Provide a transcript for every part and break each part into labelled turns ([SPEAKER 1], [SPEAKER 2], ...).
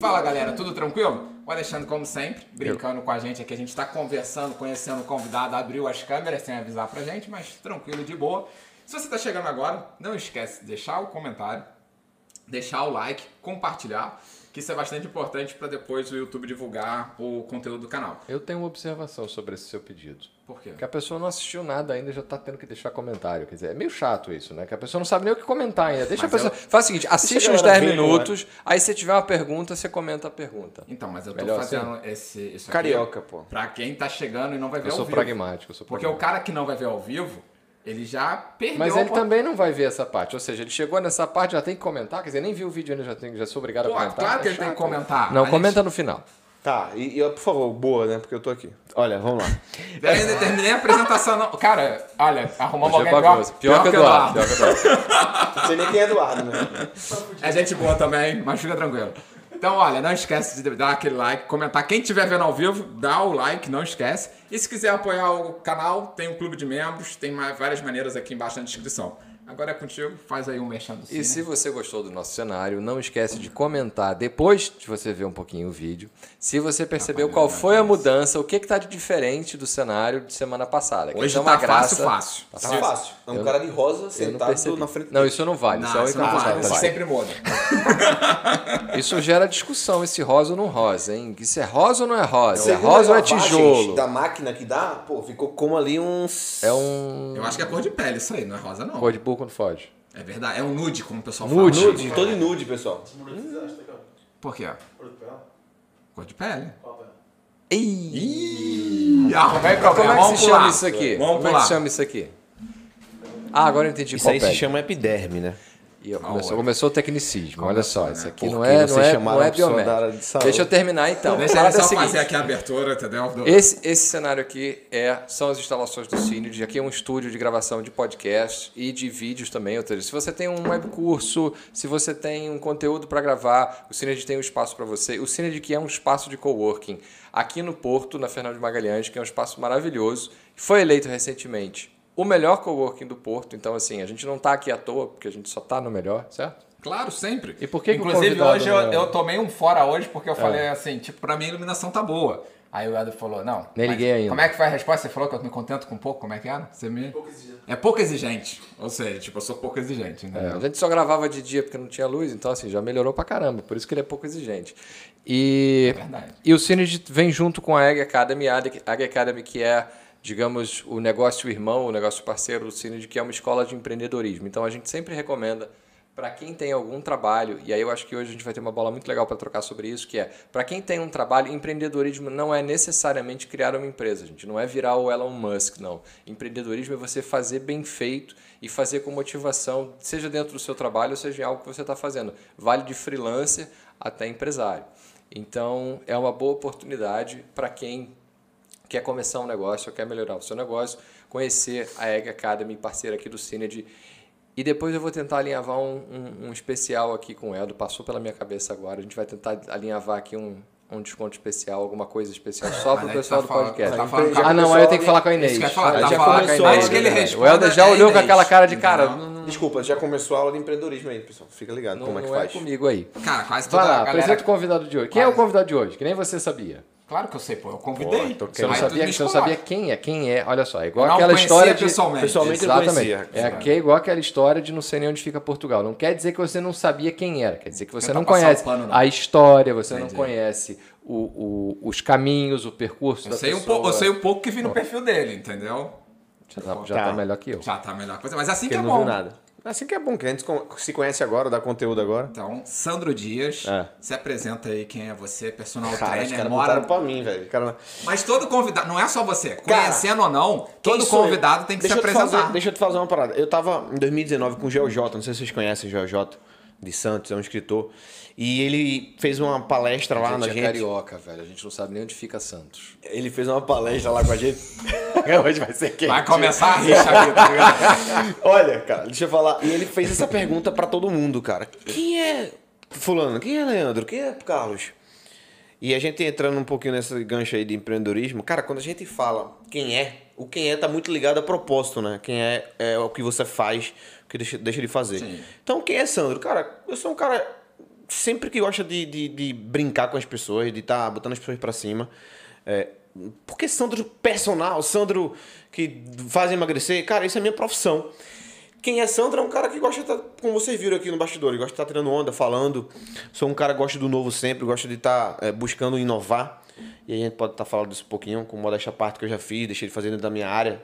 [SPEAKER 1] Fala galera, tudo tranquilo? O Alexandre, como sempre, brincando com a gente aqui. A gente está conversando, conhecendo o convidado, abriu as câmeras sem avisar pra gente, mas tranquilo, de boa. Se você está chegando agora, não esquece de deixar o comentário, deixar o like, compartilhar, que isso é bastante importante para depois o YouTube divulgar o conteúdo do canal.
[SPEAKER 2] Eu tenho uma observação sobre esse seu pedido.
[SPEAKER 1] Por quê?
[SPEAKER 2] Que a pessoa não assistiu nada ainda, já tá tendo que deixar comentário. Quer dizer, é meio chato isso, né? Que a pessoa não sabe nem o que comentar ainda. Deixa a pessoa... Faz o seguinte, assiste uns 10 minutos, aí se tiver uma pergunta, você comenta a pergunta.
[SPEAKER 1] Então, mas eu tô
[SPEAKER 2] Melhor
[SPEAKER 1] fazendo
[SPEAKER 2] assim?
[SPEAKER 1] isso aqui
[SPEAKER 3] Carioca, pô.
[SPEAKER 1] pra quem tá chegando e não vai ver
[SPEAKER 2] Eu
[SPEAKER 1] ao
[SPEAKER 2] sou
[SPEAKER 1] vivo.
[SPEAKER 2] pragmático,
[SPEAKER 1] Porque o cara que não vai ver ao vivo, ele já perdeu.
[SPEAKER 2] Mas ele também não vai ver essa parte. Ou seja, ele chegou nessa parte, já tem que comentar. Quer dizer, nem viu o vídeo ainda, já sou obrigado a comentar.
[SPEAKER 1] Claro que ele tem que comentar.
[SPEAKER 2] Não, comenta no final.
[SPEAKER 3] Tá, e por favor, boa, né? Porque eu tô aqui. Olha, vamos lá.
[SPEAKER 1] Eu ainda terminei a apresentação. Não. Cara, olha, arrumamos alguém
[SPEAKER 2] Pior que Eduardo.
[SPEAKER 3] Não sei nem quem é Eduardo, né?
[SPEAKER 1] É gente boa também, mas fica tranquilo. Então, olha, não esquece de dar aquele like, comentar. Quem estiver vendo ao vivo, dá o like, não esquece. E se quiser apoiar o canal, tem um clube de membros, tem várias maneiras aqui embaixo na descrição. Agora é contigo, faz aí um merchan do Cine.
[SPEAKER 2] E se você gostou do nosso cenário, não esquece de comentar depois de você ver um pouquinho o vídeo. Se você percebeu qual foi a mudança, o que está de diferente do cenário de semana passada. Que
[SPEAKER 1] Hoje
[SPEAKER 2] é uma
[SPEAKER 1] tá
[SPEAKER 2] graça.
[SPEAKER 1] fácil.
[SPEAKER 3] Tá fácil. É um cara de rosa sentado na frente.
[SPEAKER 2] Não, isso não vale.
[SPEAKER 1] Não, isso não vale. Isso sempre muda.
[SPEAKER 2] Isso gera discussão, esse rosa ou não rosa, hein? Isso é rosa ou não é rosa? É
[SPEAKER 3] Segundo
[SPEAKER 2] rosa ou é
[SPEAKER 3] lavagens
[SPEAKER 2] tijolo?
[SPEAKER 3] da máquina que dá, pô, ficou como ali uns...
[SPEAKER 2] É um...
[SPEAKER 1] Eu acho que é cor de pele isso aí, não é rosa não.
[SPEAKER 2] Cor de burro quando foge.
[SPEAKER 1] É verdade, é um nude, como o pessoal
[SPEAKER 2] Nude.
[SPEAKER 1] fala.
[SPEAKER 3] Nude, tô de nude, pessoal.
[SPEAKER 1] Por quê? Cor de pele.
[SPEAKER 2] Ih!
[SPEAKER 1] Arrumei
[SPEAKER 2] Como
[SPEAKER 1] problema,
[SPEAKER 2] é que
[SPEAKER 1] vamos
[SPEAKER 2] se
[SPEAKER 1] pular.
[SPEAKER 2] chama isso aqui?
[SPEAKER 1] Vamos
[SPEAKER 2] Como é que
[SPEAKER 1] pular.
[SPEAKER 2] se chama isso aqui? Ah, agora eu entendi
[SPEAKER 3] Isso
[SPEAKER 2] qual
[SPEAKER 3] aí
[SPEAKER 2] pele.
[SPEAKER 3] se chama epiderme, né?
[SPEAKER 2] E começou o tecnicismo, olha só,
[SPEAKER 1] né?
[SPEAKER 2] isso aqui
[SPEAKER 3] Porque
[SPEAKER 2] não é
[SPEAKER 3] vocês chamaram a pessoa da
[SPEAKER 2] biomédico.
[SPEAKER 3] área de saúde.
[SPEAKER 2] Deixa eu terminar então.
[SPEAKER 1] Deixa
[SPEAKER 2] Parada
[SPEAKER 1] ele
[SPEAKER 2] é a
[SPEAKER 1] só
[SPEAKER 2] seguinte,
[SPEAKER 1] fazer aqui a abertura, entendeu?
[SPEAKER 2] Esse cenário aqui são as instalações do Cine. Aqui é um estúdio de gravação de podcast e de vídeos também. Ou seja, se você tem um webcurso, se você tem um conteúdo para gravar, o Cine tem um espaço para você. O Cine que é um espaço de coworking aqui no Porto, na Fernando de Magalhães, que é um espaço maravilhoso. Foi eleito recentemente o melhor coworking do Porto. Então, assim, a gente não está aqui à toa, porque a gente só está no melhor, certo?
[SPEAKER 1] Claro, sempre.
[SPEAKER 2] E por que
[SPEAKER 1] Inclusive,
[SPEAKER 2] que o convidado
[SPEAKER 1] hoje
[SPEAKER 2] não é?
[SPEAKER 1] eu tomei um fora hoje porque eu falei assim, tipo, pra mim a iluminação tá boa. Aí o Eder falou, não.
[SPEAKER 2] Nem
[SPEAKER 1] mas
[SPEAKER 2] liguei ainda.
[SPEAKER 1] Como é que foi a resposta? Você falou que eu me contento com pouco? Como é que era? Você me... Pouco exigente. É pouco exigente. Ou seja, tipo, eu sou pouco exigente, entendeu?
[SPEAKER 2] A gente só gravava de dia porque não tinha luz, então assim, já melhorou pra caramba. Por isso que ele é pouco exigente. E,
[SPEAKER 1] verdade.
[SPEAKER 2] e o Synergy vem junto com a Egg Academy. A Egg Academy que é, digamos, o negócio irmão, o negócio parceiro do Synergy, que é uma escola de empreendedorismo. Então a gente sempre recomenda para quem tem algum trabalho, e aí eu acho que hoje a gente vai ter uma bola muito legal para trocar sobre isso, que é, para quem tem um trabalho, empreendedorismo não é necessariamente criar uma empresa, gente, não é virar o Elon Musk, não. Empreendedorismo é você fazer bem feito e fazer com motivação, seja dentro do seu trabalho, ou seja em algo que você está fazendo. Vale de freelancer até empresário. Então, é uma boa oportunidade para quem quer começar um negócio ou quer melhorar o seu negócio, conhecer a Egg Academy, parceira aqui do Synergy. E depois eu vou tentar alinhavar um especial aqui com o Edo, passou pela minha cabeça agora. A gente vai tentar alinhavar aqui um desconto especial, alguma coisa especial só para o pessoal do podcast. Não, aí eu tenho que falar com a Inês.
[SPEAKER 1] Isso que eu ia falar,
[SPEAKER 3] já
[SPEAKER 1] falar
[SPEAKER 3] começou,
[SPEAKER 1] antes que ele
[SPEAKER 3] né?
[SPEAKER 1] responda,
[SPEAKER 2] O Helder já olhou com aquela cara de cara.
[SPEAKER 3] Desculpa, já começou a aula de empreendedorismo aí, pessoal. Fica ligado como é que
[SPEAKER 2] Não é
[SPEAKER 3] faz.
[SPEAKER 2] comigo aí.
[SPEAKER 1] Cara, quase toda
[SPEAKER 2] Vai lá,
[SPEAKER 1] a galera...
[SPEAKER 2] apresenta o convidado de hoje. Quem é o convidado de hoje? Que nem você sabia.
[SPEAKER 1] Claro que eu sei, pô. Eu convidei.
[SPEAKER 2] Você não
[SPEAKER 1] Aí
[SPEAKER 2] sabia,
[SPEAKER 1] tu me
[SPEAKER 2] você não
[SPEAKER 1] escolhe.
[SPEAKER 2] sabia quem é. Quem é? Olha só, é igual
[SPEAKER 1] Eu não
[SPEAKER 2] aquela
[SPEAKER 1] conhecia
[SPEAKER 2] história de...
[SPEAKER 1] pessoalmente.
[SPEAKER 3] eu
[SPEAKER 2] Exatamente.
[SPEAKER 3] conhecia.
[SPEAKER 2] É igual aquela história de não sei nem onde fica Portugal. Não quer dizer que você não sabia quem era. Quer dizer que você
[SPEAKER 1] Tentar
[SPEAKER 2] não
[SPEAKER 1] passar
[SPEAKER 2] conhece
[SPEAKER 1] o pano, não.
[SPEAKER 2] a história, você
[SPEAKER 1] Entendi.
[SPEAKER 2] não conhece os caminhos, o percurso
[SPEAKER 1] Eu
[SPEAKER 2] da
[SPEAKER 1] sei
[SPEAKER 2] pessoa.
[SPEAKER 1] eu sei um pouco que vi no perfil dele, entendeu?
[SPEAKER 2] Já tá melhor que eu.
[SPEAKER 1] Já tá a melhor coisa. Mas assim
[SPEAKER 3] Porque
[SPEAKER 1] que é
[SPEAKER 3] não viu
[SPEAKER 1] bom.
[SPEAKER 3] nada. Assim que é bom, que a gente se conhece agora, dá conteúdo agora.
[SPEAKER 1] Então, Sandro Dias,
[SPEAKER 3] É.
[SPEAKER 1] se apresenta aí quem é você, personal
[SPEAKER 3] Cara, os
[SPEAKER 1] trainer,
[SPEAKER 3] caras
[SPEAKER 1] mora...
[SPEAKER 3] botaram pra mim, velho. Cara...
[SPEAKER 1] Mas todo convidado, não é só você,
[SPEAKER 3] Cara,
[SPEAKER 1] conhecendo ou não, todo
[SPEAKER 3] Quem sou
[SPEAKER 1] convidado
[SPEAKER 3] eu?
[SPEAKER 1] tem que se
[SPEAKER 3] Deixa eu te
[SPEAKER 1] apresentar.
[SPEAKER 3] deixa eu te fazer uma parada. Eu tava em 2019 com o GeoJ, não sei se vocês conhecem o GeoJ de Santos, é um escritor. E ele fez uma palestra lá
[SPEAKER 2] A
[SPEAKER 3] na
[SPEAKER 2] gente é
[SPEAKER 3] gente.
[SPEAKER 2] carioca, velho. A gente não sabe nem onde fica Santos.
[SPEAKER 3] Ele fez uma palestra lá com a gente. Hoje vai ser quente.
[SPEAKER 1] Vai começar a rixa aqui, tá ligado?
[SPEAKER 3] Olha, cara, deixa eu falar. E ele fez essa pergunta pra todo mundo, cara. Quem é fulano? Quem é Leandro? Quem é Carlos? E a gente entrando um pouquinho nesse gancho aí de empreendedorismo, cara, quando a gente fala o quem é tá muito ligado a propósito, né? Quem é o que você faz, o que deixa de fazer.
[SPEAKER 1] Sim.
[SPEAKER 3] Então, quem é Sandro? Cara, eu sou um cara sempre que gosta de brincar com as pessoas, de estar botando as pessoas pra cima. Porque Sandro personal, Sandro que faz emagrecer, cara, isso é minha profissão. Quem é Sandro é um cara que gosta de estar, como vocês viram aqui no bastidor, gosta de estar tirando onda, falando. Sou um cara que gosta do novo sempre, gosta de estar buscando inovar. E aí a gente pode estar falando disso um pouquinho, com modéstia à parte que eu já fiz, deixei de fazer dentro da minha área.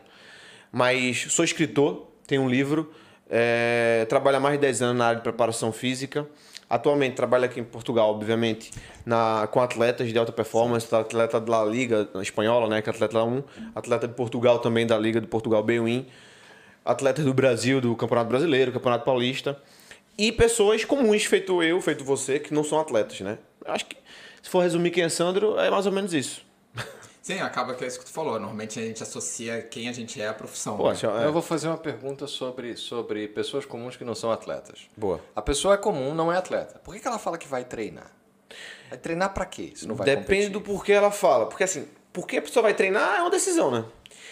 [SPEAKER 3] Mas sou escritor, tenho um livro, trabalho há mais de 10 anos na área de preparação física. Atualmente trabalho aqui em Portugal, obviamente, com atletas de alta performance, atleta da Liga Espanhola, né, que é atleta 1, atleta de Portugal também, da Liga de Portugal B-Win, atletas do Brasil, do Campeonato Brasileiro, Campeonato Paulista, e pessoas comuns, feito eu, feito você, que não são atletas, né? Acho que, se for resumir quem é Sandro, é mais ou menos isso.
[SPEAKER 1] Sim, acaba que é isso que tu falou. Normalmente a gente associa quem a gente é à profissão.
[SPEAKER 3] Pô,
[SPEAKER 1] né?
[SPEAKER 2] Eu vou fazer uma pergunta sobre pessoas comuns que não são atletas.
[SPEAKER 3] Boa.
[SPEAKER 2] A pessoa é comum, não é atleta. Por que ela fala que vai treinar? Vai treinar pra quê? Se não vai
[SPEAKER 3] Depende
[SPEAKER 2] competir?
[SPEAKER 3] do porquê ela fala. Porque assim, por que a pessoa vai treinar é uma decisão, né?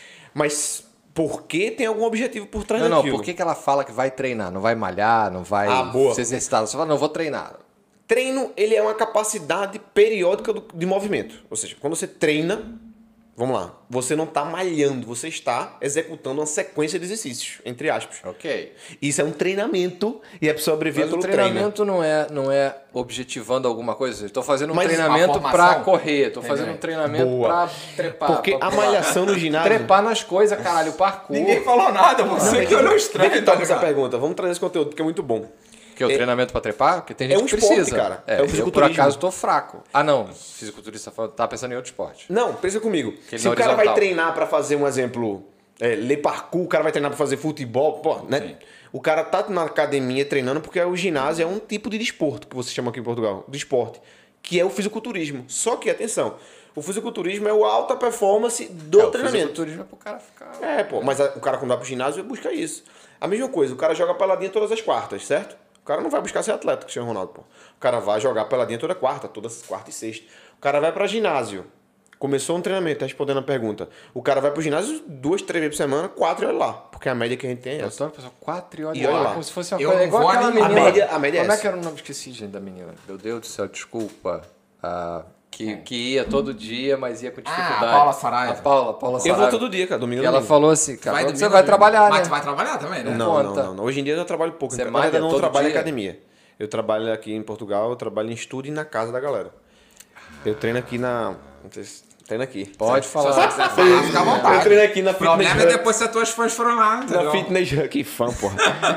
[SPEAKER 3] Mas por que tem algum objetivo por trás
[SPEAKER 2] Não,
[SPEAKER 3] daquilo?
[SPEAKER 2] por que ela fala que vai treinar? Não vai malhar, não vai
[SPEAKER 3] boa.
[SPEAKER 2] se exercitar. Ela só fala, não, vou treinar.
[SPEAKER 3] Treino, ele é uma capacidade periódica de movimento. Ou seja, quando você treina, vamos lá, você não está malhando, você está executando uma sequência de exercícios, entre aspas.
[SPEAKER 2] Ok.
[SPEAKER 3] Isso é um treinamento e a pessoa abrevia
[SPEAKER 2] Mas o
[SPEAKER 3] pelo treino.
[SPEAKER 2] treinamento não é objetivando alguma coisa. Estou fazendo um
[SPEAKER 3] Mas
[SPEAKER 2] treinamento
[SPEAKER 1] a
[SPEAKER 2] para
[SPEAKER 1] formação,
[SPEAKER 2] correr. Estou
[SPEAKER 1] entendeu?
[SPEAKER 2] fazendo um treinamento
[SPEAKER 3] Boa.
[SPEAKER 2] para trepar.
[SPEAKER 3] Porque
[SPEAKER 2] pra
[SPEAKER 3] a malhação no ginásio...
[SPEAKER 2] Trepar nas coisas, caralho. Parkour.
[SPEAKER 1] Ninguém falou nada, você que olhou estranho.
[SPEAKER 3] Vem que
[SPEAKER 1] tá
[SPEAKER 3] toca essa
[SPEAKER 1] ligado?
[SPEAKER 3] pergunta. Vamos trazer esse conteúdo, porque é muito bom.
[SPEAKER 2] Que é o treinamento para trepar? Porque tem gente
[SPEAKER 3] um
[SPEAKER 2] que
[SPEAKER 3] esporte,
[SPEAKER 2] precisa.
[SPEAKER 3] cara. É o
[SPEAKER 2] Eu, por
[SPEAKER 3] fisiculturismo.
[SPEAKER 2] acaso, estou fraco. Ah, não. Fisiculturista tá pensando em outro esporte.
[SPEAKER 3] Não, pensa comigo.
[SPEAKER 2] Que
[SPEAKER 3] Se
[SPEAKER 2] na
[SPEAKER 3] o cara vai
[SPEAKER 2] horizontal.
[SPEAKER 3] treinar para fazer um exemplo, ler parkour, o cara vai treinar para fazer futebol, pô, né?
[SPEAKER 1] Sim.
[SPEAKER 3] O cara tá na academia treinando porque o ginásio é um tipo de desporto, que você chama aqui em Portugal, de esporte, que é o fisiculturismo. Só que, atenção, o fisiculturismo é o alta performance do
[SPEAKER 2] O
[SPEAKER 3] treinamento.
[SPEAKER 2] fisiculturismo é pro cara ficar...
[SPEAKER 3] Mas o cara quando vai pro ginásio busca isso. A mesma coisa, o cara joga peladinha todas as quartas, certo? O cara não vai buscar ser atleta, Cristiano Ronaldo, pô. O cara vai jogar peladinha toda quarta e sexta. O cara vai pra ginásio. Começou um treinamento, respondendo a pergunta. O cara vai pro ginásio 2, 3 vezes por semana, 4 e olha lá. Porque a média que a gente tem é
[SPEAKER 2] Eu
[SPEAKER 3] essa.
[SPEAKER 2] adoro pessoal 4 horas
[SPEAKER 3] E olha lá.
[SPEAKER 2] como se fosse uma
[SPEAKER 1] Eu
[SPEAKER 2] coisa.
[SPEAKER 1] não
[SPEAKER 2] Igual
[SPEAKER 1] vou
[SPEAKER 2] aquela
[SPEAKER 1] animar.
[SPEAKER 2] menina.
[SPEAKER 3] A média é
[SPEAKER 2] Como é
[SPEAKER 3] essa.
[SPEAKER 2] que era o nome? Esqueci, gente, da menina. Meu Deus do céu, desculpa. Que ia todo dia, mas ia com dificuldade.
[SPEAKER 1] a Paula Saraiva.
[SPEAKER 2] A Paula
[SPEAKER 3] Eu
[SPEAKER 2] Saraiva.
[SPEAKER 3] vou todo dia, cara, domingo
[SPEAKER 2] E ela
[SPEAKER 3] domingo.
[SPEAKER 2] falou assim, cara,
[SPEAKER 1] domingo,
[SPEAKER 2] você vai trabalhar,
[SPEAKER 1] Mas
[SPEAKER 2] né?
[SPEAKER 1] tu vai trabalhar também, né?
[SPEAKER 2] conta.
[SPEAKER 3] Não. Hoje em dia eu trabalho pouco.
[SPEAKER 2] Você
[SPEAKER 3] Na verdade,
[SPEAKER 2] malha
[SPEAKER 3] eu não
[SPEAKER 2] todo
[SPEAKER 3] trabalho em
[SPEAKER 2] dia?
[SPEAKER 3] academia. Eu trabalho aqui em Portugal, eu trabalho em estúdio e na casa da galera. Eu treino aqui na... Não sei se... Treino aqui.
[SPEAKER 2] Pode
[SPEAKER 1] Se
[SPEAKER 2] falar.
[SPEAKER 1] você quiser falar, fica à
[SPEAKER 3] Eu
[SPEAKER 1] vontade.
[SPEAKER 3] treino aqui na
[SPEAKER 1] O problema
[SPEAKER 3] Fitness
[SPEAKER 1] é
[SPEAKER 3] Hut.
[SPEAKER 1] depois se as tuas fãs foram lá,
[SPEAKER 3] Na
[SPEAKER 1] entendeu?
[SPEAKER 3] Fitness Hut, que fã, porra.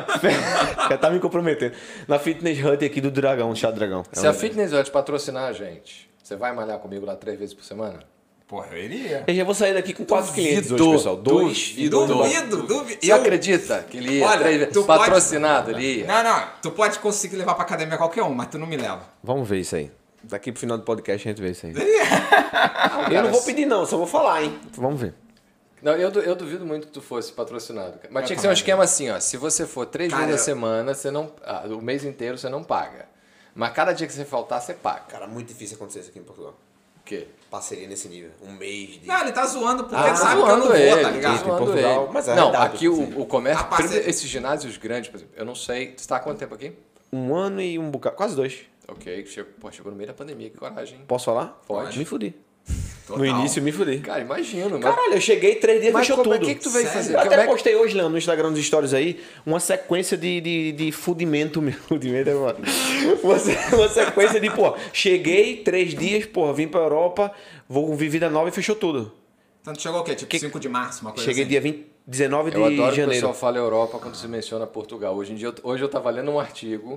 [SPEAKER 3] Já tá me comprometendo. Na Fitness Hut aqui do Dragão, do Chá do Dragão.
[SPEAKER 2] Se a Fitness Hut patrocinar a gente, você vai malhar comigo lá 3 vezes por semana?
[SPEAKER 1] Porra, eu iria.
[SPEAKER 3] Eu já vou sair daqui com 4 clientes hoje, pessoal. 2 e 2
[SPEAKER 1] Duvido.
[SPEAKER 2] Você acredita que ele ia
[SPEAKER 1] Olha,
[SPEAKER 2] 3 vezes?
[SPEAKER 1] tu pode-
[SPEAKER 2] Patrocinado, ele ia?
[SPEAKER 1] Não, tu pode conseguir levar pra academia qualquer um, mas tu não me leva.
[SPEAKER 3] Vamos ver isso aí. Daqui pro final do podcast a gente vê isso aí.
[SPEAKER 2] Cara,
[SPEAKER 3] Eu não vou pedir não, só vou falar, hein. Vamos ver.
[SPEAKER 2] Não, eu duvido muito que tu fosse patrocinado. Cara. Mas
[SPEAKER 1] Eu
[SPEAKER 2] tinha que ser um
[SPEAKER 1] também.
[SPEAKER 2] esquema assim, ó. Se você for 3
[SPEAKER 1] Cara,
[SPEAKER 2] vezes a semana, você não. O mês inteiro você não paga. Mas cada dia que você faltar, você paga.
[SPEAKER 3] Cara, muito difícil acontecer isso aqui em Portugal.
[SPEAKER 2] O quê?
[SPEAKER 3] Parceria nesse nível. Um mês de...
[SPEAKER 1] Não, ele tá zoando porque
[SPEAKER 3] Ah,
[SPEAKER 1] ele sabe que eu não vou,
[SPEAKER 2] ele,
[SPEAKER 1] tá ligado?
[SPEAKER 2] zoando
[SPEAKER 3] Portugal,
[SPEAKER 2] ele.
[SPEAKER 3] mas é
[SPEAKER 2] não,
[SPEAKER 3] verdade,
[SPEAKER 2] aqui
[SPEAKER 3] sim.
[SPEAKER 2] o comércio.
[SPEAKER 1] A parceria-
[SPEAKER 2] primeiro, esses ginásios grandes, por exemplo, eu não sei. Você tá há quanto tempo aqui?
[SPEAKER 3] 1 ano e um bocado. Quase 2.
[SPEAKER 2] Ok, chegou no meio da pandemia, que coragem.
[SPEAKER 3] Posso falar?
[SPEAKER 2] Pode.
[SPEAKER 3] Me fudi.
[SPEAKER 1] Total.
[SPEAKER 3] No início me fudi.
[SPEAKER 2] Cara, imagino, mas.
[SPEAKER 3] Caralho, eu cheguei 3 dias e
[SPEAKER 2] Mas
[SPEAKER 3] fechou
[SPEAKER 2] como é
[SPEAKER 3] tudo.
[SPEAKER 2] que tu veio
[SPEAKER 1] Sério?
[SPEAKER 2] fazer?
[SPEAKER 3] Eu
[SPEAKER 2] Como
[SPEAKER 3] até
[SPEAKER 2] é que-
[SPEAKER 3] postei hoje lá no Instagram dos stories aí uma sequência de fudimento meu. Fudimento é mano. Uma sequência de, pô, cheguei 3 dias, pô, vim pra Europa, vou vir vida nova e fechou tudo.
[SPEAKER 1] Então tu chegou o quê? Tipo 5 de março, uma coisa
[SPEAKER 3] Cheguei
[SPEAKER 1] assim?
[SPEAKER 3] dia 19 de
[SPEAKER 2] Eu adoro que o
[SPEAKER 3] janeiro.
[SPEAKER 2] pessoal fala Europa quando se menciona Portugal. Hoje eu tava lendo um artigo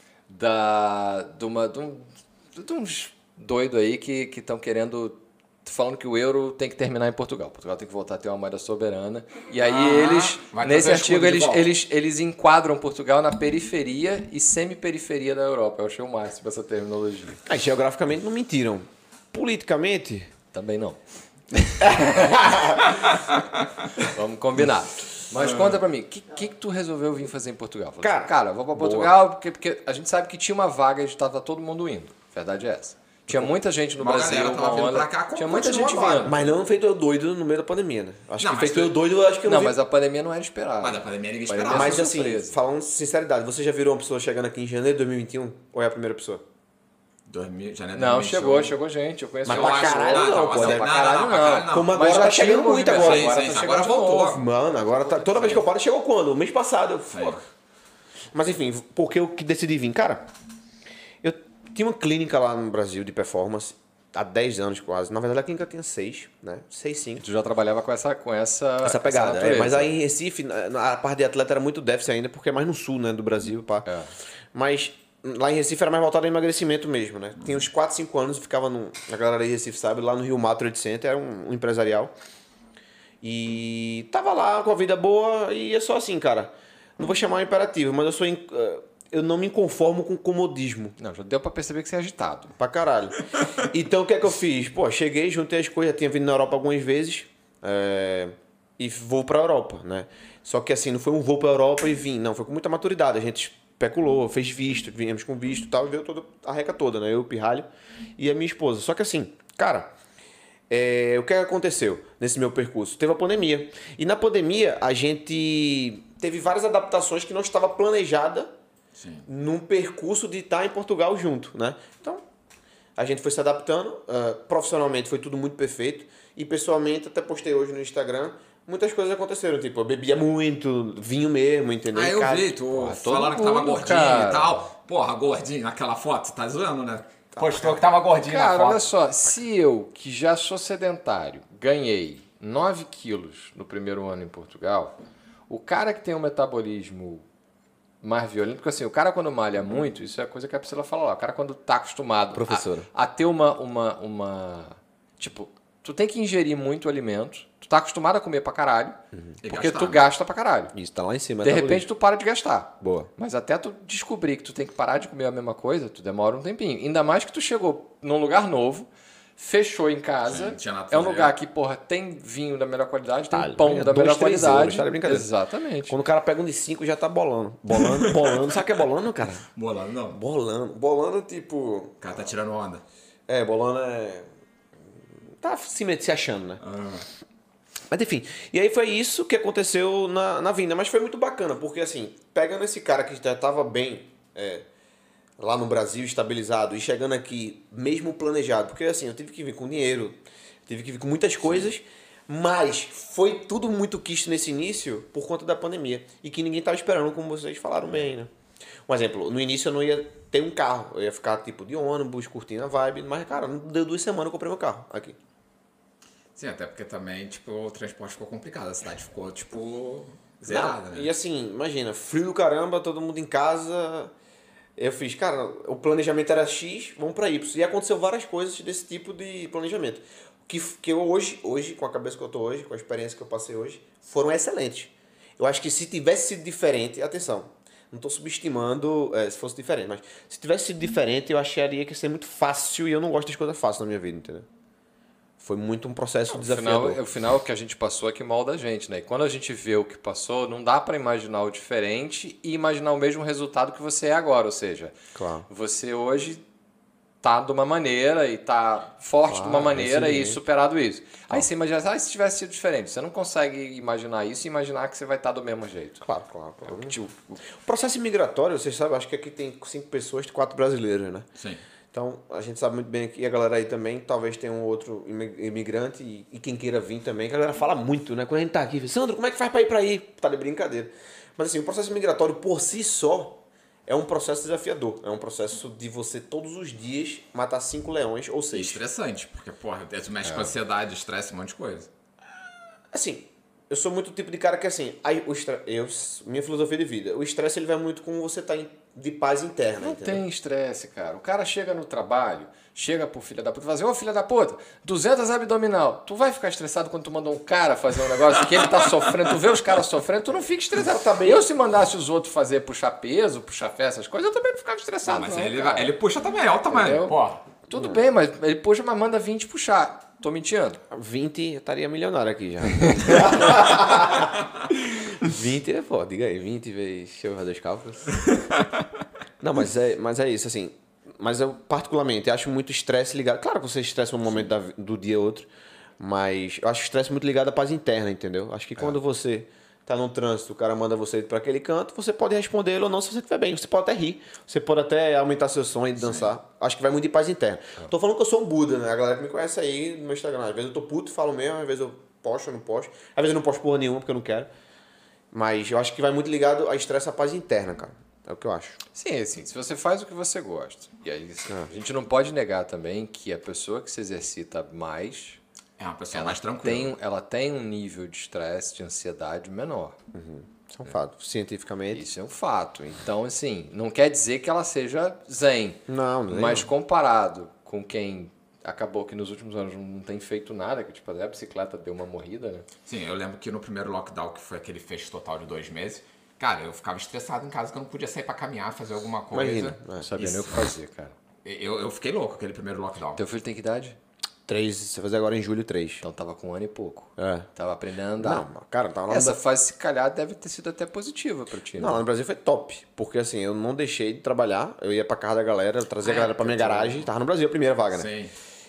[SPEAKER 2] de uns doidos aí que estão querendo, falando que o euro tem que terminar em Portugal. Portugal tem que voltar a ter uma moeda soberana. E aí eles,
[SPEAKER 1] vai
[SPEAKER 2] nesse
[SPEAKER 1] trazer o
[SPEAKER 2] artigo,
[SPEAKER 1] escudo de volta.
[SPEAKER 2] eles enquadram Portugal na periferia e semi-periferia da Europa. Eu achei o máximo essa terminologia.
[SPEAKER 3] Aí, geograficamente não mentiram. Politicamente,
[SPEAKER 2] Também não. Vamos combinar. Mas conta pra mim, o que tu resolveu vir fazer em Portugal? Falei,
[SPEAKER 3] Cara,
[SPEAKER 2] eu vou pra Portugal porque a gente sabe que tinha uma vaga e estava todo mundo indo. A verdade é essa. Tinha muita gente no
[SPEAKER 1] Uma
[SPEAKER 2] Brasil,
[SPEAKER 1] galera tava
[SPEAKER 2] uma
[SPEAKER 1] vindo
[SPEAKER 2] onda.
[SPEAKER 1] pra cá,
[SPEAKER 2] Tinha muita gente
[SPEAKER 1] continua agora.
[SPEAKER 2] vindo.
[SPEAKER 3] Mas não feito eu doido no meio da pandemia, né? Acho
[SPEAKER 1] Não,
[SPEAKER 3] que
[SPEAKER 1] mas
[SPEAKER 3] feito eu doido, eu acho que eu
[SPEAKER 2] Não,
[SPEAKER 3] vi.
[SPEAKER 2] mas a pandemia não era esperada.
[SPEAKER 1] Mas a pandemia ninguém
[SPEAKER 2] Pandemia
[SPEAKER 1] esperava.
[SPEAKER 3] Mas
[SPEAKER 2] foi
[SPEAKER 3] assim,
[SPEAKER 2] surpresa.
[SPEAKER 3] falando sinceridade, você já virou uma pessoa chegando aqui em janeiro de 2021? Ou é a primeira pessoa?
[SPEAKER 1] Janeiro de
[SPEAKER 2] Não,
[SPEAKER 1] 2021.
[SPEAKER 2] chegou gente. Eu conheço
[SPEAKER 3] Mas
[SPEAKER 2] gente.
[SPEAKER 3] pra caralho não, pô, né?
[SPEAKER 2] Pra caralho não.
[SPEAKER 3] Como
[SPEAKER 2] Mas
[SPEAKER 3] agora
[SPEAKER 2] já
[SPEAKER 3] tá
[SPEAKER 2] tinha
[SPEAKER 3] chegando
[SPEAKER 2] um
[SPEAKER 3] muito
[SPEAKER 2] movimento,
[SPEAKER 3] agora.
[SPEAKER 1] Sim,
[SPEAKER 2] agora
[SPEAKER 1] sim,
[SPEAKER 2] tá
[SPEAKER 1] agora
[SPEAKER 2] chegando de
[SPEAKER 1] voltou.
[SPEAKER 2] novo.
[SPEAKER 3] Mano, agora tá. Toda vez que eu paro, chegou quando? O mês passado. Eu,
[SPEAKER 1] Sim.
[SPEAKER 3] pô. Mas enfim, por que eu que decidi vir? Cara, eu tinha uma clínica lá no Brasil de performance há 10 anos quase. Na verdade, a clínica tinha 6, né? 6, 5.
[SPEAKER 2] Tu já trabalhava com essa
[SPEAKER 3] Pegada.
[SPEAKER 2] natureza.
[SPEAKER 3] Mas aí em Recife, a parte de atleta era muito déficit ainda, porque é mais no sul, né, do Brasil, pá.
[SPEAKER 2] É.
[SPEAKER 3] Mas lá em Recife era mais voltado a emagrecimento mesmo, né? Tinha uns 4, 5 anos, eu ficava a galera aí de Recife sabe, lá no Rio Mar Trade Center, era um empresarial. E tava lá com a vida boa e é só assim, cara. Não vou chamar imperativo, mas eu não me conformo com comodismo.
[SPEAKER 2] Não, já deu pra perceber que você é agitado.
[SPEAKER 3] Pra caralho. Então o que é que eu fiz? Pô, cheguei, juntei as coisas, já tinha vindo na Europa algumas vezes e vou pra Europa, né? Só que assim, não foi um voo pra Europa e vim, não, foi com muita maturidade. A gente especulou, fez visto, viemos com visto e tal, e veio toda a reca toda, né? Eu, o Pirralho e a minha esposa. Só que assim, cara, o que aconteceu nesse meu percurso? Teve a pandemia. E na pandemia a gente teve várias adaptações que não estava planejada num percurso de estar em Portugal junto, né? Então, a gente foi se adaptando. Profissionalmente foi tudo muito perfeito. E pessoalmente, até postei hoje no Instagram, muitas coisas aconteceram. Tipo, eu bebia muito, vinho mesmo, entendeu?
[SPEAKER 1] Ah, eu
[SPEAKER 3] Cara,
[SPEAKER 1] vi, tu
[SPEAKER 2] todo
[SPEAKER 1] falando que tava
[SPEAKER 2] mundo,
[SPEAKER 1] gordinho
[SPEAKER 2] cara.
[SPEAKER 1] e tal. Porra, gordinho naquela foto, tá zoando, né? Postou que tava gordinho na
[SPEAKER 2] Cara,
[SPEAKER 1] foto.
[SPEAKER 2] olha só, se eu, que já sou sedentário, ganhei 9 quilos no primeiro ano em Portugal, o cara que tem um metabolismo mais violento, porque assim, o cara quando malha muito, isso é a coisa que a Priscila fala lá, o cara quando tá acostumado
[SPEAKER 3] Professora.
[SPEAKER 2] a ter uma... Tipo, tu tem que ingerir muito alimento, tu tá acostumado a comer pra caralho,
[SPEAKER 1] E
[SPEAKER 2] porque
[SPEAKER 1] gastar,
[SPEAKER 2] tu
[SPEAKER 1] né?
[SPEAKER 2] gasta pra caralho.
[SPEAKER 3] Isso, tá lá em cima.
[SPEAKER 2] De repente tu para de gastar.
[SPEAKER 3] Boa.
[SPEAKER 2] Mas até tu descobrir que tu tem que parar de comer a mesma coisa, tu demora um tempinho. Ainda mais que tu chegou num lugar novo, fechou em casa.
[SPEAKER 1] Sim, tinha nada pra
[SPEAKER 2] é um
[SPEAKER 1] fazer.
[SPEAKER 2] lugar que, porra, tem vinho da melhor qualidade, tem
[SPEAKER 3] Tá,
[SPEAKER 2] pão
[SPEAKER 3] ganha
[SPEAKER 2] da
[SPEAKER 3] 2,
[SPEAKER 2] melhor
[SPEAKER 3] 3
[SPEAKER 2] qualidade.
[SPEAKER 3] euros, tá de brincadeira.
[SPEAKER 2] Exatamente.
[SPEAKER 3] Quando o cara pega um de 5, já tá bolando. Bolando. Sabe o que é bolando, cara?
[SPEAKER 1] Bolando, não.
[SPEAKER 3] Bolando, tipo...
[SPEAKER 1] O cara tá tirando onda.
[SPEAKER 3] Bolando é... Tá se achando, né?
[SPEAKER 1] Ah.
[SPEAKER 3] Mas enfim, e aí foi isso que aconteceu na vinda. Mas foi muito bacana, porque assim, pegando esse cara que já tava bem lá no Brasil, estabilizado, e chegando aqui, mesmo planejado, porque assim, eu tive que vir com dinheiro, tive que vir com muitas coisas, mas foi tudo muito quisto nesse início por conta da pandemia. E que ninguém tava esperando, como vocês falaram bem, né? Um exemplo, no início eu não ia ter um carro, eu ia ficar tipo de ônibus, curtindo a vibe, mas cara, não deu 2 semanas eu comprei meu carro aqui.
[SPEAKER 1] Sim, até porque também, tipo, o transporte ficou complicado. A cidade ficou, tipo, zerada, né?
[SPEAKER 3] E assim, imagina, frio do caramba, todo mundo em casa. Eu fiz, cara, o planejamento era X, vamos pra Y. E aconteceu várias coisas desse tipo de planejamento. Que eu hoje, com a cabeça que eu tô hoje, com a experiência que eu passei hoje, foram excelentes. Eu acho que se tivesse sido diferente, atenção, não tô subestimando se fosse diferente, mas se tivesse sido diferente, eu acharia que ia ser muito fácil e eu não gosto das coisas fáceis na minha vida, entendeu? Foi muito um processo desafiador.
[SPEAKER 2] O final que a gente passou é que molda a gente, né? E quando a gente vê o que passou, não dá pra imaginar o diferente e imaginar o mesmo resultado que você é agora. Ou seja,
[SPEAKER 3] Claro.
[SPEAKER 2] você hoje tá de uma maneira e tá forte de uma maneira e superado isso. Aí você imagina, se tivesse sido diferente, você não consegue imaginar isso e imaginar que você vai estar do mesmo jeito.
[SPEAKER 3] Claro. O processo imigratório, vocês sabem, acho que aqui tem 5 pessoas, 4 brasileiros, né?
[SPEAKER 1] Sim.
[SPEAKER 3] Então, a gente sabe muito bem aqui, e a galera aí também, talvez tenha um outro imigrante e quem queira vir também, que a galera fala muito, né? Quando a gente tá aqui, Sandro, como é que faz pra ir pra aí? Tá de brincadeira. Mas assim, o processo migratório por si só é um processo desafiador. É um processo de você todos os dias matar 5 leões ou 6.
[SPEAKER 1] Estressante, porque, porra, tu mexe com ansiedade, estresse, um monte de coisa.
[SPEAKER 3] Assim, eu sou muito o tipo de cara que assim, minha filosofia de vida, o estresse ele vai muito com você estar de paz interna.
[SPEAKER 2] Não
[SPEAKER 3] entendeu?
[SPEAKER 2] tem estresse, cara. O cara chega no trabalho, chega pro filho da puta e fala assim, ô filho da puta, 200 abdominal. Tu vai ficar estressado quando tu manda um cara fazer um negócio que ele tá sofrendo, tu vê os caras sofrendo, tu não fica estressado. Eu, se mandasse os outros fazer puxar peso, puxar fé, essas coisas, eu também não ficava estressado.
[SPEAKER 1] Mas
[SPEAKER 2] cara.
[SPEAKER 1] ele puxa também, olha o tamanho,
[SPEAKER 2] Entendeu?
[SPEAKER 1] porra.
[SPEAKER 2] Tudo bem, mas ele puxa, mas manda 20 puxar. Tô mentindo.
[SPEAKER 3] 20, eu estaria milionário aqui já. 20, diga aí, 20 vezes, deixa eu fazer os cálculos. Não, mas é isso, assim, Mas eu, particularmente, acho muito estresse ligado... Claro que você estressa um momento do dia ou outro, mas eu acho estresse muito ligado à paz interna, entendeu? Acho que quando você tá no trânsito, o cara manda você ir para aquele canto, você pode responder ele ou não se você estiver bem. Você pode até rir, você pode até aumentar seu som e dançar. Acho que vai muito de paz interna. Tô falando que eu sou um Buda, né? A galera que me conhece aí no meu Instagram. Às vezes eu tô puto e falo mesmo, às vezes eu posto, eu não posto. Às vezes eu não posto porra nenhuma porque eu não quero. Mas eu acho que vai muito ligado a estresse à paz interna, cara. É o que eu acho.
[SPEAKER 2] Sim, assim, se você faz o que você gosta. E aí, a gente não pode negar também que a pessoa que se exercita mais...
[SPEAKER 1] É uma pessoa mais tranquila.
[SPEAKER 2] Ela tem um nível de estresse, de ansiedade menor.
[SPEAKER 3] Isso é um fato. Cientificamente.
[SPEAKER 2] Isso é um fato. Então, assim, não quer dizer que ela seja zen.
[SPEAKER 3] Não.
[SPEAKER 2] Mas comparado com quem acabou que nos últimos anos não tem feito nada, que tipo, a bicicleta deu uma morrida, né?
[SPEAKER 1] Sim, eu lembro que no primeiro lockdown, que foi aquele fecho total de 2 meses, cara, eu ficava estressado em casa que eu não podia sair pra caminhar, fazer alguma coisa.
[SPEAKER 3] Imagina.
[SPEAKER 2] Não sabia nem o que fazer, cara.
[SPEAKER 1] Eu fiquei louco aquele primeiro lockdown.
[SPEAKER 2] Teu filho tem que idade?
[SPEAKER 3] 3, você vai fazer agora em julho 3.
[SPEAKER 2] Então tava com 1 ano e pouco.
[SPEAKER 3] É.
[SPEAKER 2] Tava aprendendo a andar.
[SPEAKER 3] Não, cara, tava lá
[SPEAKER 2] Essa fase, se calhar, deve ter sido até positiva pra ti, né?
[SPEAKER 3] Não, lá no Brasil foi top. Porque assim, eu não deixei de trabalhar. Eu ia pra casa da galera, eu trazia a galera pra minha garagem. Tava no Brasil a primeira vaga, né?
[SPEAKER 1] Sim.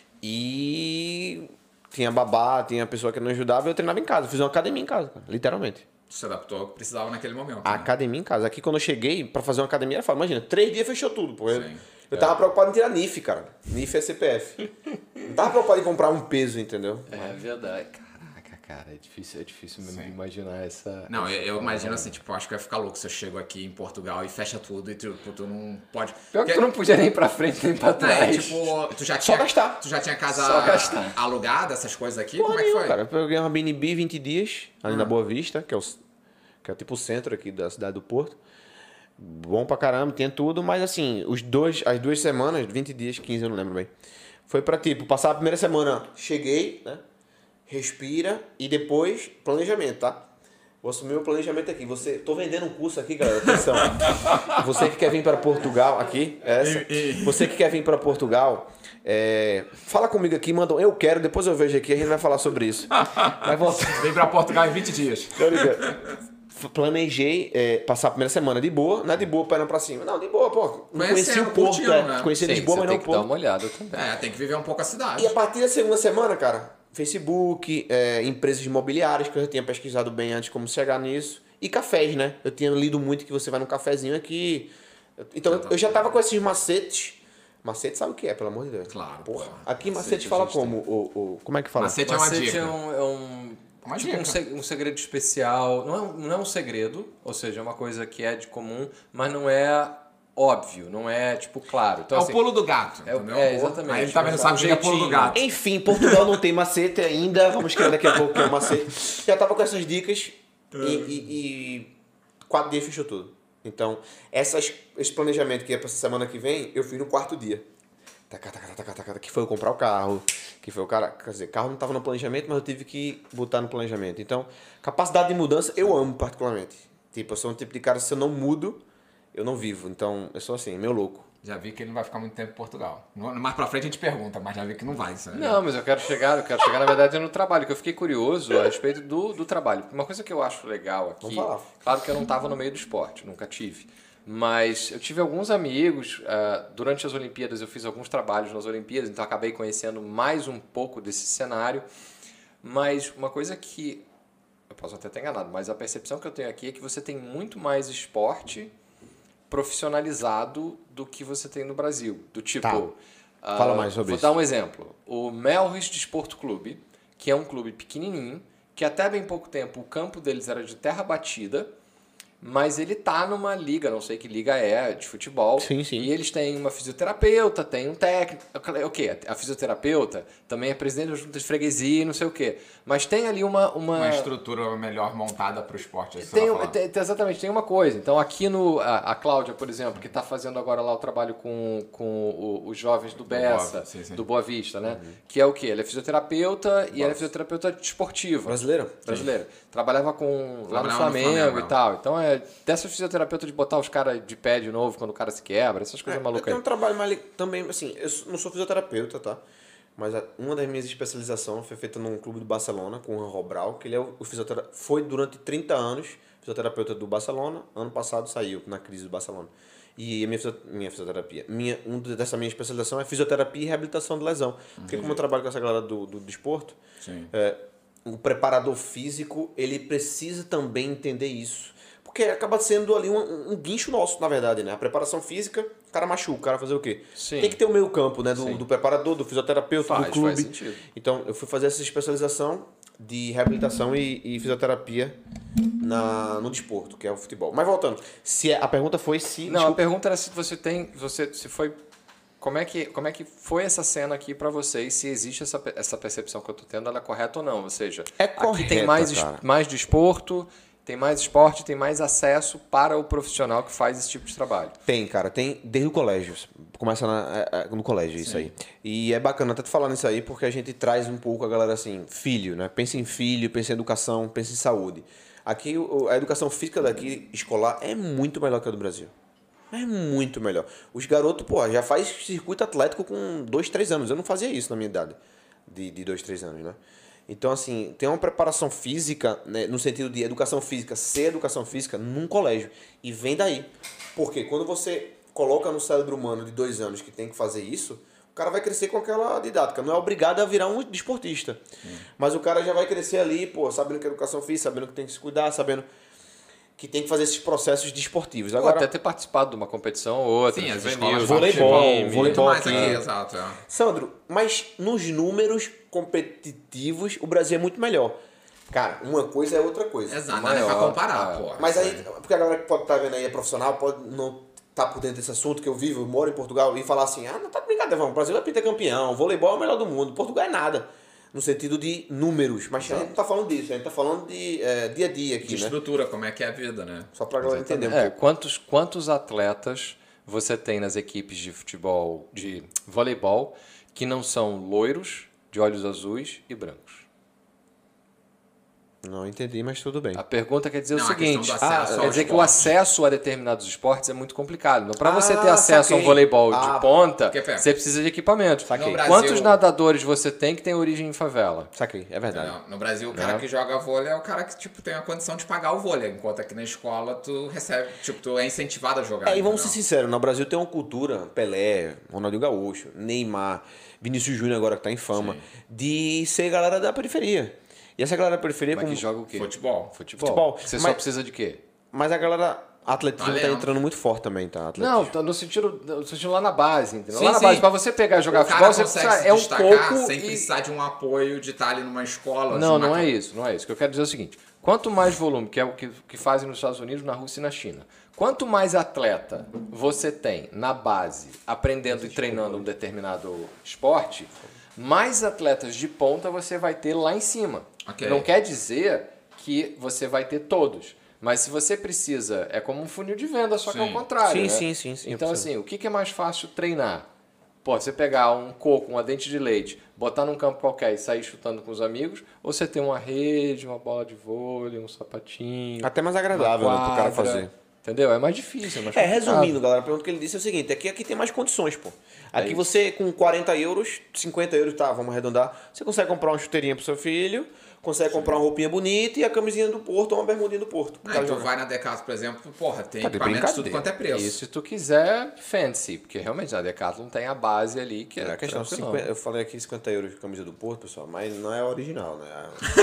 [SPEAKER 3] E tinha babá, tinha pessoa que não ajudava. Eu treinava em casa. Eu fiz uma academia em casa, cara, literalmente.
[SPEAKER 1] Se adaptou ao que precisava naquele momento.
[SPEAKER 3] A
[SPEAKER 1] né?
[SPEAKER 3] academia em casa. Aqui quando eu cheguei pra fazer uma academia, era fácil. Imagina, 3 dias fechou tudo. Pô.
[SPEAKER 1] Sim.
[SPEAKER 3] Eu tava preocupado em tirar NIF, cara. NIF é CPF. Não tava preocupado em comprar um peso, entendeu?
[SPEAKER 2] É verdade. Caraca, cara, é difícil mesmo de imaginar essa...
[SPEAKER 1] Não, eu imagino assim, tipo, eu acho que eu ia ficar louco se eu chego aqui em Portugal e fecha tudo e tu não pode...
[SPEAKER 2] Pior que tu não podia nem ir pra frente nem pra trás.
[SPEAKER 1] tipo, tu já
[SPEAKER 3] Só
[SPEAKER 1] tinha...
[SPEAKER 3] gastar.
[SPEAKER 1] Tu já tinha casa
[SPEAKER 2] Só gastar.
[SPEAKER 1] alugada, essas coisas aqui?
[SPEAKER 3] Porra
[SPEAKER 1] Como é que
[SPEAKER 3] nenhuma,
[SPEAKER 1] foi?
[SPEAKER 3] cara. Eu peguei uma BNB 20 dias, ali na Boa Vista, que é tipo o centro aqui da cidade do Porto. Bom pra caramba, tinha tudo, mas assim, as 2 semanas, 20 dias, 15, eu não lembro bem. Foi pra tipo, passar a primeira semana, cheguei, né? Respira e depois planejamento, tá? Vou assumir o planejamento aqui. Tô vendendo um curso aqui, galera. Atenção. Você que quer vir para Portugal aqui, você que quer vir para Portugal, fala comigo aqui, manda eu quero, depois eu vejo aqui, a gente vai falar sobre isso. Vai voltar.
[SPEAKER 1] Vem pra Portugal em 20 dias.
[SPEAKER 3] Planejei passar a primeira semana de boa, não é de boa perna pra cima. Não, de boa, pô. Conheci o Porto,
[SPEAKER 1] né?
[SPEAKER 3] Conheci
[SPEAKER 2] Sim,
[SPEAKER 3] Lisboa, mas
[SPEAKER 2] você
[SPEAKER 3] não
[SPEAKER 2] tem
[SPEAKER 3] o
[SPEAKER 2] que dar
[SPEAKER 3] Porto.
[SPEAKER 2] uma olhada também.
[SPEAKER 1] Tem que viver um pouco a cidade.
[SPEAKER 3] E a partir da segunda semana, cara, Facebook, empresas imobiliárias, que eu já tinha pesquisado bem antes como chegar nisso, e cafés, né? Eu tinha lido muito que você vai num cafezinho aqui. Então, eu já tava com esses macetes. Macete sabe o que é, pelo amor de Deus.
[SPEAKER 1] Claro.
[SPEAKER 3] Porra. Aqui macete fala como? Como é que fala?
[SPEAKER 1] Macete é uma
[SPEAKER 2] Macete
[SPEAKER 1] dica.
[SPEAKER 2] Uma tipo um segredo especial. Não é um segredo, ou seja, é uma coisa que é de comum, mas não é óbvio, não é, tipo, claro. Então,
[SPEAKER 1] É
[SPEAKER 2] assim,
[SPEAKER 1] o pulo do gato, entendeu?
[SPEAKER 2] exatamente.
[SPEAKER 1] Aí ele também não sabe o que é pulo do gato.
[SPEAKER 3] Enfim, Portugal não tem macete ainda. Vamos escrever daqui a pouco que é o macete. Já tava com essas dicas e 4 dias fechou tudo. Então, esse planejamento que é pra essa semana que vem, eu fui no 4º dia. Que foi eu comprar o carro, que foi o cara... Quer dizer, carro não tava no planejamento, mas eu tive que botar no planejamento. Então, capacidade de mudança eu amo particularmente. Tipo, eu sou um tipo de cara, se eu não mudo, eu não vivo. Então, eu sou assim, meio louco.
[SPEAKER 1] Já vi que ele não vai ficar muito tempo em Portugal. Mais pra frente a gente pergunta, mas já vi que não vai. Isso, né?
[SPEAKER 2] Não, mas eu quero chegar na verdade no trabalho, que eu fiquei curioso a respeito do trabalho. Uma coisa que eu acho legal aqui,
[SPEAKER 3] Vamos falar.
[SPEAKER 2] claro que eu não estava no meio do esporte, nunca tive, mas eu tive alguns amigos, durante as Olimpíadas eu fiz alguns trabalhos nas Olimpíadas, então acabei conhecendo mais um pouco desse cenário, mas uma coisa que, eu posso até estar enganado, mas a percepção que eu tenho aqui é que você tem muito mais esporte profissionalizado do que você tem no Brasil. Do tipo...
[SPEAKER 3] Tá. Fala mais sobre
[SPEAKER 2] isso. Vou dar um exemplo. O Melris Desporto Clube, que é um clube pequenininho, que até bem pouco tempo o campo deles era de terra batida, mas ele tá numa liga, não sei que liga é, de futebol.
[SPEAKER 3] Sim, sim.
[SPEAKER 2] E eles têm uma fisioterapeuta, tem um técnico. O quê? A fisioterapeuta também é presidente da junta de freguesia, não sei o quê. Mas tem ali uma
[SPEAKER 1] estrutura melhor montada pro esporte.
[SPEAKER 2] Exatamente, tem uma coisa. Então aqui a Cláudia, por exemplo, que está fazendo agora lá o trabalho com os jovens do Bessa, do Boa Vista, né? Uhum. Que é o quê? Ela é fisioterapeuta e ela é fisioterapeuta desportiva.
[SPEAKER 3] Brasileira.
[SPEAKER 2] Trabalhava lá no Flamengo e tal. Então dessa fisioterapeuta de botar os caras de pé de novo quando o cara se quebra, essas coisas malucas aí.
[SPEAKER 3] Eu tenho um trabalho mais também, assim, eu não sou fisioterapeuta, tá? Mas uma das minhas especializações foi feita num clube do Barcelona, com o Juan Robral, que ele é o fisioterapeuta, foi durante 30 anos fisioterapeuta do Barcelona, ano passado saiu na crise do Barcelona. E a minha fisioterapia. Dessa minha especialização é fisioterapia e reabilitação de lesão. Porque como eu trabalho com essa galera do desporto, o preparador físico, ele precisa também entender isso. Porque acaba sendo ali um guincho nosso, na verdade, né? A preparação física, o cara machuca, o cara fazer o quê?
[SPEAKER 2] Sim.
[SPEAKER 3] Tem que ter o meio campo, né? Do preparador, do fisioterapeuta, do clube.
[SPEAKER 2] Faz sentido.
[SPEAKER 3] Então, eu fui fazer essa especialização de reabilitação e fisioterapia no desporto, que é o futebol. Mas voltando, a pergunta foi se...
[SPEAKER 2] Não, a pergunta era se você tem... se foi... Como é que foi essa cena aqui para vocês? Se existe essa percepção que eu tô tendo, ela é correta ou não? Ou seja, aqui tem mais desporto... Tem mais esporte, tem mais acesso para o profissional que faz esse tipo de trabalho.
[SPEAKER 3] Tem, cara. Tem desde o colégio. Começa no colégio, isso aí. E é bacana até tu falar nisso aí, porque a gente traz um pouco a galera assim, filho, né? Pensa em filho, pensa em educação, pensa em saúde. Aqui, a educação física daqui, escolar, é muito melhor que a do Brasil. É muito melhor. Os garotos, pô, já faz circuito atlético com 2, 3 anos. Eu não fazia isso na minha idade, de 2, 3 anos, né? Então, assim, tem uma preparação física, né, no sentido de educação física, ser educação física num colégio. E vem daí. Porque quando você coloca no cérebro humano de 2 anos que tem que fazer isso, o cara vai crescer com aquela didática. Não é obrigado a virar um desportista. Mas o cara já vai crescer ali, pô, sabendo que é educação física, sabendo que tem que se cuidar, sabendo que tem que fazer esses processos desportivos. Agora,
[SPEAKER 2] ou até ter participado de uma competição ou outra.
[SPEAKER 1] Sim, as
[SPEAKER 2] juvenil,
[SPEAKER 1] escolas
[SPEAKER 3] voleibol
[SPEAKER 1] mais
[SPEAKER 3] aqui.
[SPEAKER 1] aqui, exato.
[SPEAKER 3] Sandro, mas nos números competitivos, o Brasil é muito melhor. Cara, uma coisa é outra coisa.
[SPEAKER 1] Exato, não é pra comparar, pô.
[SPEAKER 3] Mas aí, porque a galera que pode estar vendo aí é profissional, pode não estar por dentro desse assunto que eu vivo, eu moro em Portugal, e falar assim, não tá de brincadeira, vamos, o Brasil é pentacampeão, o voleibol é o melhor do mundo, Portugal é nada. No sentido de números. Mas a gente não tá falando disso, a gente tá falando de dia a dia aqui,
[SPEAKER 1] de estrutura, como é que é a vida, né?
[SPEAKER 3] Só pra galera entender um pouco.
[SPEAKER 2] Quantos atletas você tem nas equipes de futebol, de voleibol, que não são loiros, de olhos azuis e brancos?
[SPEAKER 3] Não entendi, mas tudo bem.
[SPEAKER 2] A pergunta quer dizer
[SPEAKER 1] Não,
[SPEAKER 2] o
[SPEAKER 1] a questão
[SPEAKER 2] seguinte,
[SPEAKER 1] do acesso
[SPEAKER 2] quer
[SPEAKER 1] ao
[SPEAKER 2] dizer que o
[SPEAKER 1] esporte.
[SPEAKER 2] acesso a determinados esportes é muito complicado. Para você ter acesso a um
[SPEAKER 3] saquei.
[SPEAKER 2] voleibol de ponta,
[SPEAKER 1] porque,
[SPEAKER 2] você precisa de equipamento.
[SPEAKER 3] Saquei.
[SPEAKER 1] No Brasil-
[SPEAKER 2] Quantos nadadores você tem que tem origem em favela?
[SPEAKER 3] Saquei, é verdade.
[SPEAKER 1] No Brasil, o cara que joga vôlei é o cara que, tipo, tem a condição de pagar o vôlei. Enquanto aqui na escola, tu recebe, tipo, tu é incentivado a jogar.
[SPEAKER 3] E vamos ser
[SPEAKER 1] entendeu?
[SPEAKER 3] sinceros, no Brasil tem uma cultura, Pelé, Ronaldinho Gaúcho, Neymar, Vinícius Júnior agora que tá em fama, de ser galera da periferia. E essa galera da periferia...
[SPEAKER 2] Mas que joga o quê?
[SPEAKER 1] Futebol.
[SPEAKER 2] Futebol. Você só
[SPEAKER 3] Mas-
[SPEAKER 2] precisa de quê?
[SPEAKER 3] Mas a galera... Atletismo tá
[SPEAKER 1] Talento.
[SPEAKER 3] entrando muito forte também, tá? Atletismo.
[SPEAKER 2] Não, tá no sentido lá na base, entendeu?
[SPEAKER 1] Sim,
[SPEAKER 2] lá na
[SPEAKER 1] sim.
[SPEAKER 2] base, pra você pegar e jogar
[SPEAKER 1] O cara
[SPEAKER 2] futebol, você
[SPEAKER 1] consegue
[SPEAKER 2] precisa,
[SPEAKER 1] se
[SPEAKER 2] é um
[SPEAKER 1] destacar
[SPEAKER 2] pouco
[SPEAKER 1] sem precisar de um apoio de estar ali numa escola.
[SPEAKER 2] Não,
[SPEAKER 1] de uma-
[SPEAKER 2] não é isso. O que eu quero dizer é o seguinte: quanto mais volume, que é o que fazem nos Estados Unidos, na Rússia e na China, quanto mais atleta você tem na base, aprendendo e treinando um determinado esporte, mais atletas de ponta você vai ter lá em cima.
[SPEAKER 1] Ok.
[SPEAKER 2] Não quer dizer que você vai ter todos. Mas se você precisa, é como um funil de venda, só que ao contrário.
[SPEAKER 3] Sim,
[SPEAKER 2] né?
[SPEAKER 3] sim.
[SPEAKER 2] Então, assim, o que é mais fácil treinar? Pô, você pegar um coco, uma dente de leite, botar num campo qualquer e sair chutando com os amigos, ou você tem uma rede, uma bola de vôlei, um sapatinho.
[SPEAKER 3] Até mais agradável,
[SPEAKER 2] uma
[SPEAKER 3] né, pro cara
[SPEAKER 2] quadra,
[SPEAKER 3] fazer.
[SPEAKER 2] Entendeu? É mais difícil. Mais complicado.
[SPEAKER 3] Resumindo, galera, a pergunta que ele disse é o seguinte, é que aqui tem mais condições, pô. Aqui você, com 40 euros, 50 euros, tá, vamos arredondar, você consegue comprar uma chuteirinha pro seu filho, consegue comprar uma roupinha bonita e a camisinha do Porto ou uma bermudinha do Porto. pro
[SPEAKER 1] Ah,
[SPEAKER 3] cara
[SPEAKER 1] tu
[SPEAKER 3] jogar.
[SPEAKER 1] vai na Decathlon, por exemplo, porra, tem
[SPEAKER 3] Tá de
[SPEAKER 1] equipamentos tudo
[SPEAKER 3] brincadeira.
[SPEAKER 1] quanto é preço.
[SPEAKER 2] E se tu quiser, fancy, porque realmente na Decathlon tem a base ali que é
[SPEAKER 3] A questão,
[SPEAKER 2] tranquilão.
[SPEAKER 3] 50, eu falei aqui 50 euros de camisa do Porto, pessoal, mas não é a original, né?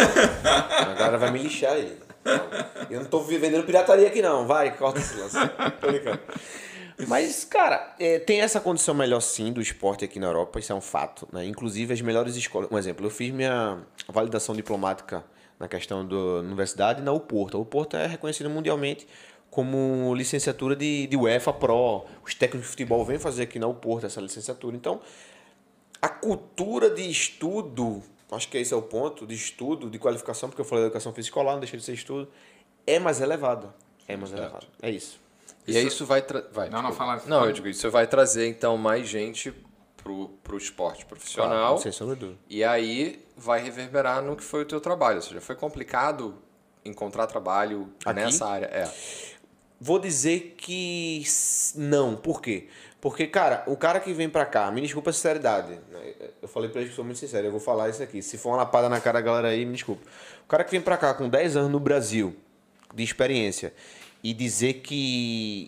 [SPEAKER 3] A galera vai me lixar aí. Eu não tô vendendo pirataria aqui não, vai, corta esse lance. Tô brincando. Mas, cara, tem essa condição melhor sim do esporte aqui na Europa, isso é um fato, né? Inclusive as melhores escolas, um exemplo, eu fiz minha validação diplomática na questão da universidade na UPorto. A UPorto é reconhecida mundialmente como licenciatura de UEFA Pro. Os técnicos de futebol vêm fazer aqui na UPorto essa licenciatura. Então, a cultura de estudo, acho que esse é o ponto, de estudo, de qualificação, porque eu falei da educação física escolar, não deixa de ser estudo, é mais elevada. É mais elevada. É isso.
[SPEAKER 2] E aí isso vai...
[SPEAKER 1] Não, fala...
[SPEAKER 2] Não, eu digo, isso vai trazer, então, mais gente pro esporte profissional.
[SPEAKER 3] Sem sombra de dúvida.
[SPEAKER 2] E aí vai reverberar no que foi o teu trabalho. Ou seja, foi complicado encontrar trabalho
[SPEAKER 3] Aqui?
[SPEAKER 2] nessa área.
[SPEAKER 3] Vou dizer que não. Por quê? Porque, cara, o cara que vem pra cá, me desculpa a sinceridade, né? Eu falei pra eles que sou muito sincero, eu vou falar isso aqui. Se for uma lapada na cara da galera aí, me desculpa. O cara que vem pra cá com 10 anos no Brasil de experiência e dizer que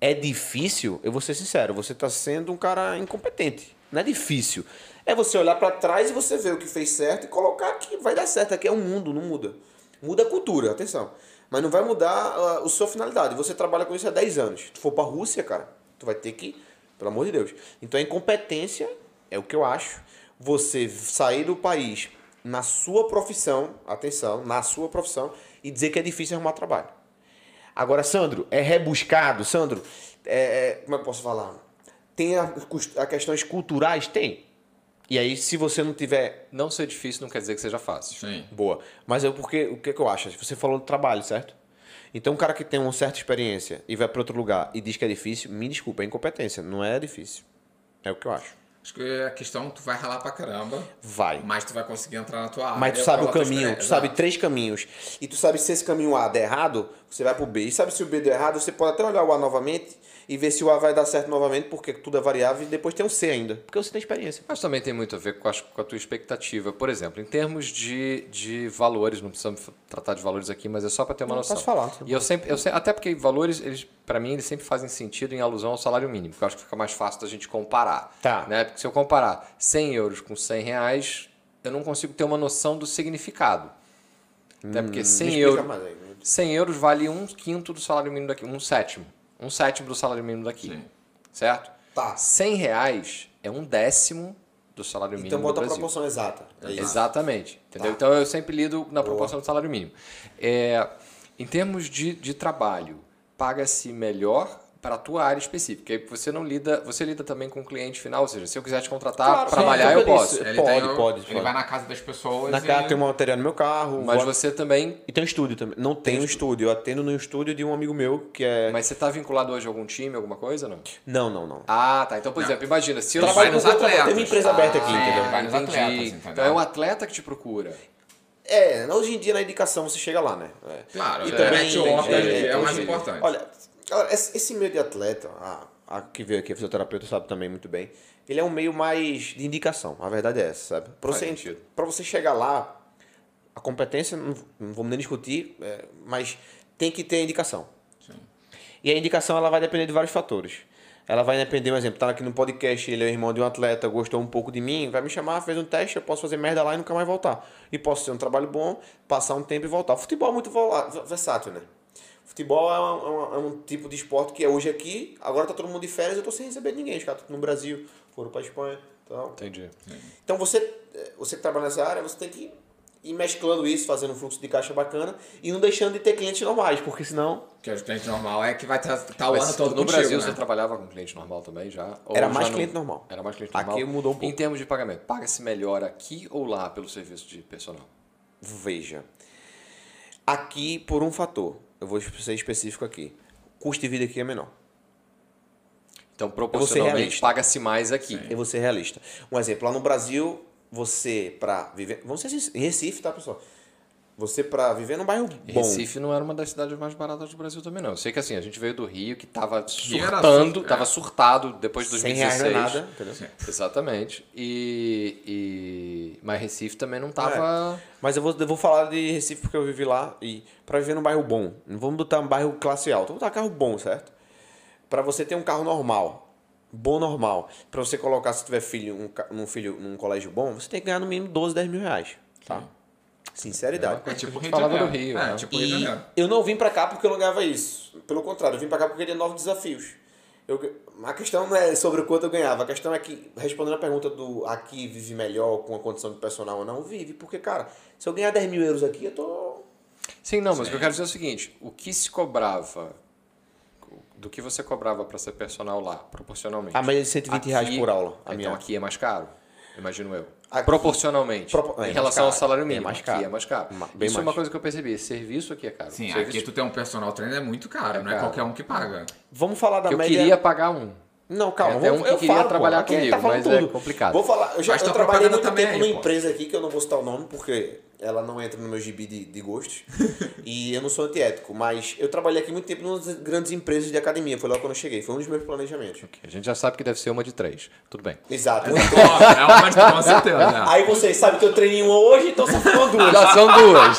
[SPEAKER 3] é difícil, eu vou ser sincero, você está sendo um cara incompetente. Não é difícil. É você olhar para trás e você ver o que fez certo e colocar que vai dar certo. Aqui é um mundo, não muda. Muda a cultura, atenção. Mas não vai mudar a sua finalidade. Você trabalha com isso há 10 anos. Se tu for para a Rússia, cara, tu vai ter que, pelo amor de Deus. Então a incompetência é o que eu acho. Você sair do país na sua profissão, atenção, na sua profissão, e dizer que é difícil arrumar trabalho. Agora, Sandro, é rebuscado, Sandro, como eu posso falar? Tem a questões culturais? Tem. E aí, se você não tiver...
[SPEAKER 2] Não ser difícil não quer dizer que seja fácil.
[SPEAKER 1] Sim.
[SPEAKER 3] Boa. Mas o que eu acho? Você falou do trabalho, certo? Então, um cara que tem uma certa experiência e vai para outro lugar e diz que é difícil, me desculpa, é incompetência. Não é difícil. É o que eu acho.
[SPEAKER 1] Acho que a questão, tu vai ralar pra caramba.
[SPEAKER 3] Vai.
[SPEAKER 1] Mas tu vai conseguir entrar na tua área.
[SPEAKER 3] Mas tu sabe o
[SPEAKER 1] pela tua
[SPEAKER 3] caminho, tu
[SPEAKER 1] experiência.
[SPEAKER 3] sabe
[SPEAKER 1] Exato.
[SPEAKER 3] 3 caminhos. E tu sabe se esse caminho A der errado, você vai pro B. E sabe se o B der errado, você pode até olhar o A novamente e ver se o A vai dar certo novamente, porque tudo é variável, e depois tem o C ainda. Porque você tem experiência.
[SPEAKER 2] Mas também tem muito a ver com a tua expectativa. Por exemplo, em termos de valores, não precisamos tratar de valores aqui, mas é só para ter uma noção.
[SPEAKER 3] Posso falar.
[SPEAKER 2] E eu sempre, até porque valores, para mim, eles sempre fazem sentido em alusão ao salário mínimo, porque eu acho que fica mais fácil da gente comparar.
[SPEAKER 3] Tá.
[SPEAKER 2] Né? Porque se eu comparar 100 euros com 100 reais, eu não consigo ter uma noção do significado. Até porque 100 euros,
[SPEAKER 3] Mais aí.
[SPEAKER 2] 100 euros vale 1/5 do salário mínimo daqui, 1/7. 1/7 do salário mínimo daqui.
[SPEAKER 1] Sim.
[SPEAKER 2] Certo?
[SPEAKER 3] Tá.
[SPEAKER 2] 100 reais é 1/10 do salário mínimo
[SPEAKER 3] Então
[SPEAKER 2] do
[SPEAKER 3] bota a
[SPEAKER 2] Brasil.
[SPEAKER 3] proporção exata. É isso.
[SPEAKER 2] Exatamente. Entendeu?
[SPEAKER 3] Tá.
[SPEAKER 2] Então eu sempre lido na proporção do salário mínimo. Em termos de trabalho, paga-se melhor para a tua área específica. Aí você lida também com o cliente final, ou seja, se eu quiser te contratar
[SPEAKER 3] Claro,
[SPEAKER 2] para
[SPEAKER 3] sim,
[SPEAKER 2] malhar,
[SPEAKER 3] eu
[SPEAKER 2] eu posso.
[SPEAKER 3] disse.
[SPEAKER 1] Ele
[SPEAKER 3] Pode.
[SPEAKER 1] vai na casa das pessoas
[SPEAKER 3] Na casa tem um material no meu carro.
[SPEAKER 2] Mas você também...
[SPEAKER 3] E tem um estúdio também. Não tem um estúdio. Eu atendo no estúdio de um amigo meu que é...
[SPEAKER 2] Mas você está vinculado hoje a algum time, alguma coisa, não?
[SPEAKER 3] Não.
[SPEAKER 2] Ah, tá. Então, por exemplo, imagina, se eu...
[SPEAKER 1] Vai nos atletas.
[SPEAKER 3] Tem uma empresa aberta aqui,
[SPEAKER 1] Sim,
[SPEAKER 3] entendeu?
[SPEAKER 1] vai nos
[SPEAKER 2] Entendi.
[SPEAKER 1] atletas, entendeu?
[SPEAKER 2] Então é o atleta que te procura.
[SPEAKER 3] Hoje em dia na indicação você chega lá, né?
[SPEAKER 1] Claro,
[SPEAKER 3] E
[SPEAKER 1] o
[SPEAKER 3] também
[SPEAKER 1] network é o mais
[SPEAKER 3] hoje-
[SPEAKER 1] importante.
[SPEAKER 3] Olha, galera, esse meio de atleta, a que veio aqui, a fisioterapeuta sabe também muito bem, ele é um meio mais de indicação, a verdade é essa, sabe?
[SPEAKER 2] Faz sentido.
[SPEAKER 3] Pra você chegar lá, a competência, não vamos nem discutir, mas tem que ter indicação.
[SPEAKER 1] Sim.
[SPEAKER 3] E a indicação ela vai depender de vários fatores. Ela vai depender, por exemplo, tá aqui no podcast, ele é irmão de um atleta, gostou um pouco de mim, vai me chamar, fez um teste, eu posso fazer merda lá e nunca mais voltar. E posso ter um trabalho bom, passar um tempo e voltar. O futebol é muito versátil, né? Futebol é um tipo de esporte que é hoje aqui, agora tá todo mundo de férias, eu tô sem receber ninguém. Os caras estão no Brasil, foram pra Espanha e tal.
[SPEAKER 2] Entendi.
[SPEAKER 3] Então você que trabalha nessa área, você tem que ir mesclando isso, fazendo um fluxo de caixa bacana e não deixando de ter clientes normais, porque senão...
[SPEAKER 1] Porque o cliente normal é que vai estar o
[SPEAKER 2] Mas
[SPEAKER 1] ano todo
[SPEAKER 2] no
[SPEAKER 1] contigo,
[SPEAKER 2] Brasil
[SPEAKER 1] né?
[SPEAKER 2] você trabalhava com cliente normal também já? Ou
[SPEAKER 3] Era
[SPEAKER 2] já
[SPEAKER 3] mais
[SPEAKER 2] não?
[SPEAKER 3] cliente normal.
[SPEAKER 2] Era mais cliente
[SPEAKER 3] Aqui
[SPEAKER 2] normal.
[SPEAKER 3] mudou um pouco.
[SPEAKER 2] Em termos de pagamento, paga-se melhor aqui ou lá pelo serviço de personal?
[SPEAKER 3] Veja, aqui por um fator, eu vou ser específico aqui, o custo de vida aqui é menor.
[SPEAKER 2] Então, proporcionalmente,
[SPEAKER 3] realista.
[SPEAKER 2] paga-se mais aqui.
[SPEAKER 3] Eu vou ser realista. Um exemplo, lá no Brasil, você para viver... Vamos ser sinceros, em Recife, tá, pessoal? Você para viver num bairro bom...
[SPEAKER 2] Recife não era uma das cidades mais baratas do Brasil também, não. Eu sei que assim, a gente veio do Rio, que estava
[SPEAKER 1] era
[SPEAKER 2] surtando,
[SPEAKER 1] sur-
[SPEAKER 2] estava surtado depois de
[SPEAKER 3] 100
[SPEAKER 2] 2016.
[SPEAKER 3] reais não é nada, entendeu?
[SPEAKER 1] Sim.
[SPEAKER 2] Exatamente. Mas Recife também não estava...
[SPEAKER 3] Mas eu vou falar de Recife porque eu vivi lá e para viver num bairro bom, não vamos botar um bairro classe alta, vamos botar carro bom, certo? Para você ter um carro normal, bom normal, para você colocar, se tiver filho num colégio bom, você tem que ganhar no mínimo 12, 10 mil reais, tá? Sinceridade.
[SPEAKER 1] É tipo Rio de
[SPEAKER 2] Falava
[SPEAKER 1] Janeiro.
[SPEAKER 2] do Rio,
[SPEAKER 1] É,
[SPEAKER 2] né?
[SPEAKER 1] tipo Rio de
[SPEAKER 3] E
[SPEAKER 1] Janeiro.
[SPEAKER 3] eu não vim pra cá porque eu não ganhava isso. Pelo contrário, eu vim pra cá porque eu queria novos desafios. A questão não é sobre o quanto eu ganhava. A questão é que, respondendo a pergunta do aqui vive melhor com a condição de personal ou não, vive. Porque, cara, se eu ganhar 10 mil euros aqui, eu tô...
[SPEAKER 2] Sim, não, mas o que eu quero dizer é o seguinte, o que se cobrava, do que você cobrava para ser personal lá, proporcionalmente?
[SPEAKER 3] A média de 120 reais por aula. A
[SPEAKER 2] Então
[SPEAKER 3] minha.
[SPEAKER 2] aqui é mais caro, imagino eu.
[SPEAKER 3] Aqui-
[SPEAKER 2] Proporcionalmente,
[SPEAKER 3] É
[SPEAKER 2] em
[SPEAKER 3] mais
[SPEAKER 2] relação ao
[SPEAKER 3] caro,
[SPEAKER 2] salário
[SPEAKER 3] é
[SPEAKER 2] mínimo,
[SPEAKER 3] mais
[SPEAKER 2] aqui
[SPEAKER 3] caro.
[SPEAKER 2] é mais caro.
[SPEAKER 3] Bem
[SPEAKER 2] Isso é uma
[SPEAKER 3] mais.
[SPEAKER 2] coisa que eu percebi, serviço aqui é caro.
[SPEAKER 1] Sim,
[SPEAKER 2] serviço
[SPEAKER 1] aqui tu tem um personal trainer é muito caro, não é
[SPEAKER 2] caro.
[SPEAKER 1] qualquer um que paga.
[SPEAKER 3] Vamos falar da
[SPEAKER 2] que eu
[SPEAKER 3] média...
[SPEAKER 2] queria pagar um.
[SPEAKER 3] Não, calma.
[SPEAKER 2] Tem até um que
[SPEAKER 3] eu
[SPEAKER 2] queria
[SPEAKER 3] falo,
[SPEAKER 2] trabalhar
[SPEAKER 3] aqui a gente
[SPEAKER 2] comigo,
[SPEAKER 3] falando
[SPEAKER 2] mas é
[SPEAKER 3] tudo.
[SPEAKER 2] complicado.
[SPEAKER 3] Vou falar. Eu
[SPEAKER 1] Mas tá
[SPEAKER 3] trabalhei
[SPEAKER 1] propaganda
[SPEAKER 3] muito
[SPEAKER 1] também
[SPEAKER 3] tempo
[SPEAKER 1] aí,
[SPEAKER 3] numa
[SPEAKER 1] pô.
[SPEAKER 3] empresa aqui, que eu não vou citar o nome, porque ela não entra no meu gibi de gostos. E eu não sou antiético, mas eu trabalhei aqui muito tempo em umas grandes empresas de academia. Foi lá quando eu cheguei. Foi um dos meus planejamentos.
[SPEAKER 2] A gente já sabe que deve ser uma de 3. Tudo bem.
[SPEAKER 3] Exato.
[SPEAKER 1] É uma, mas com certeza. Né?
[SPEAKER 3] Aí vocês sabem que eu treinei uma hoje, então só foram duas.
[SPEAKER 2] Já são 2.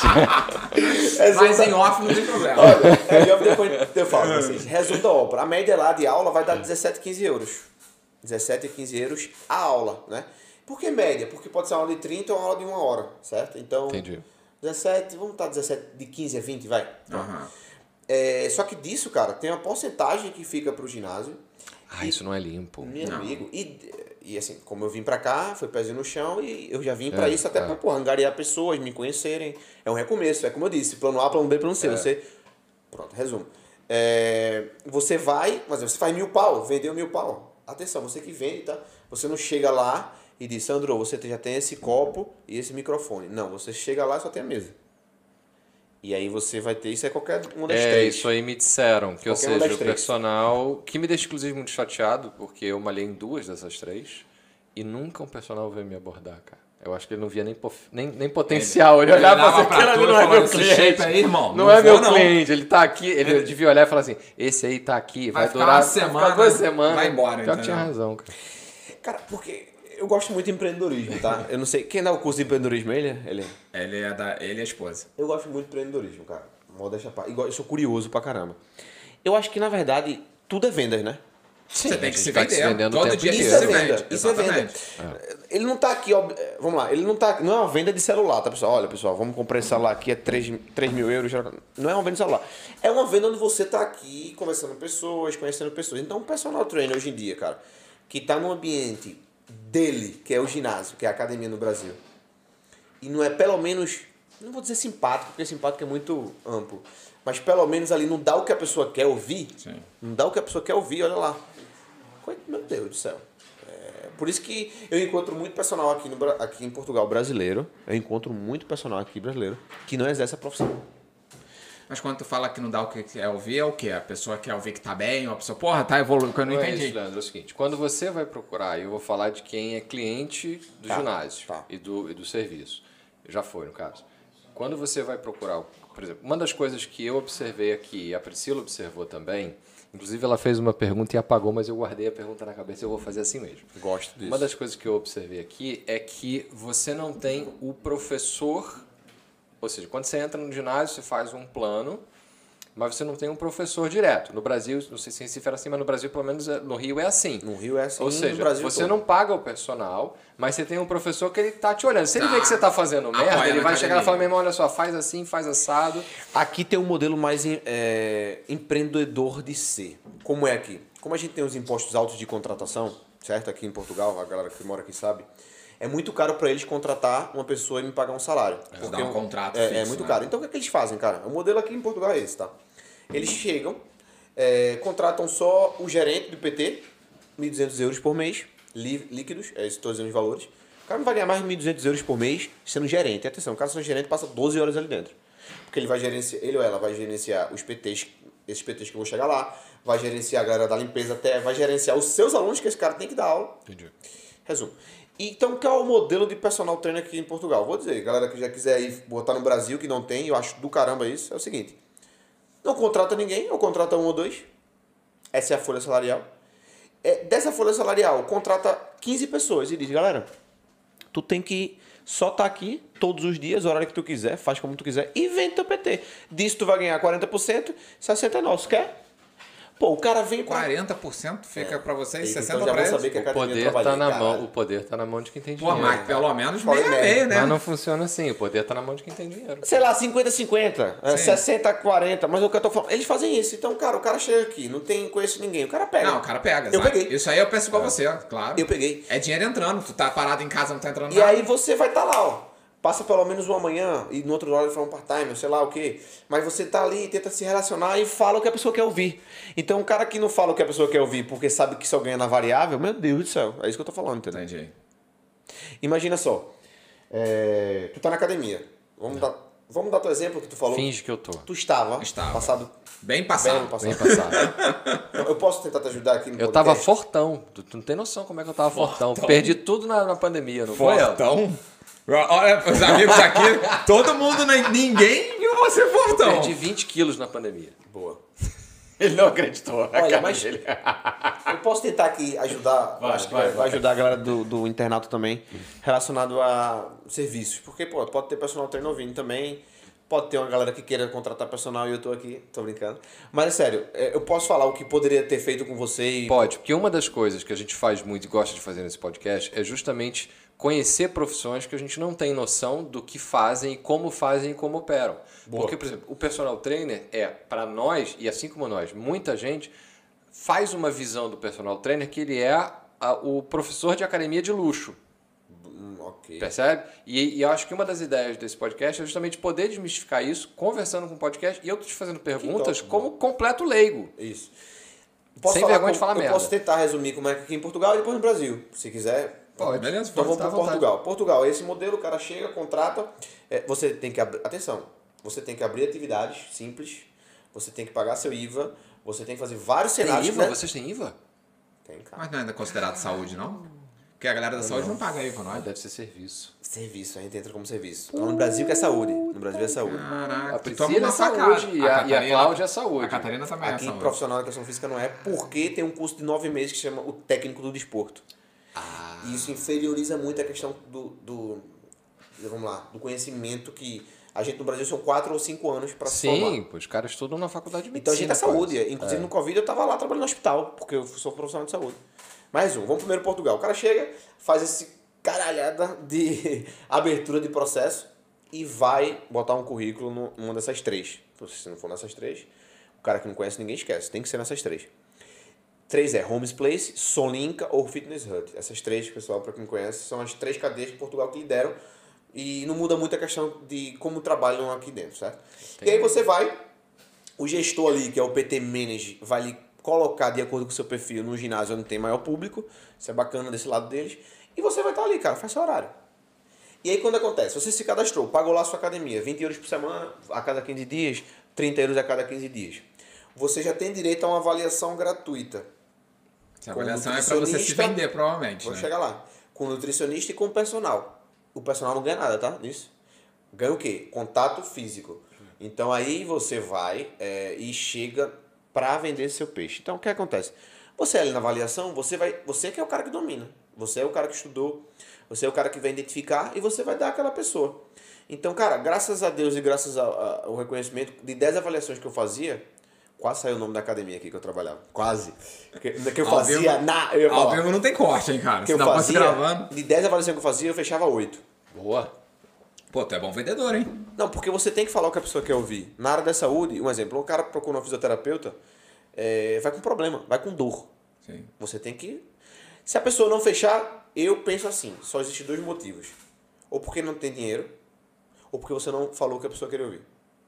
[SPEAKER 1] Mas em off não tem problema.
[SPEAKER 3] Olha, depois eu falo pra vocês. Resumo da obra. A média lá de aula vai dar 17, 15 euros. 17 a 15 euros a aula, né? Por que média? Porque pode ser uma aula de 30 ou uma aula de 1 hora, certo? Então,
[SPEAKER 2] Entendi.
[SPEAKER 3] 17, vamos estar 17, de 15 a 20, vai.
[SPEAKER 1] Uhum.
[SPEAKER 3] Só que disso, cara, tem uma porcentagem que fica pro ginásio.
[SPEAKER 2] Isso não é limpo.
[SPEAKER 3] Meu amigo, e assim, como eu vim pra cá, foi pezinho no chão e eu já vim pra isso até pra angariar pessoas, me conhecerem. É um recomeço, é como eu disse, plano A, plano B, plano C. Você... Pronto, resumo. Você vai, mas você faz 1.000 pau, vendeu 1.000 pau. Atenção, você que vende, tá? Você não chega lá e diz, Sandro, você já tem esse copo e esse microfone. Não, você chega lá e só tem a mesa. E aí você vai ter, isso é qualquer uma das três.
[SPEAKER 2] Isso aí me disseram, que ou
[SPEAKER 3] Qualquer uma
[SPEAKER 2] seja,
[SPEAKER 3] das
[SPEAKER 2] o
[SPEAKER 3] três.
[SPEAKER 2] personal, que me deixa inclusive muito chateado, porque eu malhei em 2 dessas 3 e nunca um personal veio me abordar, cara. Eu acho que ele não via nem potencial. Ele olhava pra você, cara, não é meu cliente.
[SPEAKER 1] Aí, irmão,
[SPEAKER 2] não é meu cliente. Ele tá aqui, ele devia olhar e falar assim, esse aí tá aqui, vai durar
[SPEAKER 1] uma semana,
[SPEAKER 2] 2 semanas.
[SPEAKER 1] vai embora.
[SPEAKER 2] Pior que tinha razão, cara.
[SPEAKER 3] Cara, porque eu gosto muito de empreendedorismo, tá? Eu não sei, quem dá o curso de empreendedorismo? Ele?
[SPEAKER 1] Ele é a esposa.
[SPEAKER 3] Eu gosto muito de empreendedorismo, cara. Modéstia à parte. Eu sou curioso pra caramba. Eu acho que, na verdade, tudo é vendas, né?
[SPEAKER 2] Sim,
[SPEAKER 1] Você tem que se
[SPEAKER 2] vai
[SPEAKER 1] vender. Todo
[SPEAKER 2] tempo
[SPEAKER 1] dia
[SPEAKER 2] inteiro.
[SPEAKER 3] Isso é
[SPEAKER 1] se
[SPEAKER 3] venda.
[SPEAKER 1] vende.
[SPEAKER 3] Isso é venda. Ele não tá aqui, ó, vamos lá, ele não tá, não é uma venda de celular, tá, pessoal? Olha, pessoal, vamos comprar esse celular aqui, é 3 mil euros. Não é uma venda de celular. É uma venda onde você tá aqui conversando com pessoas, conhecendo pessoas. Então, um personal trainer hoje em dia, cara, que tá no ambiente dele, que é o ginásio, que é a academia no Brasil, e não é pelo menos, não vou dizer simpático, porque simpático é muito amplo, mas pelo menos ali não dá o que a pessoa quer ouvir.
[SPEAKER 1] Sim.
[SPEAKER 3] Não dá o que a pessoa quer ouvir, olha lá. Meu Deus do céu. Por isso que eu encontro muito personal aqui em Portugal brasileiro. Eu encontro muito personal aqui brasileiro que não exerce a profissão.
[SPEAKER 1] Mas quando tu fala que não dá o que quer ouvir, é o quê? A pessoa quer ouvir que tá bem, a pessoa, porra, tá evoluindo, que eu não
[SPEAKER 2] Não é
[SPEAKER 1] entendi.
[SPEAKER 2] isso, Leandro, é o seguinte, quando você vai procurar, eu vou falar de quem é cliente do ginásio e do serviço. Já foi, no caso. Quando você vai procurar, por exemplo, uma das coisas que eu observei aqui, e a Priscila observou também, inclusive ela fez uma pergunta e apagou, mas eu guardei a pergunta na cabeça e eu vou fazer assim mesmo.
[SPEAKER 3] Gosto disso.
[SPEAKER 2] Uma das coisas que eu observei aqui é que você não tem o professor, ou seja, quando você entra no ginásio, você faz um plano, mas você não tem um professor direto. No Brasil, não sei se em Recife era assim, mas no Brasil, pelo menos no Rio, é assim.
[SPEAKER 3] No Rio é assim,
[SPEAKER 2] ou seja,
[SPEAKER 3] no Brasil
[SPEAKER 2] você
[SPEAKER 3] todo.
[SPEAKER 2] não paga o personal, mas você tem um professor que ele tá te olhando. Se ele vê que você tá fazendo merda,
[SPEAKER 1] Apoia
[SPEAKER 2] ele
[SPEAKER 1] na
[SPEAKER 2] vai chegar e
[SPEAKER 1] academia.
[SPEAKER 2] falar, meu irmão, olha só, faz assim, faz assado.
[SPEAKER 3] Aqui tem um modelo mais empreendedor de ser. Como é aqui? Como a gente tem os impostos altos de contratação, certo? Aqui em Portugal, a galera que mora aqui sabe. É muito caro para eles contratar uma pessoa e me pagar um salário.
[SPEAKER 1] Dar um contrato
[SPEAKER 3] é
[SPEAKER 1] fixo,
[SPEAKER 3] muito
[SPEAKER 1] né?
[SPEAKER 3] caro. Então o que é que eles fazem, cara? O modelo aqui em Portugal é esse, tá? Eles chegam, contratam só o gerente do PT, 1.200 euros por mês, líquidos, estou dizendo os valores. O cara não vai ganhar mais de 1.200 euros por mês sendo gerente. Atenção, o cara sendo gerente passa 12 horas ali dentro. Porque ele ou ela vai gerenciar os PTs, esses PTs que eu vou chegar lá, vai gerenciar a galera da limpeza até, vai gerenciar os seus alunos que esse cara tem que dar aula.
[SPEAKER 2] Entendi.
[SPEAKER 3] Resumo. Então, qual é o modelo de personal trainer aqui em Portugal? Vou dizer, galera que já quiser ir botar no Brasil, que não tem, eu acho do caramba isso, é o seguinte. Não contrata ninguém, ou contrata 1 ou 2. Essa é a folha salarial. Dessa folha salarial, contrata 15 pessoas e diz, galera, tu tem que só estar aqui todos os dias, o horário que tu quiser, faz como tu quiser e vende teu PT. Disso tu vai ganhar 40%, 60% é nosso, quer? Pô, o cara vem com
[SPEAKER 1] 40% fica pra vocês, 60%
[SPEAKER 3] então já
[SPEAKER 1] pra
[SPEAKER 3] vou saber
[SPEAKER 1] eles.
[SPEAKER 3] que a
[SPEAKER 2] O
[SPEAKER 3] academia
[SPEAKER 2] poder
[SPEAKER 3] trabalha,
[SPEAKER 2] tá na
[SPEAKER 3] caralho.
[SPEAKER 2] mão, o poder tá na mão de quem tem
[SPEAKER 1] Pô,
[SPEAKER 2] dinheiro.
[SPEAKER 1] mas pelo menos
[SPEAKER 3] Fala
[SPEAKER 1] meio a
[SPEAKER 3] merda.
[SPEAKER 1] meio, né?
[SPEAKER 2] Mas não funciona assim, o poder tá na mão de quem tem dinheiro.
[SPEAKER 3] Sei lá, 50-50,
[SPEAKER 1] Sim.
[SPEAKER 3] 60-40, mas o que eu tô falando, eles fazem isso. Então, cara, o cara chega aqui, não conhece ninguém, o cara pega.
[SPEAKER 1] Não, o cara pega,
[SPEAKER 3] Eu
[SPEAKER 1] sabe?
[SPEAKER 3] peguei.
[SPEAKER 1] Isso aí eu penso igual você, claro.
[SPEAKER 3] Eu peguei.
[SPEAKER 1] É dinheiro entrando, tu tá parado em casa, não tá entrando
[SPEAKER 3] E
[SPEAKER 1] nada.
[SPEAKER 3] aí você vai estar lá, ó. Passa pelo menos uma manhã e no outro hora ele fala um part-time, ou sei lá o quê. Mas você tá ali, tenta se relacionar e fala o que a pessoa quer ouvir. Então o cara que não fala o que a pessoa quer ouvir porque sabe que só ganha na variável, meu Deus do céu, é isso que eu tô falando, entendeu?
[SPEAKER 1] Entendi.
[SPEAKER 3] Imagina só, tu tá na academia, vamos dar Vamos dar teu exemplo que tu falou.
[SPEAKER 2] Finge que eu tô.
[SPEAKER 3] Tu estava. Passado.
[SPEAKER 1] Bem passado.
[SPEAKER 2] Bem passado.
[SPEAKER 3] Eu posso tentar te ajudar aqui no
[SPEAKER 2] Eu
[SPEAKER 3] podcast?
[SPEAKER 2] tava fortão. Tu não tem noção como é que eu tava fortão. Perdi tudo na pandemia, não foi?
[SPEAKER 1] Fortão? Olha, os amigos aqui, todo mundo, ninguém viu você fortão.
[SPEAKER 2] Perdi 20 quilos na pandemia.
[SPEAKER 3] Boa.
[SPEAKER 2] Ele não acreditou.
[SPEAKER 3] Olha, mas eu posso tentar aqui ajudar, acho que vai ajudar a galera do internato também, relacionado a serviços. Porque, pô, pode ter personal trainer ouvindo também, pode ter uma galera que queira contratar personal e eu tô aqui, tô brincando. Mas é sério, eu posso falar o que poderia ter feito com você e...
[SPEAKER 2] Pode, porque uma das coisas que a gente faz muito e gosta de fazer nesse podcast é justamente conhecer profissões que a gente não tem noção do que fazem e como operam.
[SPEAKER 3] Boa.
[SPEAKER 2] Porque, por exemplo, o personal trainer para nós, e assim como nós, muita gente faz uma visão do personal trainer que ele é o professor de academia de luxo.
[SPEAKER 3] Ok.
[SPEAKER 2] Percebe? E eu acho que uma das ideias desse podcast é justamente poder desmistificar isso, conversando com o podcast, e eu tô te fazendo perguntas como completo leigo.
[SPEAKER 3] Isso.
[SPEAKER 2] Sem vergonha de falar merda.
[SPEAKER 3] Eu posso tentar resumir como é que aqui em Portugal e depois no Brasil, se quiser.
[SPEAKER 1] Pode, beleza.
[SPEAKER 3] Então vamos
[SPEAKER 1] Pode,
[SPEAKER 3] para Portugal. Portugal, esse modelo, o cara chega, contrata, você tem que abrir, atenção, você tem que abrir atividades simples, você tem que pagar seu IVA, você tem que fazer vários cenários.
[SPEAKER 2] Tem IVA?
[SPEAKER 3] Né?
[SPEAKER 2] Vocês têm IVA?
[SPEAKER 3] Tem, cara.
[SPEAKER 1] Mas não é ainda considerado saúde, não? Porque a galera da saúde não paga IVA, não é?
[SPEAKER 2] Deve ser serviço.
[SPEAKER 3] Serviço, a gente entra como serviço. Então, no Brasil que é saúde. No Brasil é saúde.
[SPEAKER 1] Caraca,
[SPEAKER 2] A Priscila é saúde e a Cláudia é saúde.
[SPEAKER 1] A Catarina também é
[SPEAKER 3] Aqui,
[SPEAKER 1] saúde.
[SPEAKER 3] profissional de educação física não é, porque tem um curso de 9 meses que chama o técnico do desporto. E isso inferioriza muito a questão vamos lá, do conhecimento que a gente no Brasil são 4 ou 5 anos para se formar.
[SPEAKER 2] Sim, os caras estudam na faculdade de medicina.
[SPEAKER 3] Então a gente é saúde.
[SPEAKER 2] quase.
[SPEAKER 3] Inclusive no Covid eu estava lá trabalhando no hospital, porque eu sou profissional de saúde. Mais um, vamos primeiro Portugal. O cara chega, faz esse caralhada de abertura de processo e vai botar um currículo numa dessas 3. Se não for nessas 3, o cara que não conhece ninguém esquece, tem que ser nessas 3. 3 é Homes Place, Solinka ou Fitness Hut. Essas 3, pessoal, para quem não conhece, são as 3 cadeias que Portugal que lideram e não muda muito a questão de como trabalham aqui dentro, certo? E aí você vai, o gestor ali, que é o PT Manager, vai lhe colocar de acordo com o seu perfil no ginásio onde tem maior público, isso é bacana desse lado deles, e você vai estar ali, cara, faz seu horário. E aí quando acontece? Você se cadastrou, pagou lá a sua academia, 20 euros por semana a cada 15 dias, 30 euros a cada 15 dias. Você já tem direito a uma avaliação gratuita.
[SPEAKER 1] Essa avaliação é para você se vender, provavelmente.
[SPEAKER 3] Vou
[SPEAKER 1] né?
[SPEAKER 3] chegar lá. Com o nutricionista e com o personal. O personal não ganha nada, tá? Nisso. Ganha o quê? Contato físico. Então aí você vai e chega para vender seu peixe. Então o que acontece? Você ali na avaliação, você que é o cara que domina. Você é o cara que estudou. Você é o cara que vai identificar e você vai dar aquela pessoa. Então, cara, graças a Deus e graças ao reconhecimento de 10 avaliações que eu fazia, quase saiu o nome da academia aqui que eu trabalhava. Quase. Que eu fazia eu ia falar.
[SPEAKER 1] Ao vivo não tem corte, hein, cara?
[SPEAKER 3] Que eu
[SPEAKER 1] Senão pode
[SPEAKER 3] fazia,
[SPEAKER 1] gravando.
[SPEAKER 3] de 10 avaliações que eu fazia, eu fechava 8.
[SPEAKER 2] Boa.
[SPEAKER 1] Pô, tu é bom vendedor, hein?
[SPEAKER 3] Não, porque você tem que falar o que a pessoa quer ouvir. Na área da saúde, um exemplo, um cara que procura um fisioterapeuta, vai com problema, vai com dor.
[SPEAKER 1] Sim.
[SPEAKER 3] Você tem que... Se a pessoa não fechar, eu penso assim, só existem 2 motivos. Ou porque não tem dinheiro, ou porque você não falou o que a pessoa queria ouvir.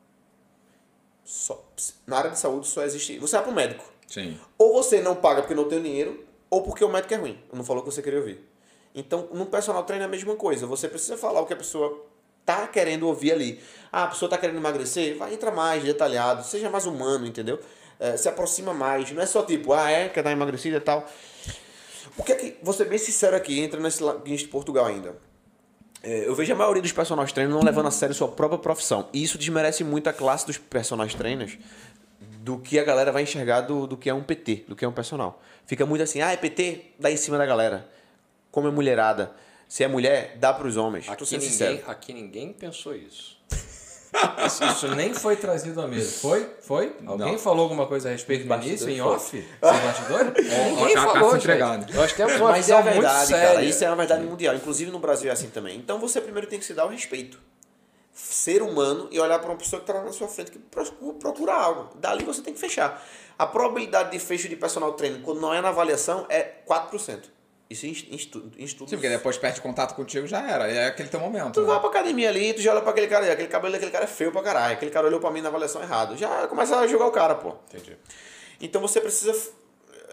[SPEAKER 3] Na área de saúde só existe... Você vai para o médico.
[SPEAKER 1] Sim.
[SPEAKER 3] Ou você não paga porque não tem dinheiro, ou porque o médico é ruim. Não falou o que você queria ouvir. Então, no personal trainer é a mesma coisa. Você precisa falar o que a pessoa tá querendo ouvir ali. Ah, a pessoa tá querendo emagrecer? Vai entrar mais detalhado. Seja mais humano, entendeu? Se aproxima mais. Não é só tipo, quer dar emagrecida e tal. O que é que... Vou ser bem sincero aqui, entra nesse guincho de Portugal ainda. Eu vejo a maioria dos personal trainers não levando a sério sua própria profissão. E isso desmerece muito a classe dos personal trainers do que a galera vai enxergar do que é um PT, do que é um personal. Fica muito assim, é PT, dá em cima da galera. Como é mulherada. Se é mulher, dá pros homens.
[SPEAKER 2] Aqui ninguém pensou isso. Isso nem foi trazido à mesa. Foi? Alguém
[SPEAKER 1] Não.
[SPEAKER 2] falou alguma coisa a respeito disso em off? Sem bastidor?
[SPEAKER 1] Ninguém falou, gente.
[SPEAKER 2] Nós temos uma
[SPEAKER 3] Mas
[SPEAKER 2] visão
[SPEAKER 3] é a verdade,
[SPEAKER 2] muito séria.
[SPEAKER 3] cara. Isso é uma verdade mundial. Inclusive no Brasil é assim também. Então você primeiro tem que se dar o respeito. Ser humano e olhar para uma pessoa que está na sua frente que procura algo. Dali você tem que fechar. A probabilidade de fecho de personal trainer quando não é na avaliação é 4%. Isso em estudo.
[SPEAKER 1] Sim, porque depois perde contato contigo já era. É aquele teu momento.
[SPEAKER 3] Tu
[SPEAKER 1] né?
[SPEAKER 3] vai pra academia ali, tu já olha pra aquele cara ali, aquele cabelo daquele cara é feio pra caralho, aquele cara olhou pra mim na avaliação errado. Já começa a julgar o cara, pô.
[SPEAKER 2] Entendi.
[SPEAKER 3] Então você precisa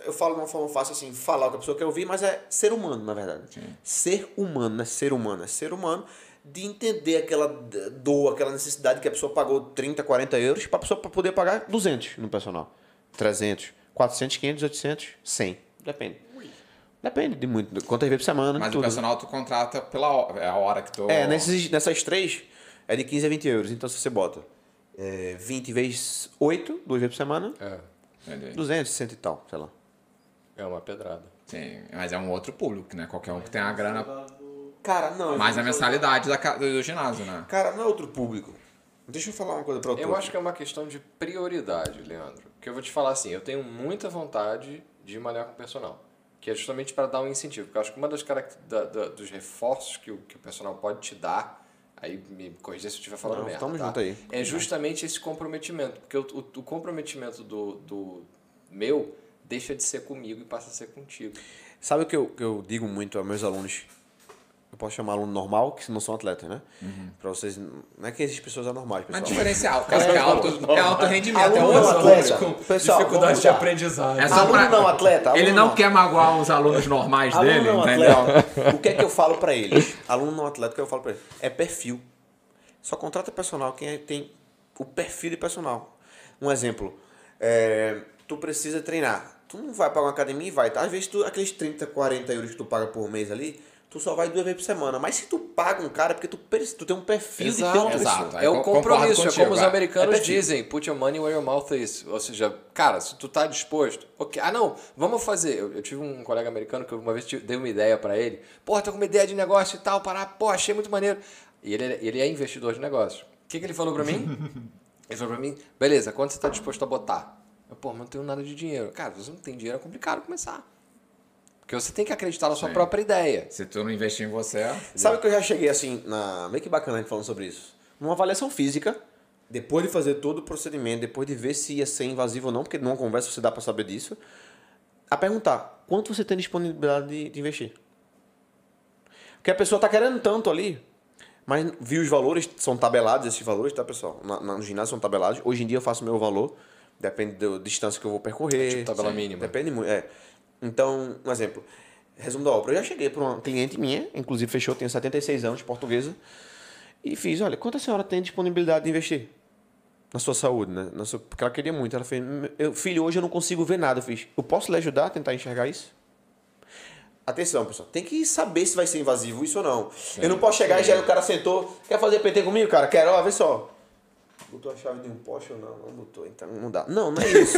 [SPEAKER 3] eu falo de uma forma fácil assim, falar o que a pessoa quer ouvir, mas é ser humano, na verdade.
[SPEAKER 1] Sim.
[SPEAKER 3] Ser humano, não é ser humano, é ser humano de entender aquela dor, aquela necessidade que a pessoa pagou 30, 40 euros para a pessoa poder pagar 200 no personal, 300, 400, 500, 800, 100, depende. Depende de muito, quantas vezes por semana.
[SPEAKER 1] Mas
[SPEAKER 3] tudo.
[SPEAKER 1] o personal tu contrata pela hora, é a hora que tu...
[SPEAKER 3] Nessas 3 é de 15 a 20 euros. Então se você bota 20 vezes 8, 2 vezes por semana,
[SPEAKER 1] Entendi.
[SPEAKER 3] 200, 100 e tal, sei lá.
[SPEAKER 2] É uma pedrada.
[SPEAKER 1] Sim, mas é um outro público, né? Qualquer um que tem a grana...
[SPEAKER 3] Cara, não.
[SPEAKER 1] Mais a mensalidade do ginásio, né?
[SPEAKER 3] Cara, não é outro público. Deixa eu falar uma coisa pra outro.
[SPEAKER 2] Eu acho que é uma questão de prioridade, Leandro. Porque eu vou te falar assim, eu tenho muita vontade de malhar com o personal. Que é justamente para dar um incentivo. Porque eu acho que uma das características dos reforços que o personal pode te dar, aí me corrija se eu estiver falando merda,
[SPEAKER 3] tamo
[SPEAKER 2] tá?
[SPEAKER 3] junto aí.
[SPEAKER 2] É justamente esse comprometimento. Porque o comprometimento do meu deixa de ser comigo e passa a ser contigo.
[SPEAKER 3] Sabe o que eu digo muito aos meus alunos? Eu posso chamar aluno normal, que não são atletas, né? Pra vocês... Não é que existem pessoas anormais, pessoal.
[SPEAKER 1] Mas diferencial, o cara é alto rendimento.
[SPEAKER 3] Aluno
[SPEAKER 1] É
[SPEAKER 3] não
[SPEAKER 1] outro
[SPEAKER 3] atleta.
[SPEAKER 1] público.
[SPEAKER 3] Pessoal,
[SPEAKER 2] Dificuldade
[SPEAKER 3] vamos
[SPEAKER 2] de
[SPEAKER 3] lá.
[SPEAKER 2] aprendizagem.
[SPEAKER 1] É só
[SPEAKER 3] Aluno
[SPEAKER 1] pra-
[SPEAKER 3] não atleta.
[SPEAKER 1] Ele
[SPEAKER 3] aluno
[SPEAKER 1] não quer magoar os alunos normais
[SPEAKER 3] Aluno
[SPEAKER 1] dele,
[SPEAKER 3] não
[SPEAKER 1] entendeu?
[SPEAKER 3] atleta. O que é que eu falo pra eles? Aluno não atleta, o que eu falo pra eles? É perfil. Só contrata personal quem tem o perfil de personal. Um exemplo. Tu precisa treinar. Tu não vai pagar uma academia e vai. Tá? Às vezes, aqueles 30, 40 euros que tu paga por mês ali, tu só vai 2 vezes por semana. Mas se tu paga um cara, é porque tu tem um perfil de ter uma pessoa.
[SPEAKER 1] exato.
[SPEAKER 2] É o
[SPEAKER 1] Concordo
[SPEAKER 2] compromisso, é
[SPEAKER 1] contigo,
[SPEAKER 2] como os
[SPEAKER 1] é.
[SPEAKER 2] americanos
[SPEAKER 3] É perfil.
[SPEAKER 2] dizem, put your money where your mouth is. Ou seja, cara, se tu tá disposto, ok. Ah, não, vamos fazer. Eu tive um colega americano que eu uma vez dei uma ideia pra ele. Pô, tô com uma ideia de negócio e tal, pô, achei muito maneiro. E ele é investidor de negócios. O que ele falou pra mim? Ele falou pra mim, beleza, quanto você tá disposto a botar? Eu, pô, mas não tenho nada de dinheiro. Cara, você não tem dinheiro, é complicado começar. Porque você tem que acreditar na sua própria ideia.
[SPEAKER 1] Se tu não investir em você...
[SPEAKER 3] Sabe que eu já cheguei assim, meio que bacana a gente falando sobre isso. Numa avaliação física, depois de fazer todo o procedimento, depois de ver se ia ser invasivo ou não, porque numa conversa você dá pra saber disso, a perguntar, quanto você tem disponibilidade de investir? Porque a pessoa tá querendo tanto ali, mas viu os valores, são tabelados esses valores, tá, pessoal? No ginásio são tabelados. Hoje em dia eu faço meu valor, depende da distância que eu vou percorrer.
[SPEAKER 2] Tipo tabela mínima.
[SPEAKER 3] Depende muito, Então, um exemplo. Resumo da obra. Eu já cheguei para uma cliente minha, inclusive fechou, tenho 76 anos, portuguesa, e fiz, olha, quanto a senhora tem disponibilidade de investir? Na sua saúde, né? Porque ela queria muito. Ela fez, filho, hoje eu não consigo ver nada. Eu fiz, eu posso lhe ajudar a tentar enxergar isso? Atenção, pessoal. Tem que saber se vai ser invasivo isso ou não. Eu não posso chegar e já o cara sentou, quer fazer PT comigo, cara? Quero, ó, vê só. Botou a chave de um poste ou não? Não botou, então não dá. Não é isso,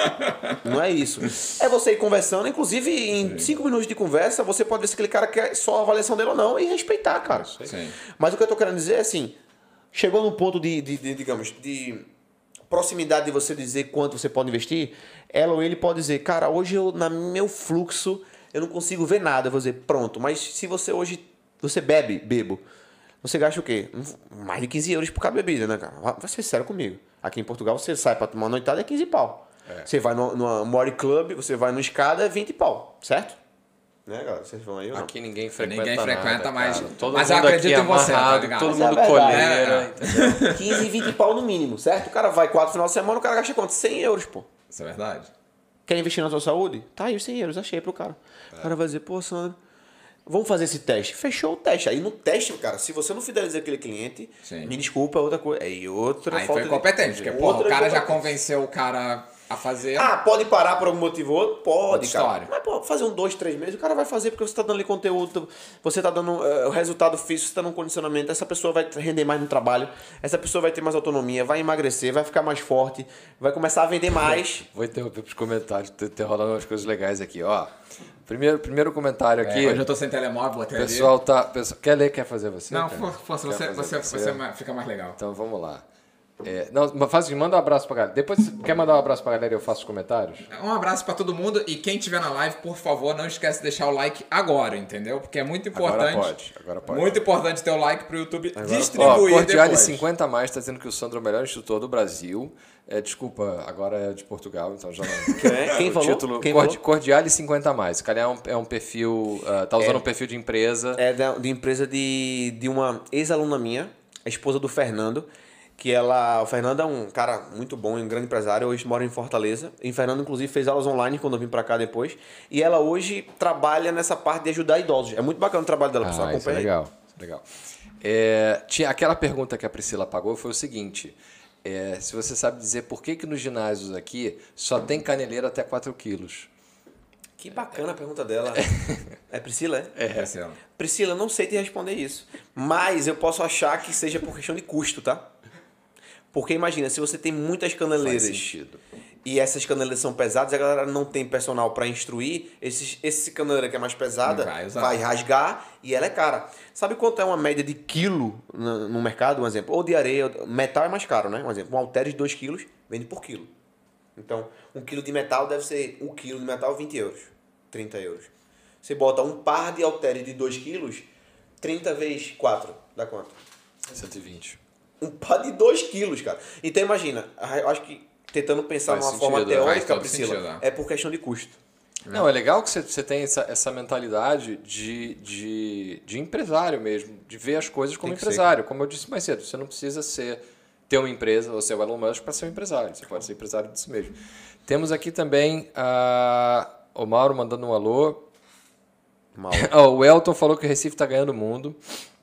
[SPEAKER 3] pô. Não é isso. É você ir conversando, inclusive em 5 minutos de conversa, você pode ver se aquele cara quer só a avaliação dele ou não e respeitar, cara.
[SPEAKER 1] Sim.
[SPEAKER 3] Mas o que eu tô querendo dizer é assim, chegou num ponto digamos, de proximidade de você dizer quanto você pode investir, ela ou ele pode dizer, cara, hoje no meu fluxo eu não consigo ver nada. Eu vou dizer, pronto, mas se você hoje, você bebo, você gasta o quê? Mais de 15 euros por cada bebida, né, cara? Vai ser sério comigo. Aqui em Portugal, você sai pra tomar uma noitada, é 15 pau. Você vai numa Mori Club, você vai no Escada, é 20 pau, certo? Né, galera? Vocês vão aí ou não?
[SPEAKER 2] Aqui ninguém frequenta
[SPEAKER 1] Ninguém frequenta
[SPEAKER 2] nada,
[SPEAKER 1] mais.
[SPEAKER 2] cara. Todo
[SPEAKER 1] Mas
[SPEAKER 2] mundo
[SPEAKER 1] eu acredito
[SPEAKER 2] aqui
[SPEAKER 1] em você, tá
[SPEAKER 2] amarrado,
[SPEAKER 1] ligado?
[SPEAKER 2] todo
[SPEAKER 1] Mas
[SPEAKER 2] mundo
[SPEAKER 3] é verdade.
[SPEAKER 2] coleira, entendeu?
[SPEAKER 3] 15 e 20 pau no mínimo, certo? O cara vai 4 final de semana, o cara gasta quanto? 100 euros, pô.
[SPEAKER 1] Isso é verdade.
[SPEAKER 3] Quer investir na sua saúde? Tá aí os 100 euros, achei pro cara. O cara vai dizer, pô, Sandro, vamos fazer esse teste. Fechou o teste. Aí no teste, cara, se você não fidelizar aquele cliente,
[SPEAKER 1] Sim.
[SPEAKER 3] me desculpa, é outra coisa. Aí outra
[SPEAKER 1] Aí
[SPEAKER 3] falta
[SPEAKER 1] foi competente, porque porra,
[SPEAKER 3] outra
[SPEAKER 1] o cara já
[SPEAKER 3] incompetência.
[SPEAKER 1] convenceu o cara a fazer.
[SPEAKER 3] Ah, pode parar por algum motivo ou outro? Pode,
[SPEAKER 1] Outra
[SPEAKER 3] cara.
[SPEAKER 1] história.
[SPEAKER 3] Mas, pô, fazer 2, 3 meses, o cara vai fazer porque você tá dando ali conteúdo, você tá dando o resultado físico, você tá num condicionamento, essa pessoa vai render mais no trabalho, essa pessoa vai ter mais autonomia, vai emagrecer, vai ficar mais forte, vai começar a vender mais.
[SPEAKER 2] Vou interromper pros comentários, tem rolando umas coisas legais aqui, ó. Primeiro comentário aqui.
[SPEAKER 1] Hoje eu tô sem telemóvel, vou até ali.
[SPEAKER 2] Pessoal tá. Quer ler? Quer fazer você?
[SPEAKER 1] Não,
[SPEAKER 2] cara?
[SPEAKER 1] força,
[SPEAKER 2] Quer
[SPEAKER 1] você
[SPEAKER 2] fazer
[SPEAKER 1] fica mais legal.
[SPEAKER 2] Então vamos lá. Não, manda um abraço pra galera. Depois, quer mandar um abraço pra galera e eu faço os comentários?
[SPEAKER 1] Um abraço pra todo mundo e quem estiver na live, por favor, não esquece de deixar o like agora, entendeu? Porque é muito importante.
[SPEAKER 2] Agora pode.
[SPEAKER 1] Muito importante ter o like pro YouTube
[SPEAKER 2] Ó,
[SPEAKER 1] distribuir
[SPEAKER 2] Cordiale
[SPEAKER 1] depois.
[SPEAKER 2] 50 mais tá dizendo que o Sandro é o melhor instrutor do Brasil. Desculpa, agora é de Portugal, então já não.
[SPEAKER 3] Quem
[SPEAKER 2] O
[SPEAKER 3] falou?
[SPEAKER 2] título
[SPEAKER 3] Quem falou?
[SPEAKER 2] Cordiale 50 mais. Calhar é um perfil. Tá usando um perfil de empresa.
[SPEAKER 3] É de empresa de uma ex-aluna minha, a esposa do Fernando, o Fernando é um cara muito bom, um grande empresário, hoje mora em Fortaleza. E o Fernando, inclusive, fez aulas online quando eu vim pra cá depois. E ela hoje trabalha nessa parte de ajudar idosos. É muito bacana o trabalho dela, pessoal.
[SPEAKER 2] Isso é
[SPEAKER 3] Acompanha aí.
[SPEAKER 2] legal. Legal. Tinha aquela pergunta que a Priscila pagou foi o seguinte: se você sabe dizer por que nos ginásios aqui só tem caneleira até 4 quilos?
[SPEAKER 3] Que bacana a pergunta dela. É Priscila, é?
[SPEAKER 1] Priscila.
[SPEAKER 3] Priscila, eu não sei te responder isso. Mas eu posso achar que seja por questão de custo, tá? Porque imagina, se você tem muitas caneleiras
[SPEAKER 2] Faz sentido.
[SPEAKER 3] e essas caneleiras são pesadas, a galera não tem personal para instruir, esse caneleira que é mais pesada
[SPEAKER 1] Não vai usar.
[SPEAKER 3] vai rasgar e ela é cara. Sabe quanto é uma média de quilo no mercado, um exemplo? Ou de areia, metal é mais caro, né? Um exemplo, um halteres de 2 quilos vende por quilo. Então, 1 quilo de metal deve ser 1 quilo de metal, 20 euros, 30 euros. Você bota um par de halteres de 2 quilos, 30 vezes 4, dá quanto?
[SPEAKER 2] 120.
[SPEAKER 3] Um par de 2 quilos, cara. Então imagina, eu acho que tentando pensar
[SPEAKER 2] Faz
[SPEAKER 3] numa forma
[SPEAKER 2] sentido, faz
[SPEAKER 3] teórica,
[SPEAKER 1] todo
[SPEAKER 3] Priscila,
[SPEAKER 1] sentido, né?
[SPEAKER 3] é por questão de custo.
[SPEAKER 2] Não, é legal que você tem essa mentalidade de empresário mesmo, de ver as coisas como
[SPEAKER 3] Tem que
[SPEAKER 2] empresário. Como eu disse mais cedo, você não precisa ter uma empresa ou ser o Elon Musk para ser um empresário. Você pode ser empresário de si mesmo. Temos aqui também o Mauro mandando um alô. O Elton falou que o Recife está ganhando o mundo.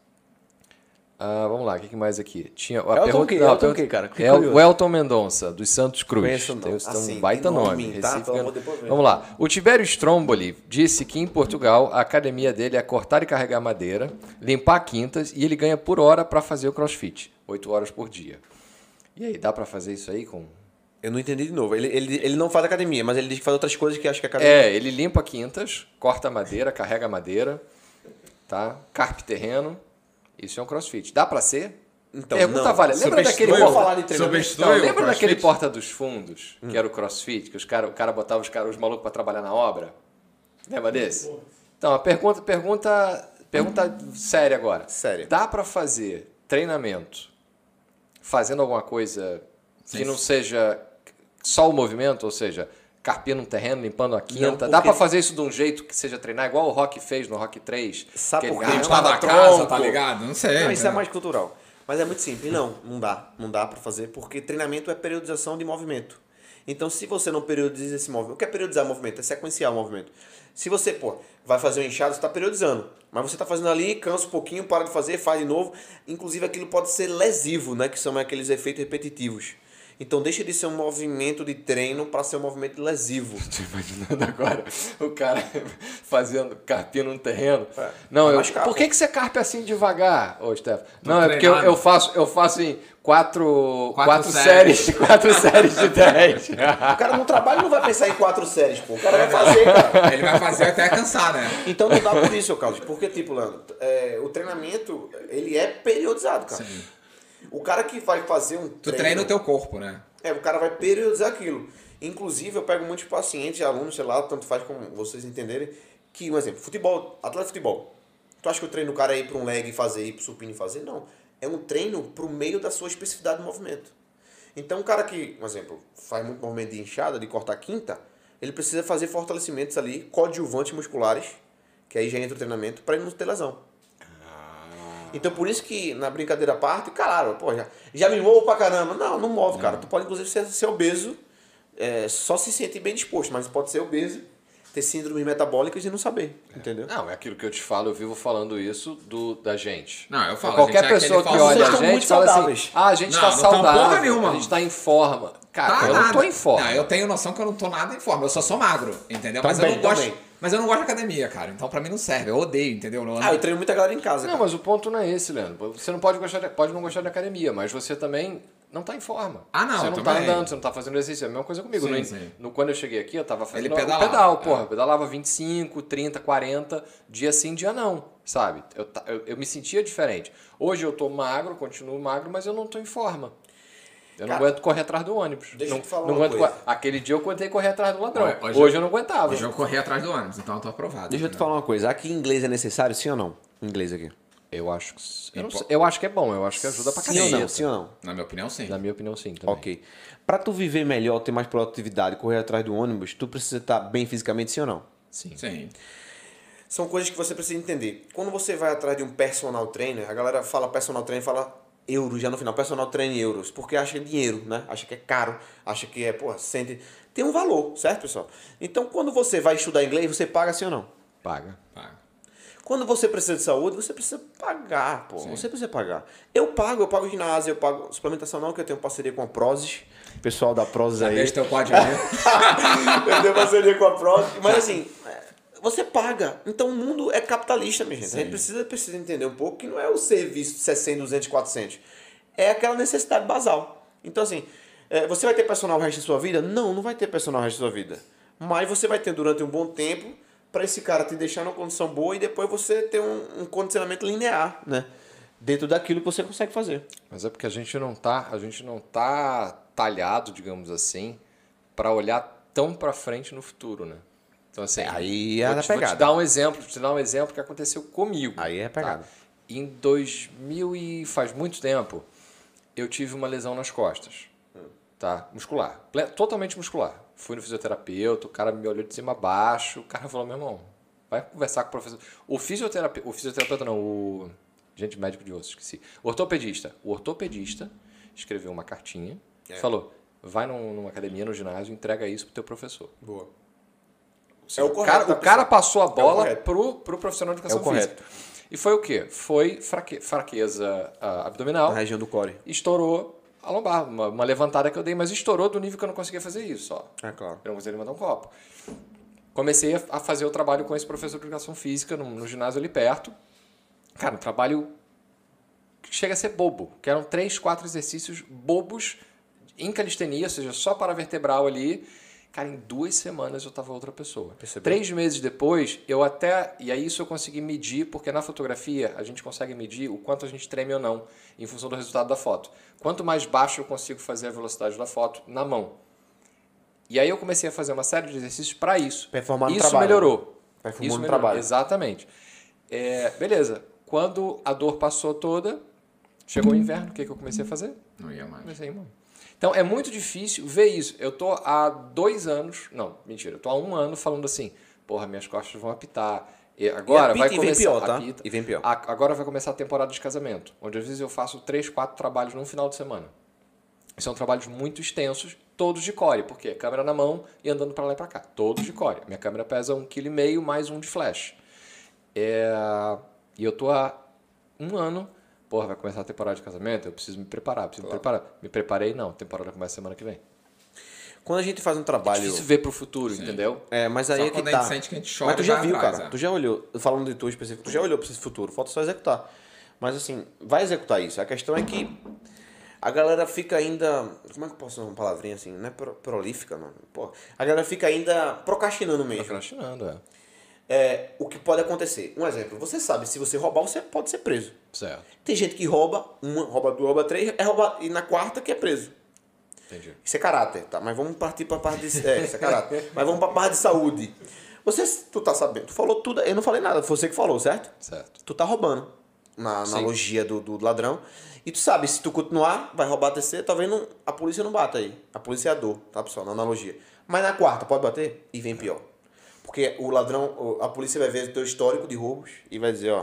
[SPEAKER 2] Vamos lá, o que mais aqui? Tinha a
[SPEAKER 3] Elton o quê, cara? Que curioso.
[SPEAKER 2] O Elton Mendonça, dos Santos Cruz.
[SPEAKER 3] Conheço não.
[SPEAKER 2] Tem
[SPEAKER 3] Assim,
[SPEAKER 2] um baita
[SPEAKER 3] que
[SPEAKER 2] nome.
[SPEAKER 3] nome, tá?
[SPEAKER 2] Recife
[SPEAKER 3] Então eu vou
[SPEAKER 2] ganhando-
[SPEAKER 3] depois ver.
[SPEAKER 2] Vamos lá. O Tibério Stromboli disse que em Portugal a academia dele é cortar e carregar madeira, limpar quintas e ele ganha por hora para fazer o crossfit. 8 horas por dia. E aí, dá para fazer isso aí com...
[SPEAKER 3] Eu não entendi de novo. Ele não faz academia, mas ele diz que faz outras coisas que acho que é academia.
[SPEAKER 2] Ele limpa quintas, corta madeira, carrega madeira, tá? Carpe terreno. Isso é um crossfit. Dá para ser?
[SPEAKER 3] Então,
[SPEAKER 2] Pergunta
[SPEAKER 3] não.
[SPEAKER 2] vale. Lembra daquele
[SPEAKER 3] Vamos
[SPEAKER 2] porta...
[SPEAKER 3] falar de treinamento.
[SPEAKER 1] Substitui
[SPEAKER 2] Não,
[SPEAKER 1] o
[SPEAKER 2] lembra
[SPEAKER 1] CrossFit?
[SPEAKER 2] daquele porta dos fundos, que era o crossfit, que o cara botava os malucos para trabalhar na obra? Lembra desse? Então, a pergunta séria agora.
[SPEAKER 3] Séria.
[SPEAKER 2] Dá para fazer treinamento fazendo alguma coisa que
[SPEAKER 1] Sim.
[SPEAKER 2] não seja só o movimento, ou seja, carpindo um terreno, limpando a quinta?
[SPEAKER 3] porque-
[SPEAKER 2] Dá para fazer isso de um jeito que seja treinar igual o Rock fez no Rock 3?
[SPEAKER 3] Sabe
[SPEAKER 2] que
[SPEAKER 3] por
[SPEAKER 2] ele
[SPEAKER 3] quê?
[SPEAKER 2] arrastava
[SPEAKER 1] Limpar da casa,
[SPEAKER 2] tronco.
[SPEAKER 1] tá ligado? Não sei.
[SPEAKER 3] Não, isso
[SPEAKER 1] né?
[SPEAKER 3] é mais cultural. Mas é muito simples. Não dá. Não dá pra fazer, porque treinamento é periodização de movimento. Então, se você não periodiza esse movimento... O que é periodizar o movimento? É sequenciar o movimento. Se você, vai fazer um inchado, você está periodizando. Mas você está fazendo ali, cansa um pouquinho, para de fazer, faz de novo. Inclusive, aquilo pode ser lesivo, né? Que são aqueles efeitos repetitivos. Então, deixa de ser um movimento de treino para ser um movimento lesivo.
[SPEAKER 2] Tô imaginando agora o cara fazendo carpino no terreno.
[SPEAKER 3] É.
[SPEAKER 2] Não,
[SPEAKER 3] Mas carpa.
[SPEAKER 2] por que você carpe assim devagar, ô Stefano? Não, é porque
[SPEAKER 1] treinado.
[SPEAKER 2] eu faço em quatro
[SPEAKER 1] séries.
[SPEAKER 2] séries de 10.
[SPEAKER 3] O cara no trabalho não vai pensar em 4 séries, pô. O cara vai fazer, cara.
[SPEAKER 1] Ele vai fazer até cansar, né?
[SPEAKER 3] Então não dá por isso, Carlos. Porque, tipo, Leandro, o treinamento, ele é periodizado, cara.
[SPEAKER 1] Sim.
[SPEAKER 3] O cara que vai fazer um
[SPEAKER 1] Tu treina o teu corpo, né?
[SPEAKER 3] o cara vai periodizar aquilo. Inclusive, eu pego muitos pacientes, alunos, sei lá, tanto faz como vocês entenderem, que, um exemplo, futebol, atleta de futebol. Tu acha que o treino do cara é ir para um leg e fazer, ir pro supino e fazer? Não. É um treino pro meio da sua especificidade de movimento. Então, um cara que, um exemplo, faz muito movimento de inchada, de cortar quinta, ele precisa fazer fortalecimentos ali, coadjuvantes musculares, que aí já entra o treinamento, para ele não ter lesão. Então, por isso que, na brincadeira à parte, caralho, pô, já me movo pra caramba. Não move, cara. Tu pode, inclusive, ser obeso, só se sentir bem disposto, mas pode ser obeso, ter síndromes metabólicas e não saber, entendeu?
[SPEAKER 2] Não, é aquilo que eu te falo, eu vivo falando isso da gente.
[SPEAKER 1] Não, eu falo,
[SPEAKER 2] Qualquer
[SPEAKER 1] a gente é
[SPEAKER 2] pessoa que
[SPEAKER 1] aquele
[SPEAKER 2] olha
[SPEAKER 3] Vocês
[SPEAKER 2] a
[SPEAKER 3] estão
[SPEAKER 2] gente
[SPEAKER 3] muito
[SPEAKER 2] fala
[SPEAKER 3] saudáveis.
[SPEAKER 2] assim, a gente
[SPEAKER 1] Não,
[SPEAKER 2] tá
[SPEAKER 1] não tão
[SPEAKER 2] saudável,
[SPEAKER 1] porra nenhuma.
[SPEAKER 2] a gente tá em forma. Cara, eu
[SPEAKER 1] nada.
[SPEAKER 2] não tô em forma.
[SPEAKER 1] Não, eu tenho noção que eu não tô nada em forma. Eu só sou magro, entendeu?
[SPEAKER 3] Também,
[SPEAKER 1] Mas eu não gosto de academia, cara. Então pra mim não serve. Eu odeio, entendeu?
[SPEAKER 3] Eu treino muita galera em casa,
[SPEAKER 2] Não,
[SPEAKER 3] cara.
[SPEAKER 2] mas o ponto não é esse, Leandro. Você não pode não gostar de academia, mas você também não tá em forma.
[SPEAKER 1] Ah, não,
[SPEAKER 2] Você não tá
[SPEAKER 1] também.
[SPEAKER 2] andando, você não tá fazendo exercício. É a mesma coisa comigo.
[SPEAKER 1] Sim, sim.
[SPEAKER 2] Quando eu cheguei aqui, eu tava fazendo
[SPEAKER 1] Ele
[SPEAKER 2] o
[SPEAKER 1] pedalava,
[SPEAKER 2] pedal, porra. Eu pedalava 25, 30, 40, dia sim, dia não, sabe? Eu me sentia diferente. Hoje eu tô magro, continuo magro, mas eu não tô em forma. Eu não
[SPEAKER 3] Cara,
[SPEAKER 2] aguento correr atrás do ônibus.
[SPEAKER 3] deixa eu
[SPEAKER 2] Não,
[SPEAKER 3] te falar
[SPEAKER 2] não
[SPEAKER 3] uma
[SPEAKER 2] aguento
[SPEAKER 3] coisa.
[SPEAKER 2] Aquele dia eu aguentei correr atrás do ladrão.
[SPEAKER 1] Hoje
[SPEAKER 2] Hoje eu não aguentava.
[SPEAKER 1] Hoje eu corri atrás do ônibus, então eu tô aprovado.
[SPEAKER 3] Deixa eu te falar uma coisa. Aqui em inglês é necessário, sim ou não? Inglês aqui.
[SPEAKER 2] Eu acho que... eu acho que é bom, eu acho que ajuda pra
[SPEAKER 3] Sim ou
[SPEAKER 2] caceta.
[SPEAKER 3] não? Sim ou não?
[SPEAKER 1] Na minha opinião, sim.
[SPEAKER 2] Na minha opinião, sim. Também.
[SPEAKER 3] Ok. Pra tu viver melhor, ter mais produtividade, correr atrás do ônibus, tu precisa estar bem fisicamente, sim ou não?
[SPEAKER 2] Sim.
[SPEAKER 1] Sim.
[SPEAKER 3] São coisas que você precisa entender. Quando você vai atrás de um personal trainer, a galera fala personal trainer, fala euros já no final. O personal treina em euros, porque acha que é dinheiro, né? Acha que é caro, acha que é, sente... Tem um valor, certo, pessoal? Então, quando você vai estudar inglês, você paga sim ou não?
[SPEAKER 2] Paga.
[SPEAKER 3] Quando você precisa de saúde, você precisa pagar, pô. Sim. Você precisa pagar. Eu pago ginásio, eu pago suplementação não, que eu tenho parceria com a Prozis. Pessoal da Prozis aí.
[SPEAKER 1] Deixa teu código.
[SPEAKER 3] Eu tenho parceria com a Prozis. Mas assim, você paga. Então o mundo é capitalista, minha gente. Sim. A gente precisa entender um pouco que não é o serviço de 60, 200, 400. É aquela necessidade basal. Então assim, você vai ter personal o resto da sua vida? Não vai ter personal o resto da sua vida. Mas você vai ter durante um bom tempo para esse cara te deixar numa condição boa e depois você ter um condicionamento linear, né? Dentro daquilo que você consegue fazer.
[SPEAKER 2] Mas é porque a gente não tá talhado, digamos assim, para olhar tão para frente no futuro, né? Então assim,
[SPEAKER 3] aí é
[SPEAKER 2] vou te dar um exemplo que aconteceu comigo.
[SPEAKER 3] Aí é pegada.
[SPEAKER 2] Tá? Em 2000 e faz muito tempo, eu tive uma lesão nas costas, tá? Muscular, totalmente muscular. Fui no fisioterapeuta, o cara me olhou de cima a baixo, o cara falou, meu irmão, vai conversar com o professor. O fisioterapeuta não, o médico de osso, esqueci. O ortopedista escreveu uma cartinha, falou, vai numa academia, no ginásio, entrega isso pro teu professor.
[SPEAKER 3] Boa.
[SPEAKER 2] O cara passou a bola pro profissional de educação física. E foi o quê? Foi fraqueza abdominal.
[SPEAKER 3] Na região do core.
[SPEAKER 2] Estourou a lombar, uma levantada que eu dei, mas estourou do nível que eu não conseguia fazer isso, ó.
[SPEAKER 3] É claro.
[SPEAKER 2] Eu não conseguia levantar um copo. Comecei a fazer o trabalho com esse professor de educação física no ginásio ali perto. Cara, um trabalho que chega a ser bobo, que eram 3, 4 exercícios bobos em calistenia, ou seja, só para vertebral ali. Cara, em 2 semanas eu tava outra pessoa.
[SPEAKER 3] Percebeu?
[SPEAKER 2] 3 meses depois, e aí isso eu consegui medir, porque na fotografia a gente consegue medir o quanto a gente treme ou não, em função do resultado da foto. Quanto mais baixo eu consigo fazer a velocidade da foto na mão. E aí eu comecei a fazer uma série de exercícios para isso.
[SPEAKER 3] Performar no
[SPEAKER 2] isso
[SPEAKER 3] trabalho.
[SPEAKER 2] Melhorou.
[SPEAKER 3] Performar no trabalho.
[SPEAKER 2] Exatamente. Beleza. Quando a dor passou toda, chegou o inverno, o que eu comecei a fazer?
[SPEAKER 1] Não ia mais.
[SPEAKER 2] Comecei a ir, mano. Então, é muito difícil ver isso. Eu tô há 2 anos... Não, mentira. Eu tô há 1 ano falando assim, porra, minhas costas vão apitar. E agora vai começar...
[SPEAKER 3] E vem pior, tá? E vem pior.
[SPEAKER 2] Agora vai começar a temporada de casamento, onde às vezes eu faço 3, 4 trabalhos num final de semana. São trabalhos muito extensos, todos de core. Por quê? Câmera na mão e andando para lá e para cá. Todos de core. Minha câmera pesa 1,5 kg mais um de flash. E eu tô há 1 ano... Porra, vai começar a temporada de casamento, eu preciso me preparar, Me preparei, não, a temporada começa semana que vem.
[SPEAKER 3] Quando a gente faz um trabalho...
[SPEAKER 2] É difícil ver pro futuro, entendeu?
[SPEAKER 3] Mas aí
[SPEAKER 1] só
[SPEAKER 3] é que
[SPEAKER 1] quando
[SPEAKER 3] tá.
[SPEAKER 1] a gente sente que a gente chora.
[SPEAKER 3] Mas tu já viu,
[SPEAKER 1] atrás,
[SPEAKER 3] cara. Tu já olhou, falando de tu específico, tu já olhou pra esse futuro. Falta só executar. Mas assim, vai executar isso. A questão é que a galera fica ainda... Como é que eu posso usar uma palavrinha assim? Não é prolífica, não. Pô, a galera fica ainda procrastinando mesmo.
[SPEAKER 2] Procrastinando,
[SPEAKER 3] o que pode acontecer. Um exemplo, você sabe, se você roubar, você pode ser preso.
[SPEAKER 2] Certo.
[SPEAKER 3] Tem gente que rouba 1, rouba 2, rouba 3, e na 4ª que é preso.
[SPEAKER 2] Entendi.
[SPEAKER 3] Isso é caráter, tá? Mas vamos partir pra parte de... isso é caráter. Mas vamos pra parte de saúde. Tu tá sabendo, tu falou tudo, eu não falei nada, foi você que falou, certo?
[SPEAKER 2] Certo.
[SPEAKER 3] Tu tá roubando, na analogia do ladrão. E tu sabe, se tu continuar, vai roubar a terceira, talvez a polícia não bata aí. A polícia é a dor, tá, pessoal? Na analogia. Mas na 4ª, pode bater? E vem pior. Porque o ladrão, a polícia vai ver o teu histórico de roubos e vai dizer,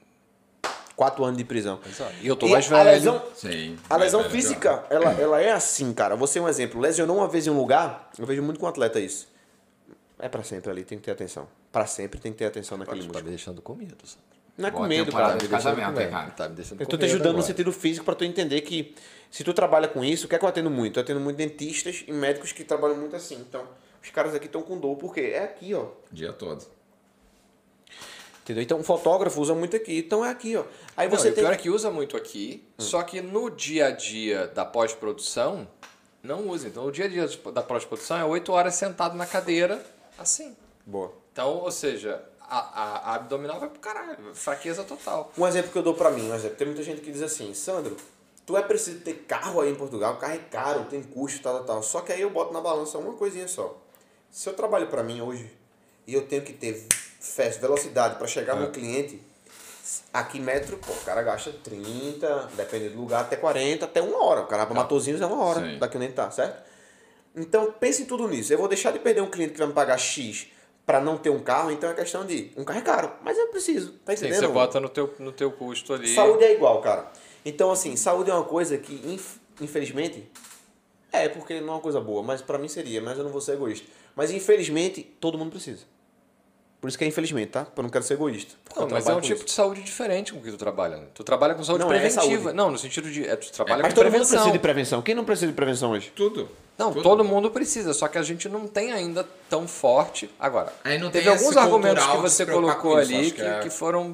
[SPEAKER 3] 4 anos de prisão.
[SPEAKER 2] Exato. E eu tô mais velho.
[SPEAKER 3] A lesão física, ela é assim, cara. Você é um exemplo. Lesionou uma vez em um lugar, eu vejo muito com atleta isso. É pra sempre ali, tem que ter atenção. Pra sempre tem que ter atenção naquele músculo.
[SPEAKER 2] Tá me deixando com medo, sabe?
[SPEAKER 3] Não é com medo, cara.
[SPEAKER 1] De casamento, cara.
[SPEAKER 2] Tá me deixando
[SPEAKER 3] Eu
[SPEAKER 2] com
[SPEAKER 3] tô te
[SPEAKER 2] medo
[SPEAKER 3] ajudando
[SPEAKER 2] agora.
[SPEAKER 3] no sentido físico pra tu entender que se tu trabalha com isso, o que é que eu atendo muito? Eu atendo muito dentistas e médicos que trabalham muito assim. Então, os caras aqui estão com dor, porque é aqui, ó.
[SPEAKER 1] O dia todo.
[SPEAKER 3] Entendeu? Então, o fotógrafo usa muito aqui. Então, é aqui, ó. Aí
[SPEAKER 2] Não,
[SPEAKER 3] você
[SPEAKER 2] e o
[SPEAKER 3] tem...
[SPEAKER 2] pior é que usa muito aqui, só que no dia a dia da pós-produção, não usa. Então, o dia a dia da pós-produção é 8 horas sentado na cadeira, assim.
[SPEAKER 3] Boa.
[SPEAKER 2] Então, ou seja, a abdominal vai pro caralho, fraqueza total.
[SPEAKER 3] Um exemplo que eu dou pra mim, tem muita gente que diz assim, Sandro, tu é preciso ter carro aí em Portugal, o carro é caro, tem custo, tal. Só que aí eu boto na balança uma coisinha só. Se eu trabalho pra mim hoje e eu tenho que ter velocidade pra chegar no cliente, aqui metro, pô, o cara gasta 30, dependendo do lugar, até 40, até 1 hora. O cara pra Matosinhos é 1 hora,
[SPEAKER 1] Sim.
[SPEAKER 3] daqui onde tá, certo? Então, pense em tudo nisso. Eu vou deixar de perder um cliente que vai me pagar X pra não ter um carro, então é questão de... Um carro é caro, mas eu preciso, tá
[SPEAKER 2] Sim,
[SPEAKER 3] entendendo?
[SPEAKER 2] você bota no teu custo ali.
[SPEAKER 3] Saúde é igual, cara. Então, assim, saúde é uma coisa que, infelizmente, porque não é uma coisa boa, mas pra mim seria, mas eu não vou ser egoísta. Mas, infelizmente, todo mundo precisa. Por isso que é infelizmente, tá? Porque eu não quero ser egoísta.
[SPEAKER 2] Não, mas é um tipo de saúde diferente com que tu trabalha. Né? Tu trabalha com saúde
[SPEAKER 3] Não,
[SPEAKER 2] preventiva.
[SPEAKER 3] saúde.
[SPEAKER 2] Não, no sentido de... tu trabalha
[SPEAKER 3] Mas
[SPEAKER 2] com
[SPEAKER 3] todo mundo
[SPEAKER 2] prevenção.
[SPEAKER 3] precisa de prevenção. Quem não precisa de prevenção hoje?
[SPEAKER 1] Tudo.
[SPEAKER 2] Não,
[SPEAKER 1] Tudo.
[SPEAKER 2] todo mundo precisa, só que a gente não tem ainda tão forte. Agora,
[SPEAKER 1] Aí não
[SPEAKER 2] teve
[SPEAKER 1] tem
[SPEAKER 2] alguns
[SPEAKER 1] esse
[SPEAKER 2] argumentos que
[SPEAKER 1] cultural de
[SPEAKER 2] você
[SPEAKER 1] se preocupar
[SPEAKER 2] colocou
[SPEAKER 1] com isso,
[SPEAKER 2] ali
[SPEAKER 1] acho que
[SPEAKER 2] que foram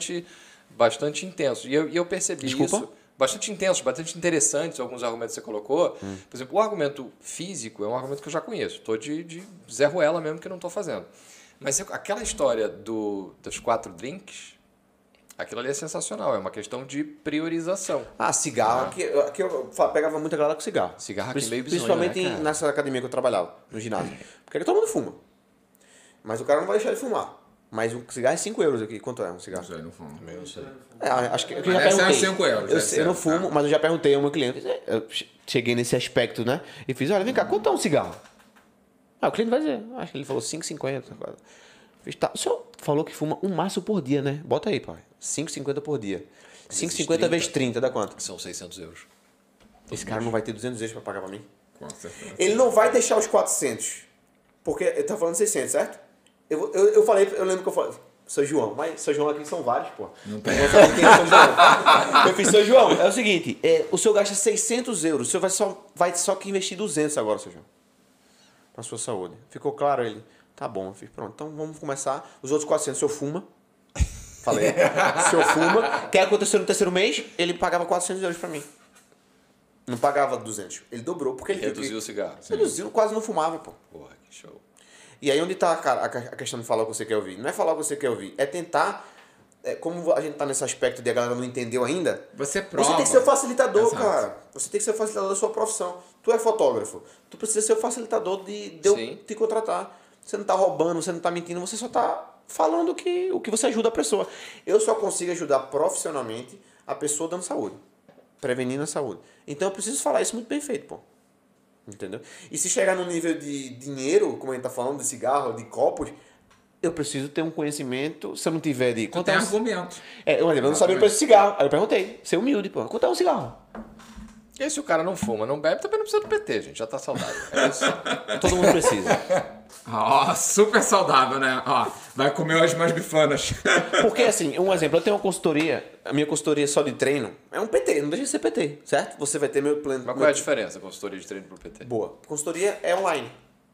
[SPEAKER 2] bastante intensos. E eu percebi
[SPEAKER 3] Desculpa?
[SPEAKER 2] isso. Bastante intensos, bastante interessantes alguns argumentos que você colocou. Por exemplo, o argumento físico é um argumento que eu já conheço. Estou de Zé Ruela mesmo que eu não estou fazendo. Mas aquela história dos 4 drinks, aquilo ali é sensacional. É uma questão de priorização.
[SPEAKER 3] Cigarro. Aqui eu pegava muita galera com cigarro.
[SPEAKER 2] Cigarro aqui meio bizonho,
[SPEAKER 3] Principalmente
[SPEAKER 2] né, cara?
[SPEAKER 3] nessa academia que eu trabalhava, no ginásio. Porque aqui todo mundo fuma. Mas o cara não vai deixar de fumar. Mas o cigarro é 5 euros aqui. Quanto é um cigarro?
[SPEAKER 1] Não sei, não fumo.
[SPEAKER 2] Não sei.
[SPEAKER 3] Acho que eu já
[SPEAKER 1] Mas deve ser
[SPEAKER 3] perguntei.
[SPEAKER 1] uns 5 euros.
[SPEAKER 3] Eu não fumo, mas eu já perguntei ao meu cliente. Eu cheguei nesse aspecto, né? E fiz, olha, vem cá, quanto é um cigarro? O cliente vai dizer, acho que ele falou 5,50. Fiz, tá, o senhor falou que fuma um maço por dia, né? Bota aí, pai. 5,50 por dia. 5,50 vezes 30, dá quanto?
[SPEAKER 2] São 600 euros.
[SPEAKER 3] Esse cara não vai ter 200 euros pra pagar pra mim.
[SPEAKER 1] Com certeza.
[SPEAKER 3] Ele não vai deixar os 400. Porque ele tá falando 600, certo? Eu falei, eu lembro que eu falei, São João, mas São João aqui são vários, pô.
[SPEAKER 1] Não tem.
[SPEAKER 3] Eu falei quem é São João. Eu fiz São João. É o seguinte, o senhor gasta 600 euros, o senhor vai só que investir 200 agora, São João. Na sua saúde. Ficou claro ele? Tá bom, eu fiz, pronto. Então vamos começar. Os outros 400, o senhor fuma. Falei, o senhor fuma. O que aconteceu no terceiro mês? Ele pagava 400 euros pra mim. Não pagava 200. Ele dobrou, porque ele
[SPEAKER 2] Reduziu o cigarro.
[SPEAKER 3] reduziu, quase não fumava, pô.
[SPEAKER 2] Porra, que show.
[SPEAKER 3] E aí onde tá, cara, a questão de falar o que você quer ouvir? Não é falar o que você quer ouvir, é tentar... como a gente tá nesse aspecto de a galera não entendeu ainda,
[SPEAKER 1] Você prova.
[SPEAKER 3] você tem que ser o facilitador,
[SPEAKER 1] Exato.
[SPEAKER 3] cara. Você tem que ser o facilitador da sua profissão. Tu é fotógrafo. Tu precisa ser o facilitador de eu
[SPEAKER 2] Sim.
[SPEAKER 3] te contratar. Você não tá roubando, você não tá mentindo, você só tá falando o que você ajuda a pessoa. Eu só consigo ajudar profissionalmente a pessoa dando saúde. Prevenindo a saúde. Então eu preciso falar isso muito bem feito, pô. Entendeu? E se chegar no nível de dinheiro, como a gente tá falando, de cigarro, de copos, eu preciso ter um conhecimento. Se eu não tiver de...
[SPEAKER 1] Tu tem argumento.
[SPEAKER 3] eu não sabia o preço de cigarro. Aí eu perguntei. Ser humilde, pô. Quanto é um cigarro?
[SPEAKER 2] E aí, se o cara não fuma, não bebe, também não precisa do PT, gente. Já tá saudável. É isso.
[SPEAKER 3] Todo mundo precisa.
[SPEAKER 1] Ó, super saudável, né? Ó, vai comer hoje mais bifanas.
[SPEAKER 3] Porque, assim, um exemplo. Eu tenho uma consultoria. A minha consultoria só de treino é um PT. Não deixa de ser PT, certo? Você vai ter meu plano...
[SPEAKER 2] Mas qual é a diferença, consultoria de treino pro PT?
[SPEAKER 3] Boa. Consultoria é online.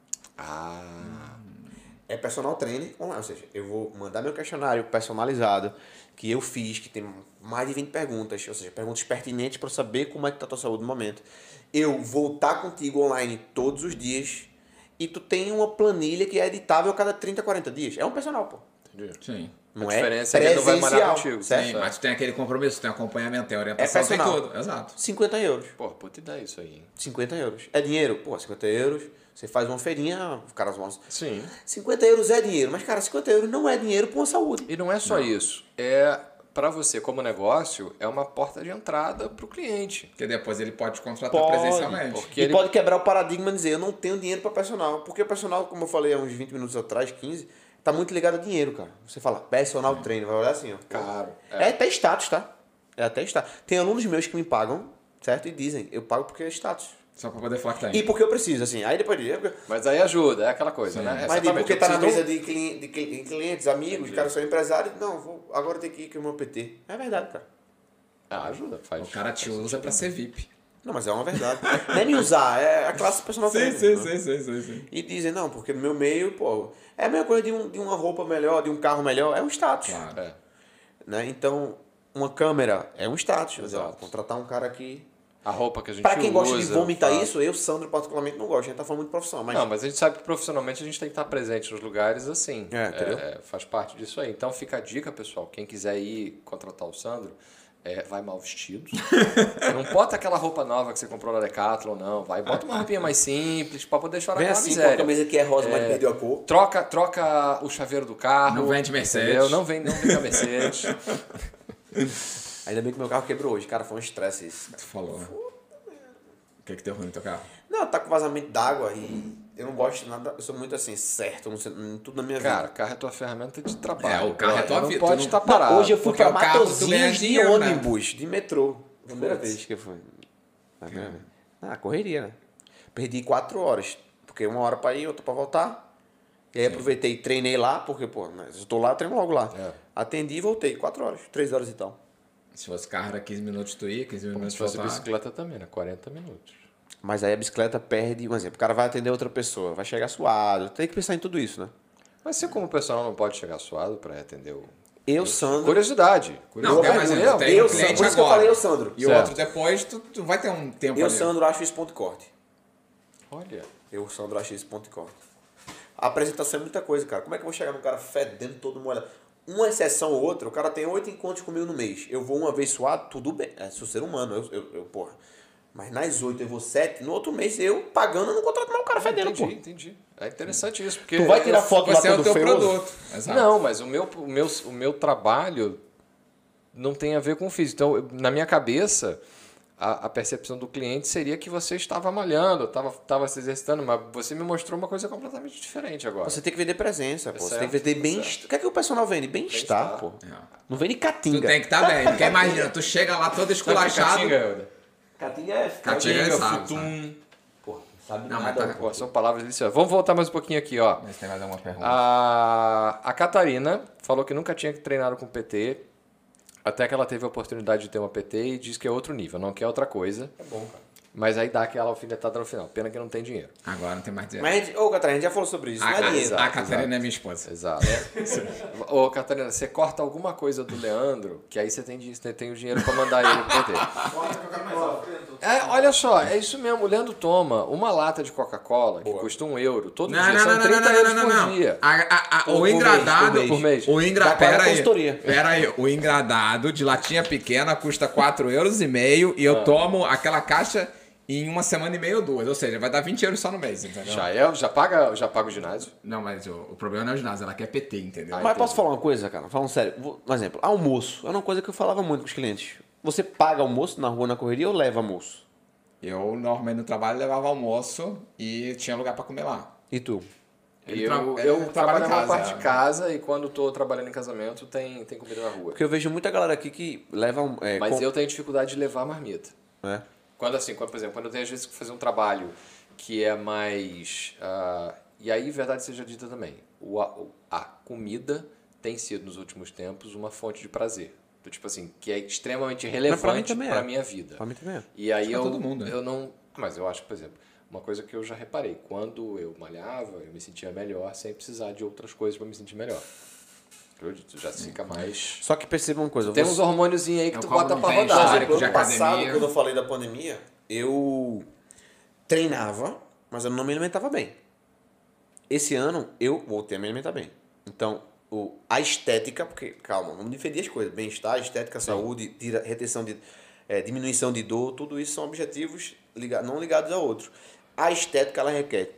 [SPEAKER 2] Ah...
[SPEAKER 3] É personal training online. Ou seja, eu vou mandar meu questionário personalizado que eu fiz, que tem mais de 20 perguntas, ou seja, perguntas pertinentes para saber como é que tá a tua saúde no momento. Eu vou estar contigo online todos os dias e tu tem uma planilha que é editável a cada 30, 40 dias. É um personal, pô.
[SPEAKER 2] Entendi.
[SPEAKER 1] Sim.
[SPEAKER 3] Não
[SPEAKER 2] A
[SPEAKER 3] é
[SPEAKER 2] diferença é que ele não vai malhar
[SPEAKER 3] presencial,
[SPEAKER 2] contigo.
[SPEAKER 3] certo?
[SPEAKER 1] Sim, mas tem aquele compromisso, tem acompanhamento, tem orientação, tem
[SPEAKER 3] personal.
[SPEAKER 1] tudo. Exato.
[SPEAKER 3] 50 euros.
[SPEAKER 2] Pô, puta ideia isso aí, hein?
[SPEAKER 3] 50 euros. É dinheiro? Pô, 50 euros. Você faz uma feirinha, caras vão...
[SPEAKER 2] Sim.
[SPEAKER 3] 50 euros é dinheiro. Mas, cara, 50 euros não é dinheiro para uma saúde.
[SPEAKER 2] E não é só isso. É, para você como negócio, é uma porta de entrada pro cliente.
[SPEAKER 1] Porque depois ele pode te contratar
[SPEAKER 3] Pode,
[SPEAKER 1] presencialmente.
[SPEAKER 2] porque
[SPEAKER 3] E
[SPEAKER 2] ele-
[SPEAKER 3] pode quebrar o paradigma e dizer, eu não tenho dinheiro para personal. Porque o personal, como eu falei há uns 20 minutos atrás, 15, tá muito ligado a dinheiro, cara. Você fala, personal trainer, vai olhar assim, ó.
[SPEAKER 2] Caro.
[SPEAKER 3] É até status, tá? É até status. Tem alunos meus que me pagam, certo? E dizem, eu pago porque é status.
[SPEAKER 1] Só pra poder falar que tem.
[SPEAKER 3] E porque eu preciso, assim. Aí depois diz,
[SPEAKER 2] Mas aí ajuda, é aquela coisa, né?
[SPEAKER 3] mas
[SPEAKER 2] Exatamente,
[SPEAKER 3] porque
[SPEAKER 2] eu
[SPEAKER 3] tá na
[SPEAKER 2] preciso
[SPEAKER 3] mesa de clientes, amigos, os caras são empresários, não, agora tem que ir com o meu PT. É verdade, cara.
[SPEAKER 2] Ah, ajuda, faz.
[SPEAKER 1] O cara te usa pra ser VIP.
[SPEAKER 3] Não, mas é uma verdade. Não é me usar, é a classe personal trainer, né?
[SPEAKER 1] sim.
[SPEAKER 3] E dizem, não, porque no meu meio, pô, é a mesma coisa de uma roupa melhor, de um carro melhor, é um status.
[SPEAKER 1] Claro.
[SPEAKER 2] É.
[SPEAKER 3] Né? Então, uma câmera é um status.
[SPEAKER 2] Exato.
[SPEAKER 3] Contratar um cara aqui.
[SPEAKER 2] A roupa que a gente
[SPEAKER 3] Pra quem gosta de
[SPEAKER 2] usa,
[SPEAKER 3] vomitar
[SPEAKER 2] faz.
[SPEAKER 3] isso, eu, Sandro, particularmente não gosto. A gente tá falando muito de profissão, mas.
[SPEAKER 2] Não, mas a gente sabe que profissionalmente a gente tem que estar presente nos lugares assim.
[SPEAKER 3] Entendeu?
[SPEAKER 2] Faz parte disso aí. Então fica a dica, pessoal. Quem quiser ir contratar o Sandro, vai mal vestido. Não bota aquela roupa nova que você comprou na Decathlon, não. Vai, bota uma roupinha mais simples pra poder chorar
[SPEAKER 3] Vem
[SPEAKER 2] aquela
[SPEAKER 3] assim, com a
[SPEAKER 2] miséria.
[SPEAKER 3] camisa que é rosa, mas perdeu a cor.
[SPEAKER 2] Troca o chaveiro do carro.
[SPEAKER 1] Não vende Mercedes.
[SPEAKER 2] Entendeu? Não vem com a Mercedes.
[SPEAKER 3] Ainda bem que meu carro quebrou hoje. Cara, foi um estresse isso.
[SPEAKER 1] Tu falou. O que deu ruim no teu carro?
[SPEAKER 3] Não, tá com vazamento d'água e eu não gosto de nada. Eu sou muito assim, certo, eu não sei, em tudo na minha
[SPEAKER 2] Cara,
[SPEAKER 3] vida.
[SPEAKER 2] carro é tua ferramenta de trabalho.
[SPEAKER 1] O carro é tua
[SPEAKER 2] não
[SPEAKER 1] vida.
[SPEAKER 2] pode
[SPEAKER 1] Tu
[SPEAKER 2] estar
[SPEAKER 1] não-
[SPEAKER 2] parado.
[SPEAKER 3] Hoje eu fui
[SPEAKER 1] porque
[SPEAKER 3] pra
[SPEAKER 1] o carro tu ganha
[SPEAKER 3] Matozinhos de
[SPEAKER 1] dinheiro, né?
[SPEAKER 3] ônibus, de metrô. Primeira vez que eu fui. Primeira vez. Ah, correria, né? Perdi 4 horas. Porque 1 hora pra ir, outra pra voltar. E aí aproveitei e treinei lá, porque, pô, mas eu tô lá, eu treino logo lá. Atendi e voltei. 4 horas, 3 horas e tal.
[SPEAKER 1] Se fosse carro era 15 minutos tu ia, 15 minutos
[SPEAKER 2] Se fosse
[SPEAKER 1] voltar.
[SPEAKER 2] bicicleta também, né? 40 minutos.
[SPEAKER 3] Mas aí a bicicleta perde, um exemplo, o cara vai atender outra pessoa, vai chegar suado. Tem que pensar em tudo isso, né?
[SPEAKER 2] Mas você como personal não pode chegar suado para atender o...
[SPEAKER 3] Eu, Sandro...
[SPEAKER 2] Curiosidade.
[SPEAKER 1] Não,
[SPEAKER 3] Eu-
[SPEAKER 1] mas
[SPEAKER 3] eu-
[SPEAKER 1] tem
[SPEAKER 3] eu-
[SPEAKER 1] um
[SPEAKER 3] por
[SPEAKER 1] cliente
[SPEAKER 3] isso que eu
[SPEAKER 1] agora.
[SPEAKER 3] falei eu, Sandro.
[SPEAKER 1] E o
[SPEAKER 2] Certo.
[SPEAKER 1] outro depois, tu vai ter um tempo
[SPEAKER 3] Eu,
[SPEAKER 1] ali.
[SPEAKER 3] Sandro, acho isso ponto de corte.
[SPEAKER 2] Olha.
[SPEAKER 3] Eu, Sandro, acho isso ponto de corte. A apresentação é muita coisa, cara. Como é que eu vou chegar num cara fedendo todo molhado? Uma exceção ou outra, o cara tem 8 encontros comigo no mês. Eu vou uma vez suado, tudo bem. É, sou ser humano, porra. Mas nas 8 eu vou 7, no outro mês eu pagando, eu não contrato mais um cara fedendo, pô.
[SPEAKER 2] Entendi. É interessante isso, porque...
[SPEAKER 3] Tu vai tirar foto lá
[SPEAKER 1] Você é o
[SPEAKER 3] todo
[SPEAKER 1] teu
[SPEAKER 3] feioso?
[SPEAKER 1] produto. Exato.
[SPEAKER 2] Não, mas o meu trabalho não tem a ver com o físico. Então, na minha cabeça, a percepção do cliente seria que você estava malhando, estava se exercitando, mas você me mostrou uma coisa completamente diferente agora.
[SPEAKER 3] Você tem que vender presença, pô. Você
[SPEAKER 2] certo,
[SPEAKER 3] tem que vender
[SPEAKER 2] tá
[SPEAKER 3] bem-estar. O que é que o personal vende? Bem-estar, pô. Não vende catinga.
[SPEAKER 1] Tu tem que estar bem, porque imagina, tu chega lá todo esculachado.
[SPEAKER 3] Catinga é...
[SPEAKER 1] Catinga sabe.
[SPEAKER 3] Porra, não sabe
[SPEAKER 1] Não,
[SPEAKER 3] nada.
[SPEAKER 1] mas tá-
[SPEAKER 2] Pô, são palavras deliciosas. Vamos voltar mais um pouquinho aqui, ó.
[SPEAKER 1] Mas tem mais alguma pergunta?
[SPEAKER 2] A Catarina falou que nunca tinha treinado com PT, até que ela teve a oportunidade de ter uma PT e diz que é outro nível, não quer outra coisa.
[SPEAKER 3] É bom, cara.
[SPEAKER 2] Mas aí dá aquela alfinetada no final. Pena que não tem dinheiro.
[SPEAKER 1] Agora não tem mais dinheiro.
[SPEAKER 3] Mas, a gente, ô, Catarina, a gente já falou sobre isso. Não é dinheiro.
[SPEAKER 1] A Catarina é minha esposa.
[SPEAKER 2] Exato. Ô, Catarina, você corta alguma coisa do Leandro, que aí você tem o dinheiro pra mandar ele pro PT. Olha só, é isso mesmo. O Leandro toma uma lata de Coca-Cola, que custa €1, todo dia. São 30 euros por dia.
[SPEAKER 1] O engradado.
[SPEAKER 2] Por mês.
[SPEAKER 1] O
[SPEAKER 3] Dá
[SPEAKER 1] engra...
[SPEAKER 3] pra
[SPEAKER 1] Pera aí.
[SPEAKER 3] consultoria.
[SPEAKER 1] Pera aí. O engradado de latinha pequena custa €4,5 e eu tomo aquela caixa em 1,5 ou 2. Ou seja, vai dar €20 só no mês, entendeu?
[SPEAKER 2] Já paga o ginásio?
[SPEAKER 1] Não, mas o problema não é o ginásio, ela quer PT, entendeu?
[SPEAKER 3] Mas posso falar uma coisa, cara? Falando sério. Um exemplo. Almoço. É uma coisa que eu falava muito com os clientes. Você paga almoço na rua, na correria ou leva almoço?
[SPEAKER 1] Eu, normalmente, no trabalho, levava almoço e tinha lugar pra comer lá.
[SPEAKER 3] E tu?
[SPEAKER 1] Ele
[SPEAKER 2] Eu
[SPEAKER 1] trabalha
[SPEAKER 2] trabalho
[SPEAKER 1] em
[SPEAKER 2] na
[SPEAKER 1] casa,
[SPEAKER 2] parte
[SPEAKER 1] né?
[SPEAKER 2] de casa e quando estou trabalhando em casamento tem comida na rua.
[SPEAKER 3] Porque eu vejo muita galera aqui que leva...
[SPEAKER 2] Mas eu tenho dificuldade de levar marmita.
[SPEAKER 3] É.
[SPEAKER 2] Por exemplo, quando eu tenho às vezes que fazer um trabalho que é mais... e aí, verdade seja dita também, a comida tem sido, nos últimos tempos, uma fonte de prazer. Do tipo assim, que é extremamente relevante para a minha vida.
[SPEAKER 3] Pra mim também é.
[SPEAKER 2] E aí
[SPEAKER 1] pra todo mundo, né?
[SPEAKER 2] eu não... Mas eu acho, por exemplo, uma coisa que eu já reparei, quando eu malhava, eu me sentia melhor sem precisar de outras coisas para me sentir melhor. Acredito, já fica mais...
[SPEAKER 3] Só que perceba uma coisa.
[SPEAKER 2] Tem uns hormôniozinhos aí que tu
[SPEAKER 1] como
[SPEAKER 2] bota
[SPEAKER 1] não
[SPEAKER 2] pra
[SPEAKER 1] tem
[SPEAKER 2] rodar.
[SPEAKER 1] histórico de
[SPEAKER 3] Ano passado,
[SPEAKER 1] academia.
[SPEAKER 3] quando eu falei da pandemia, eu treinava, mas eu não me alimentava bem. Esse ano, eu voltei a me alimentar bem. Então, a estética, porque, calma, vamos dividir as coisas. Bem-estar, estética, saúde, retenção de... diminuição de dor, tudo isso são objetivos não ligados a outros. A estética, ela requer...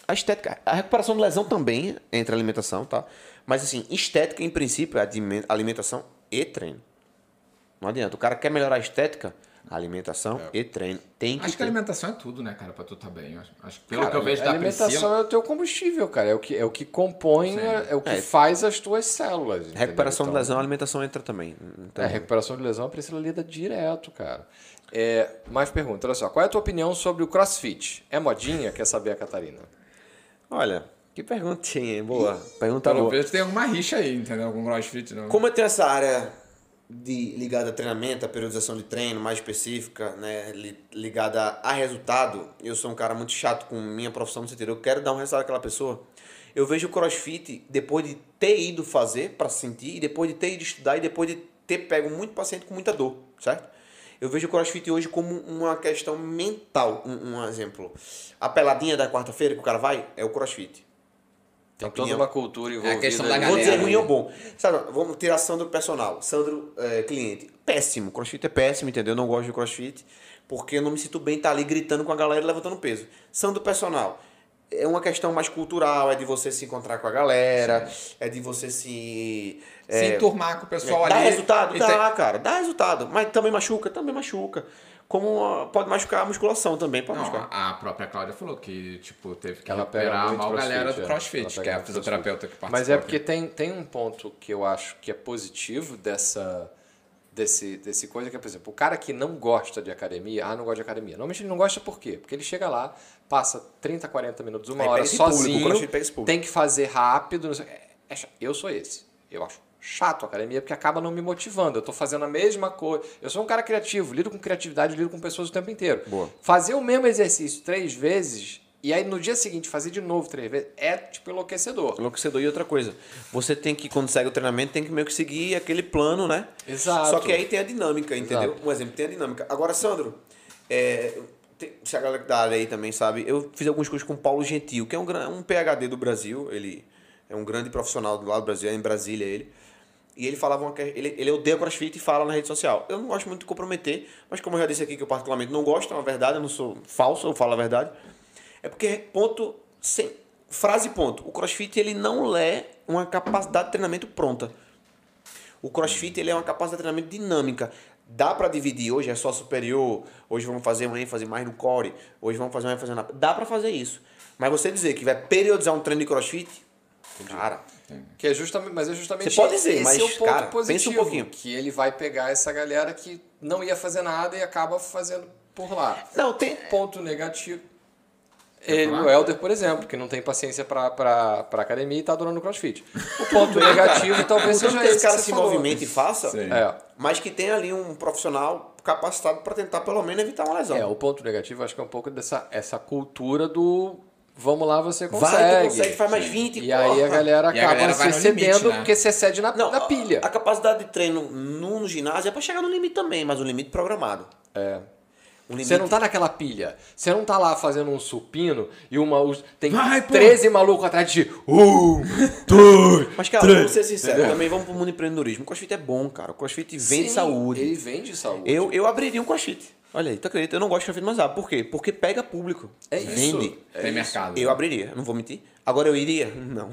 [SPEAKER 3] A recuperação de lesão também entra a alimentação, tá? Mas, assim, estética, em princípio, é alimentação e treino. Não adianta. O cara quer melhorar a estética, alimentação e treino. Tem que
[SPEAKER 1] Acho que
[SPEAKER 3] ter.
[SPEAKER 1] a alimentação é tudo, né, cara, pra tu tá bem. Acho que pelo
[SPEAKER 2] Cara,
[SPEAKER 1] que eu vejo
[SPEAKER 2] a
[SPEAKER 1] da
[SPEAKER 2] alimentação
[SPEAKER 1] Priscila...
[SPEAKER 2] é o teu combustível, cara. É o que compõe, é o que faz as tuas células. Entendeu?
[SPEAKER 3] Recuperação de
[SPEAKER 2] Então,
[SPEAKER 3] lesão, a alimentação entra também. Então,
[SPEAKER 2] recuperação de lesão, a Priscila lida direto, cara. Mais pergunta, olha só. Qual é a tua opinião sobre o CrossFit? É modinha? Quer saber a Catarina?
[SPEAKER 3] Olha, que perguntinha, hein? Boa. Pergunta
[SPEAKER 1] Pelo
[SPEAKER 3] boa.
[SPEAKER 1] visto tem alguma rixa aí, entendeu? Algum crossfit, não.
[SPEAKER 3] Como eu tenho essa área ligada a treinamento, a periodização de treino mais específica, né, ligada a resultado, eu sou um cara muito chato com minha profissão no sentido, eu quero dar um resultado àquela pessoa. Eu vejo o CrossFit, depois de ter ido fazer para sentir, e depois de ter ido estudar, e depois de ter pego muito paciente com muita dor, certo? Eu vejo o CrossFit hoje como uma questão mental. Um exemplo. A peladinha da quarta-feira que o cara vai, é o CrossFit.
[SPEAKER 2] Tem toda uma cultura envolvida.
[SPEAKER 1] É a questão da
[SPEAKER 2] ali.
[SPEAKER 3] Vou dizer
[SPEAKER 1] galera,
[SPEAKER 3] ruim ou bom. Sabe, vamos tirar Sandro personal. Sandro, cliente. Péssimo. CrossFit é péssimo, entendeu? Eu não gosto de CrossFit. Porque eu não me sinto bem estar ali gritando com a galera e levantando peso. Sandro personal. É uma questão mais cultural, é de você se encontrar com a galera, é de você se
[SPEAKER 1] enturmar com o pessoal
[SPEAKER 3] dá
[SPEAKER 1] ali.
[SPEAKER 3] resultado?
[SPEAKER 1] E
[SPEAKER 3] Dá, cara, dá resultado. Mas também machuca? Também machuca. Como pode machucar a musculação também, pode
[SPEAKER 1] Não,
[SPEAKER 3] machucar.
[SPEAKER 1] a própria Cláudia falou que, tipo, teve que
[SPEAKER 2] Ela pega
[SPEAKER 1] recuperar
[SPEAKER 2] muito
[SPEAKER 1] mal a galera do
[SPEAKER 2] Ela
[SPEAKER 1] CrossFit,
[SPEAKER 2] pega
[SPEAKER 1] que é a
[SPEAKER 2] muito
[SPEAKER 1] fisioterapeuta que participou.
[SPEAKER 2] Mas é porque
[SPEAKER 1] aqui.
[SPEAKER 2] tem um ponto que eu acho que é positivo desse coisa que é, por exemplo, o cara que não gosta de academia, não gosta de academia. Normalmente ele não gosta por quê? Porque ele chega lá, passa 30, 40 minutos, uma
[SPEAKER 3] Aí
[SPEAKER 2] hora
[SPEAKER 3] pega esse público, o
[SPEAKER 2] sozinho,
[SPEAKER 3] CrossFit pega esse público.
[SPEAKER 2] tem que fazer rápido. Não sei, eu sou esse. Eu acho chato a academia porque acaba não me motivando. Eu tô fazendo a mesma coisa. Eu sou um cara criativo, lido com criatividade, lido com pessoas o tempo inteiro.
[SPEAKER 3] Boa.
[SPEAKER 2] Fazer o mesmo exercício 3 vezes e aí no dia seguinte fazer de novo 3 vezes é tipo enlouquecedor.
[SPEAKER 3] Enlouquecedor. E outra coisa, você tem que, quando segue o treinamento, tem que meio que seguir aquele plano, né?
[SPEAKER 2] Exato.
[SPEAKER 3] Só que aí tem a dinâmica, entendeu?
[SPEAKER 2] Exato.
[SPEAKER 3] Um exemplo, tem a dinâmica. Agora, Sandro, se a galera da área aí também sabe, eu fiz alguns cursos com o Paulo Gentil, que é um PhD do Brasil, ele é um grande profissional do lado do Brasil, é em Brasília ele. E ele falava ele odeia CrossFit e fala na rede social. Eu não gosto muito de comprometer, mas como eu já disse aqui que eu particularmente não gosto, é uma verdade, eu não sou falso, eu falo a verdade. É porque, frase ponto, o CrossFit ele não é uma capacidade de treinamento pronta. O CrossFit ele é uma capacidade de treinamento dinâmica. Dá para dividir, hoje é só superior, hoje vamos fazer uma ênfase mais no core, hoje vamos fazer uma ênfase na... Dá para fazer isso. Mas você dizer que vai periodizar um treino de CrossFit, cara...
[SPEAKER 2] Que é justamente, mas é justamente
[SPEAKER 3] Você pode dizer,
[SPEAKER 2] esse
[SPEAKER 3] mas,
[SPEAKER 2] é o ponto
[SPEAKER 3] cara,
[SPEAKER 2] positivo,
[SPEAKER 3] pensa um pouquinho.
[SPEAKER 2] que ele vai pegar essa galera que não ia fazer nada e acaba fazendo por lá.
[SPEAKER 3] Não, tem...
[SPEAKER 2] Ponto negativo. O Helder, por exemplo, que não tem paciência pra academia e tá adorando o CrossFit. O ponto negativo talvez
[SPEAKER 3] Tanto
[SPEAKER 2] seja
[SPEAKER 3] que esse
[SPEAKER 2] esse
[SPEAKER 3] cara
[SPEAKER 2] que
[SPEAKER 3] se
[SPEAKER 2] você falou.
[SPEAKER 3] movimente e faça,
[SPEAKER 1] Sim.
[SPEAKER 3] mas que tem ali um profissional capacitado para tentar pelo menos evitar uma lesão.
[SPEAKER 2] O ponto negativo acho que é um pouco essa cultura do vamos lá, você
[SPEAKER 3] Vai,
[SPEAKER 2] consegue.
[SPEAKER 3] tu consegue, faz mais 20,
[SPEAKER 2] E aí a galera
[SPEAKER 1] E a
[SPEAKER 2] acaba
[SPEAKER 1] galera vai
[SPEAKER 2] se
[SPEAKER 1] no
[SPEAKER 2] cedendo
[SPEAKER 1] limite, né?
[SPEAKER 2] porque você cede na pilha.
[SPEAKER 3] A capacidade de treino no ginásio é para chegar no limite também, mas um limite programado. Um limite...
[SPEAKER 2] Você não tá naquela pilha. Você não tá lá fazendo um supino e tem
[SPEAKER 1] Vai, pô.
[SPEAKER 2] 13 malucos atrás de ti. 2,
[SPEAKER 3] Mas, cara, vamos ser sinceros, também vamos pro mundo do empreendedorismo. O CrossFit é bom, cara. O CrossFit vende saúde.
[SPEAKER 2] Ele vende saúde.
[SPEAKER 3] Eu abriria um CrossFit. Olha aí, tu acredita? Eu não gosto de CrossFit, mas por quê? Porque pega público.
[SPEAKER 2] É isso.
[SPEAKER 3] Vende.
[SPEAKER 1] Tem mercado.
[SPEAKER 3] Eu abriria, não vou mentir. Agora eu iria? Não.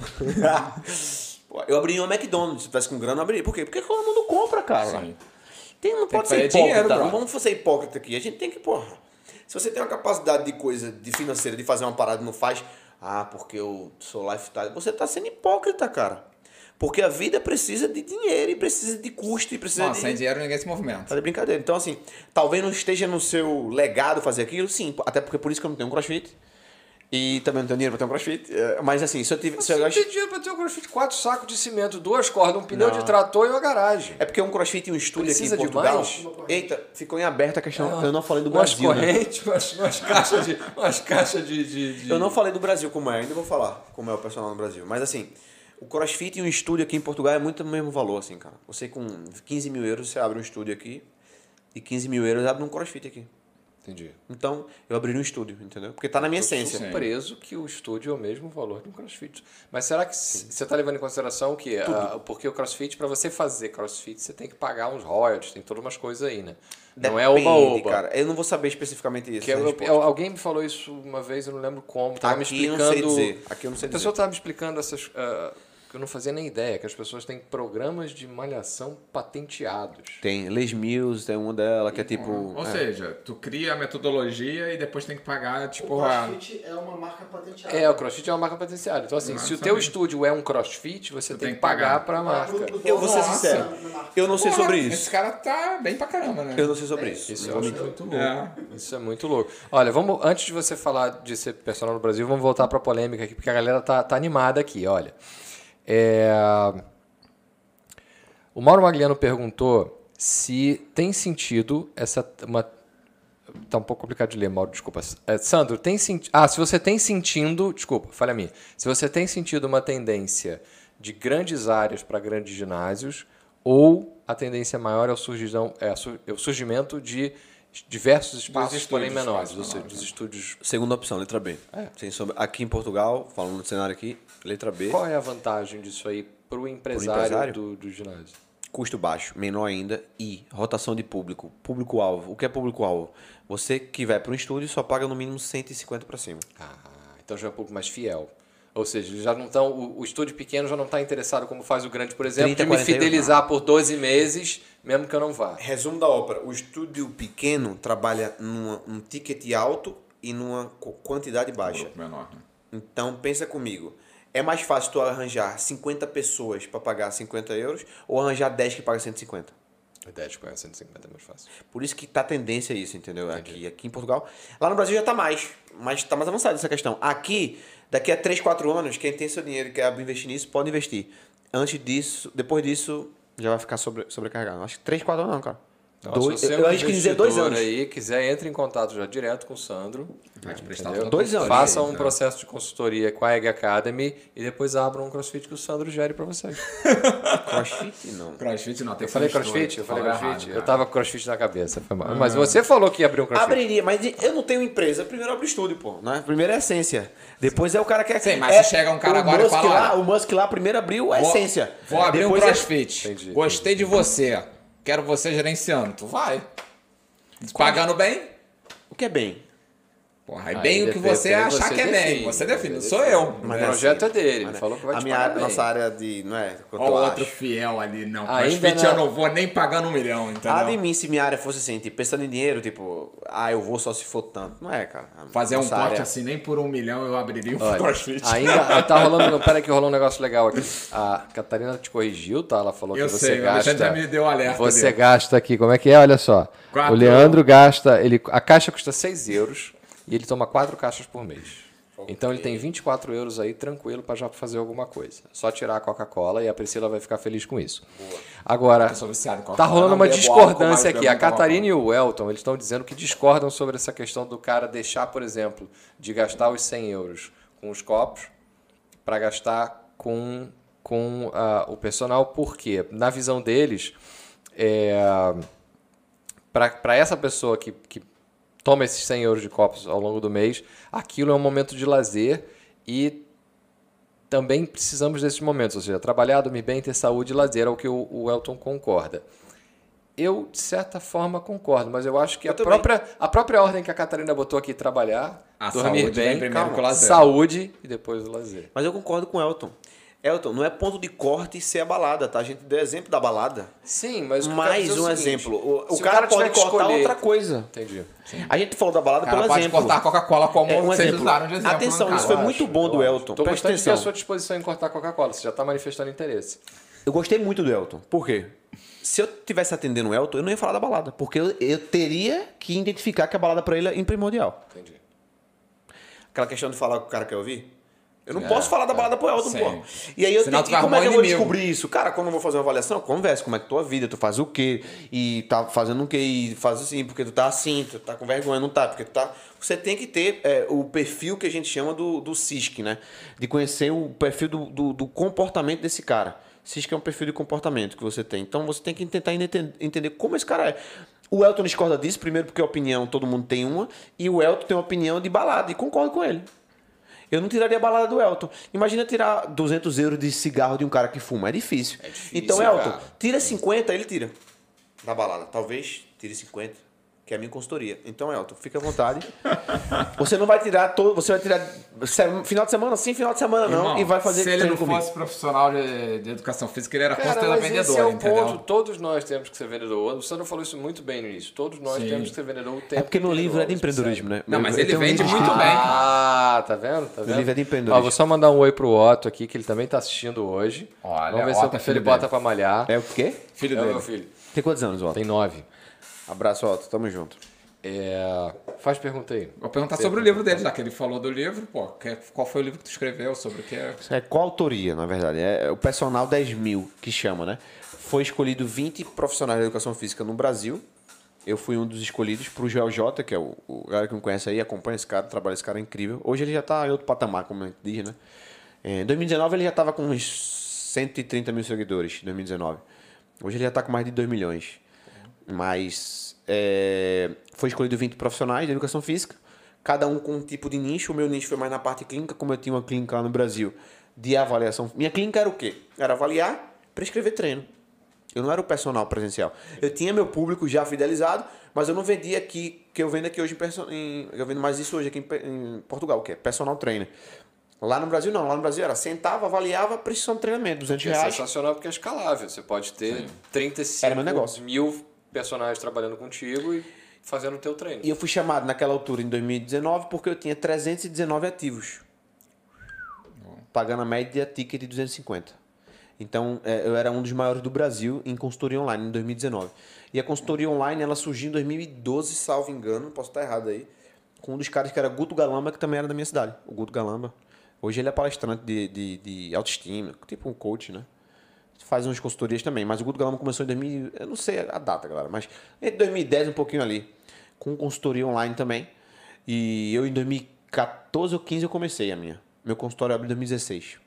[SPEAKER 3] Pô, eu abriria uma McDonald's. Se tivesse com grana, eu abriria. Por quê? Porque todo mundo compra, cara.
[SPEAKER 1] Sim.
[SPEAKER 3] Não pode
[SPEAKER 1] que
[SPEAKER 3] ser
[SPEAKER 1] fazer
[SPEAKER 3] hipócrita.
[SPEAKER 1] dinheiro,
[SPEAKER 3] Não
[SPEAKER 1] brother.
[SPEAKER 3] vamos ser hipócrita aqui. A gente tem que, porra. Se você tem uma capacidade de financeira, de fazer uma parada e não faz, porque eu sou lifestyle, você tá sendo hipócrita, cara. Porque a vida precisa de dinheiro e precisa de custo e precisa
[SPEAKER 1] Nossa, sem dinheiro ninguém se movimenta.
[SPEAKER 3] Tá de brincadeira. Então, assim, talvez não esteja no seu legado fazer aquilo, sim. Até porque por isso que eu não tenho um CrossFit. E também não tenho dinheiro pra ter um CrossFit. Mas assim, se eu tiver.
[SPEAKER 2] Você tem dinheiro pra ter um CrossFit, 4 sacos de cimento, 2 cordas, um pneu de trator e uma garagem.
[SPEAKER 3] É porque um CrossFit e um estúdio aqui
[SPEAKER 2] Precisa
[SPEAKER 3] em
[SPEAKER 2] de
[SPEAKER 3] Portugal.
[SPEAKER 2] mais?
[SPEAKER 3] Eita, ficou em aberta a questão. Eu não falei do
[SPEAKER 2] Umas
[SPEAKER 3] Brasil. Né?
[SPEAKER 2] correntes, umas caixas de...
[SPEAKER 3] Eu não falei do Brasil como é, ainda vou falar como é o personal no Brasil. Mas assim, o CrossFit e um estúdio aqui em Portugal é muito o mesmo valor, assim, cara. Você com 15 mil euros, você abre um estúdio aqui. E 15 mil euros abre um CrossFit aqui.
[SPEAKER 2] Entendi.
[SPEAKER 3] Então, eu abriria um estúdio, entendeu? Porque tá na minha essência.
[SPEAKER 2] Surpreso que o estúdio é o mesmo valor de um CrossFit. Mas será que você está levando em consideração que porque o CrossFit, para você fazer CrossFit, você tem que pagar uns royalties, tem todas umas coisas aí, né? Não é oba-oba.
[SPEAKER 3] Cara. Eu não vou saber especificamente isso.
[SPEAKER 2] Que alguém me falou isso uma vez, eu não lembro como. Tava me
[SPEAKER 3] Aqui
[SPEAKER 2] explicando.
[SPEAKER 3] não sei dizer. Aqui eu não sei
[SPEAKER 2] A
[SPEAKER 3] dizer.
[SPEAKER 2] pessoa estava me explicando essas. Que eu não fazia nem ideia, que as pessoas têm programas de malhação patenteados.
[SPEAKER 3] Tem Les Mills, tem uma dela que é tipo...
[SPEAKER 1] Ou seja, tu cria a metodologia e depois tem que pagar, tipo...
[SPEAKER 4] O CrossFit é uma marca patenteada.
[SPEAKER 2] O CrossFit é uma marca patenteada. Então, assim, se o teu estúdio é um CrossFit, você tem que pagar para a marca.
[SPEAKER 3] Eu vou ser
[SPEAKER 1] Nossa.
[SPEAKER 3] sincero. Eu não sei sobre
[SPEAKER 1] Esse
[SPEAKER 3] isso.
[SPEAKER 1] cara tá bem pra caramba, né?
[SPEAKER 3] Eu não sei sobre isso.
[SPEAKER 2] Isso
[SPEAKER 3] Não
[SPEAKER 2] eu
[SPEAKER 3] vou
[SPEAKER 2] acho
[SPEAKER 3] mentir.
[SPEAKER 2] muito louco. Isso é muito louco. Olha, antes de você falar de ser personal no Brasil, vamos voltar para a polêmica aqui, porque a galera tá animada aqui, olha. O Mauro Magliano perguntou se tem sentido tá um pouco complicado de ler, Mauro, desculpa. Sandro, se você tem sentindo... Desculpa, falha minha. Se você tem sentido uma tendência de grandes áreas para grandes ginásios ou a tendência maior é o surgimento de diversos espaços, porém menores, ou seja, dos estúdios...
[SPEAKER 3] Segunda opção, letra B. Aqui em Portugal, falando do cenário aqui, letra B.
[SPEAKER 2] Qual é a vantagem disso aí para o empresário do ginásio?
[SPEAKER 3] Custo baixo, menor ainda, e rotação de público. Público-alvo. O que é público-alvo? Você que vai para um estúdio só paga no mínimo 150 para cima.
[SPEAKER 2] Então já é um pouco mais fiel. Ou seja, já não tão, o estúdio pequeno já não está interessado, como faz o grande, por exemplo,
[SPEAKER 3] 30,
[SPEAKER 2] de me
[SPEAKER 3] 41,
[SPEAKER 2] fidelizar por 12 meses, mesmo que eu não vá.
[SPEAKER 3] Resumo da ópera. O estúdio pequeno trabalha num ticket alto e numa quantidade baixa.
[SPEAKER 1] Menor, né?
[SPEAKER 3] Então, pensa comigo. É mais fácil tu arranjar 50 pessoas para pagar 50 euros ou arranjar 10 que paga 150?
[SPEAKER 2] 10 de Espanha, 150 é mais fácil.
[SPEAKER 3] Por isso que tá tendência a isso, entendeu? Aqui em Portugal. Lá no Brasil já tá mais tá mais avançado essa questão. Aqui, daqui a 3, 4 anos, quem tem seu dinheiro e quer investir nisso, pode investir. Antes disso, depois disso, já vai ficar sobrecarregado. Acho que 3, 4 anos não, cara.
[SPEAKER 2] Então, se você
[SPEAKER 3] eu acho que dizer 2 anos.
[SPEAKER 2] aí, quiser, entre em contato já direto com o Sandro.
[SPEAKER 1] Vai te prestar
[SPEAKER 2] Entendeu?
[SPEAKER 1] toda a
[SPEAKER 3] 2 anos.
[SPEAKER 2] Faça um
[SPEAKER 1] né?
[SPEAKER 2] processo de consultoria com a Egg Academy e depois abra um CrossFit que o Sandro gere pra vocês.
[SPEAKER 3] CrossFit, não.
[SPEAKER 1] CrossFit não, tem
[SPEAKER 2] Eu falei
[SPEAKER 1] construtor.
[SPEAKER 2] CrossFit? Eu falei
[SPEAKER 1] Falou
[SPEAKER 2] CrossFit?
[SPEAKER 1] errado,
[SPEAKER 2] Eu
[SPEAKER 1] cara.
[SPEAKER 2] tava com CrossFit na cabeça. Foi mal. Mas você falou que ia abrir um CrossFit.
[SPEAKER 3] Abriria, mas eu não tenho empresa. Primeiro abre o estúdio, pô. Né? Primeiro é a essência. Depois é o cara que é...
[SPEAKER 1] Sim, mas se chega um cara
[SPEAKER 3] o
[SPEAKER 1] agora e
[SPEAKER 3] Musk
[SPEAKER 1] fala,
[SPEAKER 3] lá,
[SPEAKER 1] olha,
[SPEAKER 3] o Musk lá primeiro abriu a essência.
[SPEAKER 1] Vou abrir
[SPEAKER 3] Depois
[SPEAKER 1] um CrossFit.
[SPEAKER 2] Entendi.
[SPEAKER 1] Gostei de você. Quero você gerenciando. Tu vai. Pagando bem?
[SPEAKER 3] O que é bem?
[SPEAKER 1] Porra, é
[SPEAKER 2] Aí
[SPEAKER 1] bem o que
[SPEAKER 2] depende,
[SPEAKER 1] você achar que é bem.
[SPEAKER 2] define,
[SPEAKER 1] Você define, não
[SPEAKER 2] você
[SPEAKER 1] sou
[SPEAKER 2] define.
[SPEAKER 1] eu.
[SPEAKER 3] Mas
[SPEAKER 2] O projeto é dele, ele falou que vai
[SPEAKER 3] A
[SPEAKER 2] te
[SPEAKER 3] minha
[SPEAKER 2] pagar
[SPEAKER 3] área,
[SPEAKER 2] bem.
[SPEAKER 3] nossa área de... Não é? Quanto
[SPEAKER 1] Olha o
[SPEAKER 3] eu
[SPEAKER 1] outro
[SPEAKER 3] acho.
[SPEAKER 1] fiel ali, não.
[SPEAKER 2] Ainda
[SPEAKER 1] CrossFit
[SPEAKER 2] não.
[SPEAKER 1] eu não vou nem pagando 1 milhão, entendeu?
[SPEAKER 3] Ah, de mim, se minha área fosse assim, tipo, pensando em dinheiro, tipo, eu vou só se for tanto. Não é, cara.
[SPEAKER 1] Fazer um
[SPEAKER 3] Nossa
[SPEAKER 1] corte
[SPEAKER 3] área-
[SPEAKER 1] assim, nem por 1 milhão eu abriria um
[SPEAKER 2] Olha,
[SPEAKER 1] CrossFit.
[SPEAKER 2] ainda tá rolando. Pera que rolou um negócio legal aqui. A Catarina te corrigiu, tá? Ela falou
[SPEAKER 1] Eu
[SPEAKER 2] que você
[SPEAKER 1] sei, o Alexandre
[SPEAKER 2] gasta.
[SPEAKER 1] já me deu o alerta
[SPEAKER 2] Você
[SPEAKER 1] dele.
[SPEAKER 2] gasta aqui, como é que é? Olha só. O Leandro gasta. A caixa custa 6 euros e ele toma 4 caixas por mês. Então ele tem 24 euros aí tranquilo para já fazer alguma coisa. Só tirar a Coca-Cola e a Priscila vai ficar feliz com isso. Agora,
[SPEAKER 1] Eu sou viciado em
[SPEAKER 2] tá
[SPEAKER 1] Coca-Cola,
[SPEAKER 2] rolando
[SPEAKER 1] não
[SPEAKER 2] uma
[SPEAKER 1] bebo
[SPEAKER 2] discordância
[SPEAKER 1] álcool, mas
[SPEAKER 2] aqui.
[SPEAKER 1] bebo
[SPEAKER 2] A
[SPEAKER 1] muita
[SPEAKER 2] Catarina e o Elton, eles estão dizendo que discordam sobre essa questão do cara deixar, por exemplo, de gastar os 100 euros com os copos para gastar com o personal. Por quê? Na visão deles, para essa pessoa que toma esses 100 euros de copos ao longo do mês, aquilo é um momento de lazer e também precisamos desses momentos, ou seja, trabalhar, dormir bem, ter saúde e lazer, é o que o Elton concorda. Eu, de certa forma, concordo, mas eu acho que a própria ordem que a Catarina botou aqui, trabalhar,
[SPEAKER 1] A
[SPEAKER 2] dormir
[SPEAKER 1] saúde vem
[SPEAKER 2] bem,
[SPEAKER 1] primeiro que o lazer.
[SPEAKER 2] saúde e depois o lazer.
[SPEAKER 3] Mas eu concordo com o Elton. Elton, não é ponto de corte ser a balada, tá? A gente deu exemplo da balada.
[SPEAKER 2] Sim, mas...
[SPEAKER 3] Mais um
[SPEAKER 2] seguinte,
[SPEAKER 3] exemplo. O
[SPEAKER 2] se
[SPEAKER 3] cara
[SPEAKER 2] tiver
[SPEAKER 3] pode
[SPEAKER 2] que
[SPEAKER 3] cortar
[SPEAKER 2] escolher-
[SPEAKER 3] outra coisa.
[SPEAKER 2] Entendi.
[SPEAKER 3] A gente falou da balada
[SPEAKER 1] O cara
[SPEAKER 3] pelo
[SPEAKER 1] pode
[SPEAKER 3] exemplo.
[SPEAKER 1] cortar a Coca-Cola como
[SPEAKER 3] É um
[SPEAKER 1] vocês
[SPEAKER 3] exemplo.
[SPEAKER 1] usaram de exemplo.
[SPEAKER 3] Atenção,
[SPEAKER 1] no
[SPEAKER 3] isso
[SPEAKER 1] caso.
[SPEAKER 3] foi muito bom do Elton.
[SPEAKER 2] Estou
[SPEAKER 3] Presta
[SPEAKER 2] gostando de ver a
[SPEAKER 3] atenção.
[SPEAKER 2] sua disposição em cortar a Coca-Cola. Você já está manifestando interesse.
[SPEAKER 3] Eu gostei muito do Elton. Por quê? Se eu tivesse atendendo o Elton, eu não ia falar da balada. Porque eu teria que identificar que a balada pra ele é primordial.
[SPEAKER 2] Entendi.
[SPEAKER 3] Aquela questão de falar o que o cara quer ouvir. Eu não posso falar da balada pro Elton,
[SPEAKER 1] Sim.
[SPEAKER 3] pô. E aí
[SPEAKER 1] Senão tu vai
[SPEAKER 3] como é que eu
[SPEAKER 1] arrumar
[SPEAKER 3] vou
[SPEAKER 1] inimigo.
[SPEAKER 3] descobrir isso? Cara, quando eu vou fazer uma avaliação, eu converso. Como é que tua vida? Tu faz o quê? E tá fazendo o quê? E faz assim, porque tu tá assim, tu tá com vergonha, não tá? Porque tu tá... Você tem que ter o perfil que a gente chama do CISC, né? De conhecer o perfil do comportamento desse cara. CISC é um perfil de comportamento que você tem. Então você tem que tentar entender como esse cara é. O Elton discorda disso, primeiro porque a opinião, todo mundo tem uma, e o Elton tem uma opinião de balada, e concordo com ele. Eu não tiraria a balada do Elton. Imagina tirar 200 euros de cigarro de um cara que fuma. É difícil. Então, Elton,
[SPEAKER 2] cara.
[SPEAKER 3] tira 50, ele tira. Da balada. Talvez tire 50, que é a minha consultoria. Então, Elton, fica à vontade. Você não vai tirar todo. Você vai tirar final de semana sim, final de semana não.
[SPEAKER 1] Irmão,
[SPEAKER 3] E vai fazer
[SPEAKER 1] se ele
[SPEAKER 3] treino
[SPEAKER 1] não
[SPEAKER 3] comigo.
[SPEAKER 1] fosse profissional de educação física, ele era
[SPEAKER 2] Cara,
[SPEAKER 1] considerado
[SPEAKER 2] mas
[SPEAKER 1] vendedor,
[SPEAKER 2] esse é o
[SPEAKER 1] entendeu?
[SPEAKER 2] ponto. Todos nós temos que ser vendedor. O Sandro falou isso muito bem no início. Todos nós
[SPEAKER 1] Sim.
[SPEAKER 2] temos que ser vendedor o tempo
[SPEAKER 3] É porque no
[SPEAKER 2] inteiro,
[SPEAKER 3] livro é de
[SPEAKER 2] ó,
[SPEAKER 3] empreendedorismo, né?
[SPEAKER 1] Não, mas
[SPEAKER 3] Eu
[SPEAKER 1] ele
[SPEAKER 3] tenho um
[SPEAKER 1] vende
[SPEAKER 3] livro
[SPEAKER 1] muito
[SPEAKER 3] escrito-
[SPEAKER 1] bem.
[SPEAKER 2] Ah, tá vendo? Tá vendo?
[SPEAKER 3] livro é de empreendedorismo.
[SPEAKER 2] Ó, vou só mandar um oi pro Otto aqui, que ele também tá assistindo hoje.
[SPEAKER 1] Olha,
[SPEAKER 2] Vamos ver
[SPEAKER 1] Otto
[SPEAKER 2] se
[SPEAKER 1] é filho
[SPEAKER 2] ele bota
[SPEAKER 1] dele.
[SPEAKER 2] pra malhar.
[SPEAKER 3] É o quê?
[SPEAKER 1] Filho
[SPEAKER 2] É o
[SPEAKER 1] dele.
[SPEAKER 2] meu filho.
[SPEAKER 3] Tem quantos anos, Otto?
[SPEAKER 2] Tem 9.
[SPEAKER 3] Abraço, Otto. Tamo junto.
[SPEAKER 2] Faz pergunta aí.
[SPEAKER 1] Vou perguntar sobre o livro dele, já que ele falou do livro. Pô, qual foi o livro que tu escreveu? Sobre o que é?
[SPEAKER 3] Isso é qual autoria, na verdade? É o personal 10.000 que chama, né? Foi escolhido 20 profissionais de educação física no Brasil. Eu fui um dos escolhidos pro Joel J, que é o galera que não conhece aí, acompanha esse cara, trabalha esse cara é incrível. Hoje ele já tá em outro patamar, como a gente diz, né? Em 2019 ele já tava com uns 130 mil seguidores, 2019. Hoje ele já tá com mais de 2 milhões. Mas foi escolhido 20 profissionais de educação física, cada um com um tipo de nicho. O meu nicho foi mais na parte clínica, como eu tinha uma clínica lá no Brasil de avaliação. Minha clínica era o quê? Era avaliar, prescrever treino. Eu não era o personal presencial. Eu tinha meu público já fidelizado, mas eu não vendia aqui, que eu vendo aqui hoje eu vendo mais isso hoje aqui em Portugal, que é personal trainer. Lá no Brasil não, lá no Brasil era sentava, avaliava, precisão de treinamento, 200
[SPEAKER 2] É
[SPEAKER 3] reais.
[SPEAKER 2] sensacional porque é escalável. Você pode ter 35
[SPEAKER 3] Era meu negócio.
[SPEAKER 2] mil personagens trabalhando contigo e fazendo o teu treino.
[SPEAKER 3] E eu fui chamado naquela altura, em 2019, porque eu tinha 319 ativos. Pagando a média ticket de 250. Então, eu era um dos maiores do Brasil em consultoria online, em 2019. E a consultoria online, ela surgiu em 2012, salvo engano, posso estar errado aí, com um dos caras que era Guto Galamba, que também era da minha cidade. O Guto Galamba. Hoje ele é palestrante de autoestima, tipo um coach, né? Faz umas consultorias também. Mas o Guto Galamba começou em 2000... Eu não sei a data, galera, mas entre 2010 um pouquinho ali. Com consultoria online também. E eu em 2014 ou 15 eu comecei a minha. Meu consultório abriu em 2016.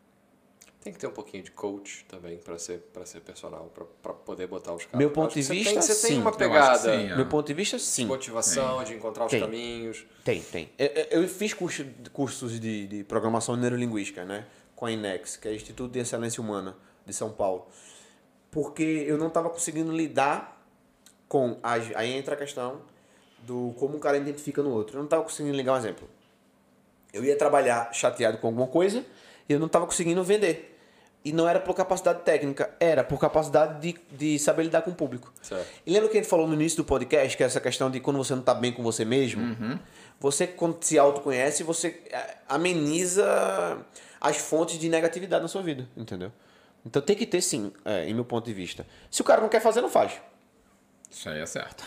[SPEAKER 2] Tem que ter um pouquinho de coach também para ser personal, para poder botar os caras.
[SPEAKER 3] Meu ponto de vista,
[SPEAKER 2] você tem
[SPEAKER 3] sim.
[SPEAKER 2] uma
[SPEAKER 1] Eu
[SPEAKER 2] pegada
[SPEAKER 1] acho que sim,
[SPEAKER 3] Meu ponto de vista,
[SPEAKER 2] de
[SPEAKER 3] sim.
[SPEAKER 2] motivação, de encontrar os
[SPEAKER 3] Tem.
[SPEAKER 2] caminhos.
[SPEAKER 3] Tem. Eu fiz cursos de programação neurolinguística, né? Com a INEX, que é o Instituto de Excelência Humana de São Paulo. Porque eu não estava conseguindo lidar com... Aí entra a questão do como um cara identifica no outro. Eu não estava conseguindo ligar um exemplo. Eu ia trabalhar chateado com alguma coisa e eu não estava conseguindo vender. E não era por capacidade técnica, era por capacidade de saber lidar com o público.
[SPEAKER 2] Certo.
[SPEAKER 3] E lembra que a gente falou no início do podcast, que é essa questão de quando você não está bem com você mesmo? Você, quando se autoconhece, você ameniza as fontes de negatividade na sua vida, entendeu? Então tem que ter, sim, em meu ponto de vista. Se o cara não quer fazer, não faz.
[SPEAKER 1] Isso aí é certo.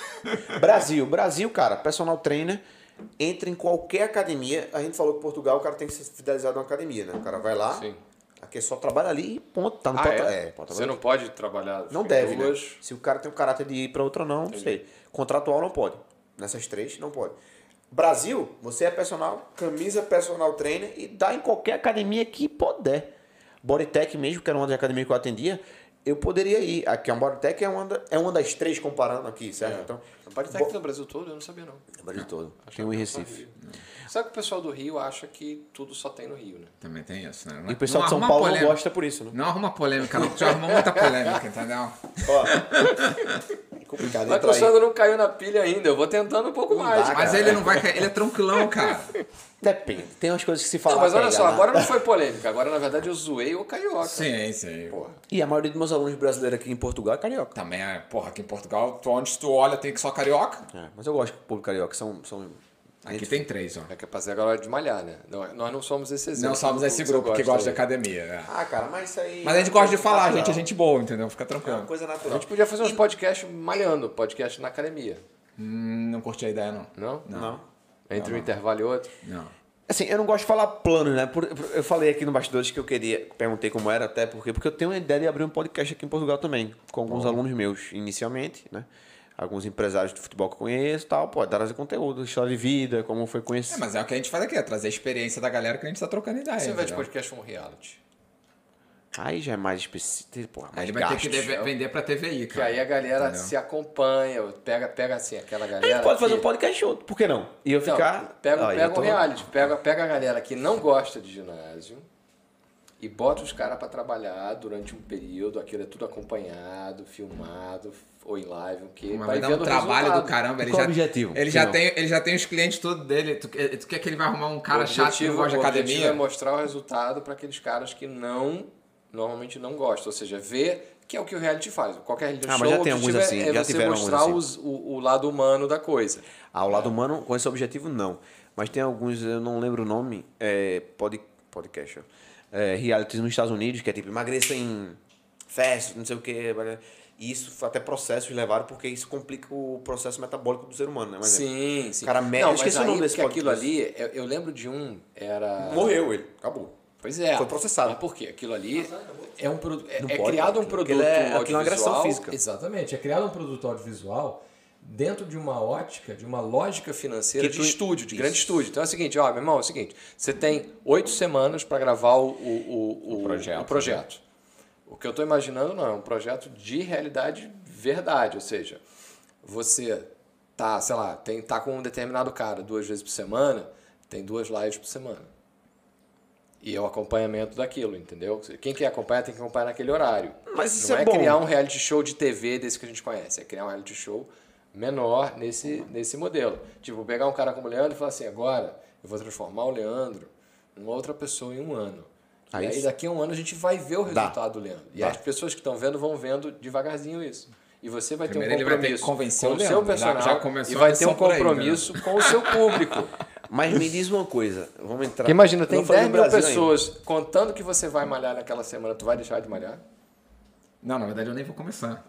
[SPEAKER 3] Brasil, cara, personal trainer, entra em qualquer academia. A gente falou que em Portugal o cara tem que ser fidelizado a uma academia, né? O cara vai lá,
[SPEAKER 2] Sim.
[SPEAKER 3] aqui só trabalha ali e ponto. Tá no pode
[SPEAKER 2] Você não pode trabalhar
[SPEAKER 3] não deve, né?
[SPEAKER 2] duas.
[SPEAKER 3] Se o cara tem o caráter de ir para outra, não sei. Contratual não pode. Nessas três, não pode. Brasil, você é personal, camisa personal trainer e dá em qualquer academia que puder. Bodytech mesmo, que era uma das academias que eu atendia, eu poderia ir. Aqui a Bodytech é uma das três comparando aqui, certo? Então,
[SPEAKER 2] A Bodytech no Brasil todo, eu não sabia não.
[SPEAKER 3] é o Brasil todo.
[SPEAKER 2] Achava
[SPEAKER 3] Tem um em
[SPEAKER 2] que era só
[SPEAKER 3] Recife.
[SPEAKER 2] Rio. Sabe que o pessoal do Rio acha que tudo só tem no Rio, né?
[SPEAKER 1] Também tem isso, né?
[SPEAKER 3] E o pessoal de São
[SPEAKER 1] arruma
[SPEAKER 3] Paulo não
[SPEAKER 1] polêmica.
[SPEAKER 3] gosta por isso, né?
[SPEAKER 1] Não arruma polêmica, não. Já arrumou muita polêmica, entendeu?
[SPEAKER 3] Ó, é complicado
[SPEAKER 2] Mas o
[SPEAKER 3] entrar
[SPEAKER 2] pessoal
[SPEAKER 3] aí.
[SPEAKER 2] não caiu na pilha ainda, eu vou tentando um pouco
[SPEAKER 3] Não
[SPEAKER 2] mais.
[SPEAKER 3] dá,
[SPEAKER 2] cara.
[SPEAKER 1] Mas ele não vai cair, ele é tranquilão, cara.
[SPEAKER 3] Depende. Tem umas coisas que se falam.
[SPEAKER 2] Não, mas olha só, agora não foi polêmica, agora na verdade eu zoei o carioca.
[SPEAKER 1] Sim.
[SPEAKER 2] Porra.
[SPEAKER 3] E a maioria dos meus alunos brasileiros aqui em Portugal é carioca.
[SPEAKER 1] Também é, porra, aqui em Portugal, onde tu olha tem que só carioca.
[SPEAKER 3] Mas eu gosto do povo carioca. São
[SPEAKER 1] Aqui tem 3, ó.
[SPEAKER 2] É capaz agora de malhar, né? Nós não somos esse exemplo.
[SPEAKER 1] Não somos esse
[SPEAKER 2] Você
[SPEAKER 1] grupo que gosta de
[SPEAKER 2] aí.
[SPEAKER 1] academia. É.
[SPEAKER 3] Ah, cara, mas isso aí...
[SPEAKER 1] Mas a gente gosta de falar, a
[SPEAKER 3] natural.
[SPEAKER 1] gente é gente boa, entendeu? Fica
[SPEAKER 3] É
[SPEAKER 1] tranquilo.
[SPEAKER 3] uma coisa
[SPEAKER 2] A
[SPEAKER 3] natural.
[SPEAKER 2] gente podia fazer uns podcasts malhando, podcast na academia.
[SPEAKER 1] Não curti a ideia, não.
[SPEAKER 2] Não?
[SPEAKER 3] Não.
[SPEAKER 2] Entre um intervalo e outro.
[SPEAKER 1] Não.
[SPEAKER 3] Assim, eu não gosto de falar plano, né? Eu falei aqui no bastidores que eu perguntei como era, até porque eu tenho uma ideia de abrir um podcast aqui em Portugal também, com alguns alunos meus, inicialmente, né? Alguns empresários de futebol que eu conheço e tal, pode trazer conteúdo, história de vida, como foi conhecido.
[SPEAKER 1] Mas é o que a gente faz aqui, é trazer a experiência da galera que a gente tá trocando ideia.
[SPEAKER 2] Você vai de
[SPEAKER 1] entendeu?
[SPEAKER 2] podcast um reality.
[SPEAKER 3] Aí já é mais específico, porra,
[SPEAKER 1] Aí
[SPEAKER 3] mais
[SPEAKER 1] ele vai ter que
[SPEAKER 3] gastos.
[SPEAKER 1] vender pra TVI,
[SPEAKER 2] Que
[SPEAKER 1] cara.
[SPEAKER 2] aí a galera
[SPEAKER 1] Entendeu?
[SPEAKER 2] se acompanha, pega assim, aquela
[SPEAKER 3] A
[SPEAKER 2] galera.
[SPEAKER 3] gente pode fazer
[SPEAKER 2] que-
[SPEAKER 3] um podcast outro, por que não? E eu
[SPEAKER 2] Então,
[SPEAKER 3] ficar...
[SPEAKER 2] pega
[SPEAKER 3] Ó, eu
[SPEAKER 2] um
[SPEAKER 3] tô-
[SPEAKER 2] reality, pega a galera que não gosta de ginásio e bota os caras pra trabalhar durante um período, aquilo é tudo acompanhado, filmado, ou em live, o quê?
[SPEAKER 1] Mas
[SPEAKER 2] Vai
[SPEAKER 1] vai dar
[SPEAKER 2] vendo
[SPEAKER 1] um
[SPEAKER 2] o
[SPEAKER 1] trabalho
[SPEAKER 2] resultado.
[SPEAKER 1] do caramba. Ele
[SPEAKER 3] Qual
[SPEAKER 1] já,
[SPEAKER 3] o objetivo?
[SPEAKER 1] Ele já,
[SPEAKER 3] Final.
[SPEAKER 1] ele já tem os clientes tudo dele. Tu quer que ele vai arrumar um cara
[SPEAKER 2] O
[SPEAKER 1] chato que não gosta de
[SPEAKER 2] o objetivo
[SPEAKER 1] academia?
[SPEAKER 2] é mostrar o resultado para aqueles caras que normalmente não gostam, ou seja, ver que é o que o reality faz. Qualquer reality
[SPEAKER 3] Ah, mas
[SPEAKER 2] show,
[SPEAKER 3] já
[SPEAKER 2] o
[SPEAKER 3] tem
[SPEAKER 2] objetivo
[SPEAKER 3] alguns assim,
[SPEAKER 2] é
[SPEAKER 3] já
[SPEAKER 2] você
[SPEAKER 3] tiveram
[SPEAKER 2] mostrar
[SPEAKER 3] alguns
[SPEAKER 2] o lado humano da coisa.
[SPEAKER 3] Ao lado humano, com esse objetivo, não. Mas tem alguns, eu não lembro o nome, podcast, realities nos Estados Unidos, que é tipo, emagreça em festa, não sei o quê. E isso até processos levaram, porque isso complica o processo metabólico do ser humano, né? Mas
[SPEAKER 2] Sim.
[SPEAKER 3] O cara mede, eu esqueci o nome desse
[SPEAKER 2] porque aquilo
[SPEAKER 3] podcast.
[SPEAKER 2] ali, eu lembro de um, era...
[SPEAKER 3] Morreu ele, acabou.
[SPEAKER 2] Pois é.
[SPEAKER 3] Foi processado.
[SPEAKER 2] Mas por quê? Aquilo ali é um produto. É
[SPEAKER 3] pode,
[SPEAKER 2] criado um
[SPEAKER 3] porque
[SPEAKER 2] produto
[SPEAKER 3] aquilo é uma
[SPEAKER 2] audiovisual.
[SPEAKER 3] agressão física.
[SPEAKER 2] Exatamente. É criado um produto audiovisual dentro de uma ótica, de uma lógica financeira
[SPEAKER 3] Que
[SPEAKER 2] de
[SPEAKER 3] tu-
[SPEAKER 2] estúdio, de
[SPEAKER 3] Isso.
[SPEAKER 2] grande estúdio. Então é o seguinte, ó, meu irmão, é o seguinte: você tem 8 semanas para gravar o projeto. O que eu estou imaginando não é um projeto de realidade verdade, ou seja, você tá, sei lá, tá com um determinado cara 2 vezes por semana, tem 2 lives por semana. E é o acompanhamento daquilo, entendeu? Quem quer acompanhar tem que acompanhar naquele horário.
[SPEAKER 3] Mas isso
[SPEAKER 2] não
[SPEAKER 3] é
[SPEAKER 2] é
[SPEAKER 3] bom.
[SPEAKER 2] criar um reality show de TV desse que a gente conhece, é criar um reality show menor nesse modelo. Tipo, pegar um cara como o Leandro e falar assim, agora eu vou transformar o Leandro numa outra pessoa em um ano. E aí daqui a um ano a gente vai ver o resultado do Leandro. E as pessoas que estão vendo vão vendo devagarzinho isso. E você vai
[SPEAKER 1] Primeiro
[SPEAKER 2] ter um
[SPEAKER 1] ele vai ter que
[SPEAKER 2] compromisso
[SPEAKER 1] convencer
[SPEAKER 2] com
[SPEAKER 1] o
[SPEAKER 2] o seu
[SPEAKER 1] Leandro.
[SPEAKER 2] personal
[SPEAKER 1] Já começou
[SPEAKER 2] e vai
[SPEAKER 1] a
[SPEAKER 2] ter um
[SPEAKER 1] lição por aí, né?
[SPEAKER 2] compromisso com o seu público.
[SPEAKER 3] Mas me diz uma coisa, vamos entrar...
[SPEAKER 2] Porque imagina, tem
[SPEAKER 3] Vamos falar
[SPEAKER 2] 10
[SPEAKER 3] do
[SPEAKER 2] mil
[SPEAKER 3] Brasil
[SPEAKER 2] pessoas contando que você vai malhar naquela semana, tu vai deixar de malhar?
[SPEAKER 1] Não, na verdade eu nem vou começar.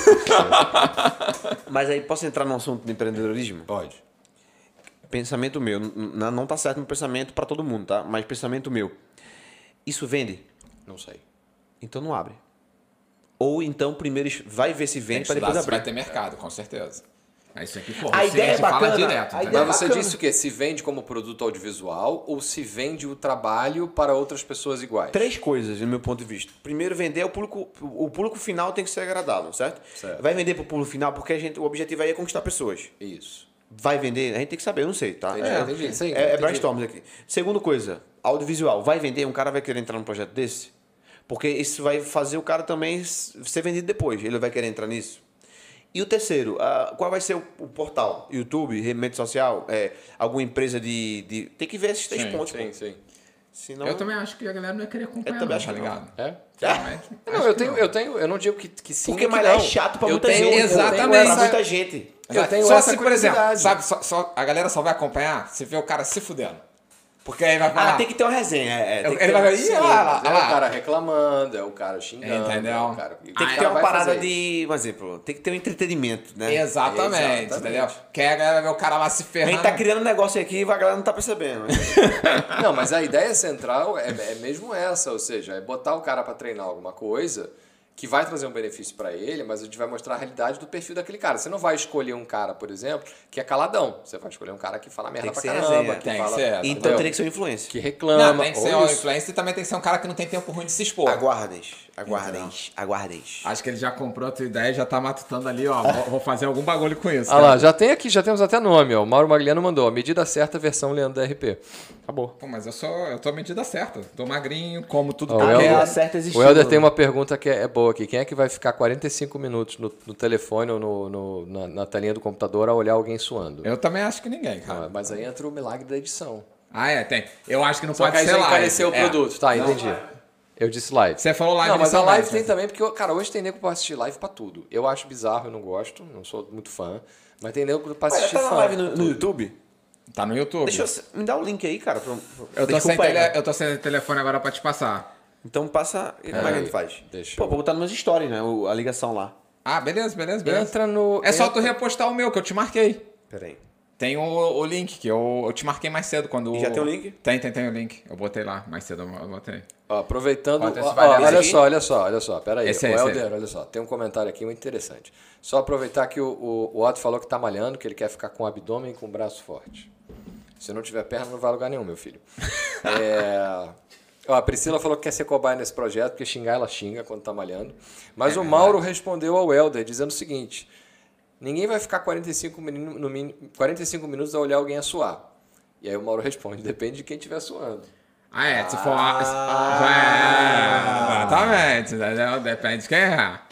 [SPEAKER 3] Mas aí, posso entrar no assunto de empreendedorismo?
[SPEAKER 2] Pode.
[SPEAKER 3] Pensamento meu, não tá certo meu pensamento para todo mundo, tá? Mas pensamento meu, isso vende?
[SPEAKER 2] Não sei.
[SPEAKER 3] Então não abre. Ou então primeiro vai ver se
[SPEAKER 1] Tem
[SPEAKER 3] vende
[SPEAKER 1] que
[SPEAKER 3] para
[SPEAKER 1] estudar
[SPEAKER 3] depois
[SPEAKER 1] se vai
[SPEAKER 3] abrir.
[SPEAKER 1] ter mercado, com certeza. É isso aqui, pô.
[SPEAKER 3] A
[SPEAKER 1] isso
[SPEAKER 3] ideia
[SPEAKER 1] a
[SPEAKER 3] é
[SPEAKER 1] gente fala
[SPEAKER 3] bacana,
[SPEAKER 1] direto.
[SPEAKER 3] a
[SPEAKER 1] Entendeu?
[SPEAKER 3] ideia
[SPEAKER 2] Mas você
[SPEAKER 3] bacana.
[SPEAKER 2] disse o quê? Se vende como produto audiovisual ou se vende o trabalho para outras pessoas iguais?
[SPEAKER 3] 3 coisas, no meu ponto de vista. Primeiro, vender o público final tem que ser agradável, certo?
[SPEAKER 2] Certo.
[SPEAKER 3] Vai vender para o público final porque o objetivo aí é conquistar pessoas.
[SPEAKER 2] Isso.
[SPEAKER 3] Vai vender? A gente tem que saber, eu não sei, tá?
[SPEAKER 2] Entendi. Sim,
[SPEAKER 3] É
[SPEAKER 2] entendi.
[SPEAKER 3] brainstorm aqui. Segunda coisa, audiovisual. Vai vender? Um cara vai querer entrar num projeto desse? Porque isso vai fazer o cara também ser vendido depois. Ele vai querer entrar nisso. E o terceiro, qual vai ser o portal? YouTube, rede social, alguma empresa de... Tem que ver esses 3 pontos.
[SPEAKER 2] Sim, sim.
[SPEAKER 3] Senão...
[SPEAKER 1] Eu também acho que a galera não ia querer acompanhar,
[SPEAKER 3] Eu também
[SPEAKER 1] não,
[SPEAKER 3] acho
[SPEAKER 1] tá
[SPEAKER 3] que não.
[SPEAKER 1] ligado?
[SPEAKER 2] É?
[SPEAKER 1] Realmente,
[SPEAKER 2] Não, eu não digo que sim.
[SPEAKER 3] Porque
[SPEAKER 2] ou que
[SPEAKER 3] malhar é
[SPEAKER 2] não.
[SPEAKER 3] chato pra
[SPEAKER 2] Eu
[SPEAKER 3] muita
[SPEAKER 2] tenho-
[SPEAKER 3] gente.
[SPEAKER 2] eu tenho
[SPEAKER 1] Exatamente.
[SPEAKER 3] Pra
[SPEAKER 2] essa-
[SPEAKER 3] muita gente.
[SPEAKER 2] Eu tenho
[SPEAKER 1] só
[SPEAKER 2] essa
[SPEAKER 1] se, por exemplo,
[SPEAKER 2] curiosidade.
[SPEAKER 1] sabe, a galera só vai acompanhar se vê o cara se fudendo. Porque aí vai falar...
[SPEAKER 3] Tem que ter uma resenha. Tem que
[SPEAKER 1] Ele
[SPEAKER 3] ter
[SPEAKER 1] vai
[SPEAKER 3] uma-
[SPEAKER 1] ver,
[SPEAKER 3] sim,
[SPEAKER 1] ih, olha lá,
[SPEAKER 2] É
[SPEAKER 1] olha lá.
[SPEAKER 2] o cara reclamando, é o cara xingando.
[SPEAKER 1] Entendeu?
[SPEAKER 2] É o cara...
[SPEAKER 3] Tem que
[SPEAKER 1] Aí
[SPEAKER 3] ter
[SPEAKER 1] ela
[SPEAKER 3] uma
[SPEAKER 2] vai
[SPEAKER 3] parada
[SPEAKER 2] fazer.
[SPEAKER 3] de... Por exemplo, tem que ter um entretenimento, né?
[SPEAKER 1] Exatamente, entendeu? Que aí a galera vai ver o cara lá se
[SPEAKER 3] A
[SPEAKER 1] ferrando.
[SPEAKER 3] gente tá criando um negócio aqui e a galera não tá percebendo.
[SPEAKER 2] Não, mas a ideia central é mesmo essa, ou seja, é botar o cara para treinar alguma coisa que vai trazer um benefício para ele, mas a gente vai mostrar a realidade do perfil daquele cara. Você não vai escolher um cara, por exemplo, que é caladão. Você vai escolher um cara que fala merda
[SPEAKER 3] Tem que
[SPEAKER 2] pra
[SPEAKER 3] ser
[SPEAKER 2] caramba,
[SPEAKER 3] resenha.
[SPEAKER 2] que
[SPEAKER 1] Tem que
[SPEAKER 2] fala,
[SPEAKER 1] ser.
[SPEAKER 3] Então
[SPEAKER 2] entendeu?
[SPEAKER 3] teria que ser um influencer.
[SPEAKER 2] Que reclama.
[SPEAKER 1] Não, tem que ser
[SPEAKER 2] ou
[SPEAKER 1] um
[SPEAKER 2] isso.
[SPEAKER 1] influencer e também tem que ser um cara que não tem tempo ruim de se expor.
[SPEAKER 3] Aguardem.
[SPEAKER 1] Acho que ele já comprou a tua ideia e já tá matutando ali, ó. Vou fazer algum bagulho com isso.
[SPEAKER 2] Ah lá, já temos até nome, ó. O Mauro Magliano mandou, a medida certa, versão Leandro da RP. Acabou.
[SPEAKER 1] Pô, mas eu tô a medida certa. Tô magrinho, como tudo
[SPEAKER 2] Ó,
[SPEAKER 1] que
[SPEAKER 2] o
[SPEAKER 1] eu
[SPEAKER 2] Helder-
[SPEAKER 1] quero.
[SPEAKER 3] certa existiu.
[SPEAKER 2] O Helder tem uma pergunta que é boa aqui. Quem é que vai ficar 45 minutos no telefone ou na telinha do computador a olhar alguém suando?
[SPEAKER 1] Eu também acho que ninguém,
[SPEAKER 2] Ah,
[SPEAKER 1] cara.
[SPEAKER 2] mas aí entra o milagre da edição.
[SPEAKER 1] Tem. Eu acho que não
[SPEAKER 2] Só
[SPEAKER 1] pode
[SPEAKER 2] que aí
[SPEAKER 1] ser
[SPEAKER 2] já
[SPEAKER 1] live.
[SPEAKER 2] encareceu o produto. Tá, entendi. Eu disse live.
[SPEAKER 1] Você falou live
[SPEAKER 2] Não, mas a
[SPEAKER 1] inicialmente,
[SPEAKER 2] live tem
[SPEAKER 1] né?
[SPEAKER 2] também, porque, cara, hoje tem nego pra assistir live pra tudo. Eu acho bizarro, eu não gosto, não sou muito fã. Mas tem nego pra assistir
[SPEAKER 3] Tá na
[SPEAKER 2] fã.
[SPEAKER 3] live no YouTube?
[SPEAKER 1] Tá no YouTube.
[SPEAKER 3] Me dá o link aí, cara.
[SPEAKER 1] Eu tô, sem
[SPEAKER 3] Desculpa aí,
[SPEAKER 1] eu tô sem telefone agora pra te passar.
[SPEAKER 3] Então passa... Como é que a gente faz?
[SPEAKER 2] deixa
[SPEAKER 3] Pô,
[SPEAKER 2] eu-
[SPEAKER 3] vou botar nos meus stories, né? A ligação lá.
[SPEAKER 1] Ah, beleza.
[SPEAKER 2] Entra no...
[SPEAKER 1] É só tu repostar o meu, que eu te marquei.
[SPEAKER 3] Pera aí.
[SPEAKER 1] Tem o link, que eu te marquei mais cedo quando...
[SPEAKER 3] E já tem o link?
[SPEAKER 1] Tem o link. Eu botei lá, mais cedo eu botei.
[SPEAKER 2] Ó, aproveitando...
[SPEAKER 1] Ó, esse
[SPEAKER 2] ó,
[SPEAKER 1] vai
[SPEAKER 2] ó,
[SPEAKER 1] desse
[SPEAKER 2] olha
[SPEAKER 1] aqui?
[SPEAKER 2] só. Pera aí.
[SPEAKER 1] Esse
[SPEAKER 2] O
[SPEAKER 1] é, esse
[SPEAKER 2] Helder, olha só. Tem um comentário aqui muito interessante. Só aproveitar que o Otto falou que tá malhando, que ele quer ficar com o abdômen e com o braço forte. Se não tiver perna, não vai a lugar nenhum, meu filho. Ó, a Priscila falou que quer ser cobaia nesse projeto, porque xingar ela xinga quando tá malhando. Mas o Mauro respondeu ao Helder, dizendo o seguinte... Ninguém vai ficar 45 minutos a olhar alguém a suar. E aí o Mauro responde, depende de quem estiver suando.
[SPEAKER 1] Se for... Exatamente. Entendeu? Depende de quem é.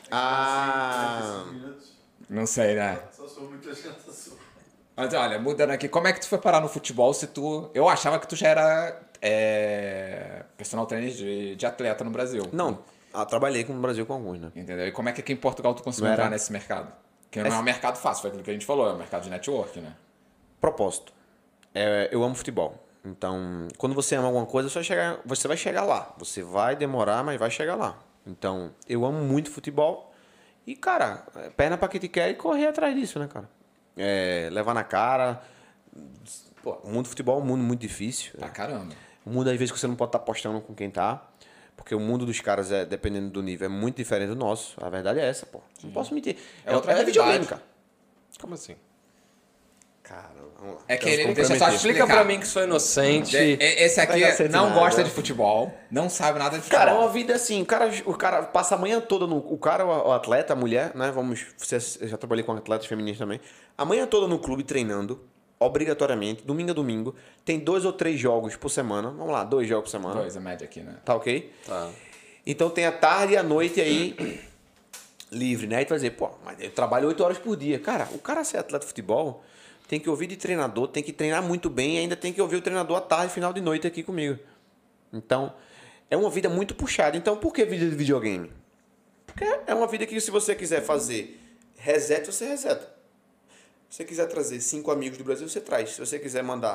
[SPEAKER 1] Não sei, né?
[SPEAKER 4] Só sou muito agitação.
[SPEAKER 1] Mas olha, mudando aqui, como é que tu foi parar no futebol se tu... Eu achava que tu já era personal trainer de atleta no Brasil.
[SPEAKER 3] Não, trabalhei no Brasil com alguns, né?
[SPEAKER 1] Entendeu? E como é que aqui em Portugal tu conseguiu
[SPEAKER 3] Não era?
[SPEAKER 1] entrar nesse mercado? Que não é um mercado fácil, foi aquilo que a gente falou, é um mercado de network, né?
[SPEAKER 3] Propósito. Eu amo futebol. Então, quando você ama alguma coisa, você vai chegar lá. Você vai demorar, mas vai chegar lá. Então, eu amo muito futebol. E, cara, perna pra quem te quer e correr atrás disso, né, cara? Levar na cara. Pô, o mundo do futebol é um mundo muito difícil.
[SPEAKER 1] Pra caramba.
[SPEAKER 3] O mundo, às vezes, que você não pode estar apostando com quem tá. Porque o mundo dos caras, dependendo do nível, é muito diferente do nosso. A verdade é essa, pô. Não posso mentir.
[SPEAKER 1] É outra
[SPEAKER 3] videogame,
[SPEAKER 1] realidade.
[SPEAKER 3] cara.
[SPEAKER 2] Como assim?
[SPEAKER 3] Cara, vamos lá.
[SPEAKER 1] É que
[SPEAKER 3] Temos
[SPEAKER 1] ele deixa só
[SPEAKER 3] comprometer.
[SPEAKER 2] Explica pra mim que sou inocente.
[SPEAKER 1] Esse aqui
[SPEAKER 3] Vai dar certo
[SPEAKER 1] não
[SPEAKER 3] nada.
[SPEAKER 1] gosta de futebol, não sabe nada de futebol.
[SPEAKER 3] Cara, é uma vida assim, o cara passa a manhã toda o cara, o atleta, a mulher, né? Eu já trabalhei com atletas femininas também. A manhã toda no clube treinando, obrigatoriamente, domingo a domingo. Tem 2 ou 3 jogos por semana. Vamos lá, 2 jogos por semana.
[SPEAKER 1] 2 a média aqui, né?
[SPEAKER 3] Tá ok?
[SPEAKER 2] Tá.
[SPEAKER 3] Então tem a tarde e a noite aí livre, né? E tu vai dizer, pô, mas eu trabalho 8 horas por dia. Cara, o cara ser atleta de futebol tem que ouvir de treinador, tem que treinar muito bem e ainda tem que ouvir o treinador à tarde, final de noite aqui comigo. Então, é uma vida muito puxada. Então, por que vida de videogame? Porque é uma vida que se você quiser fazer reset, você reseta. Se você quiser trazer 5 amigos do Brasil, você traz. Se você quiser mandar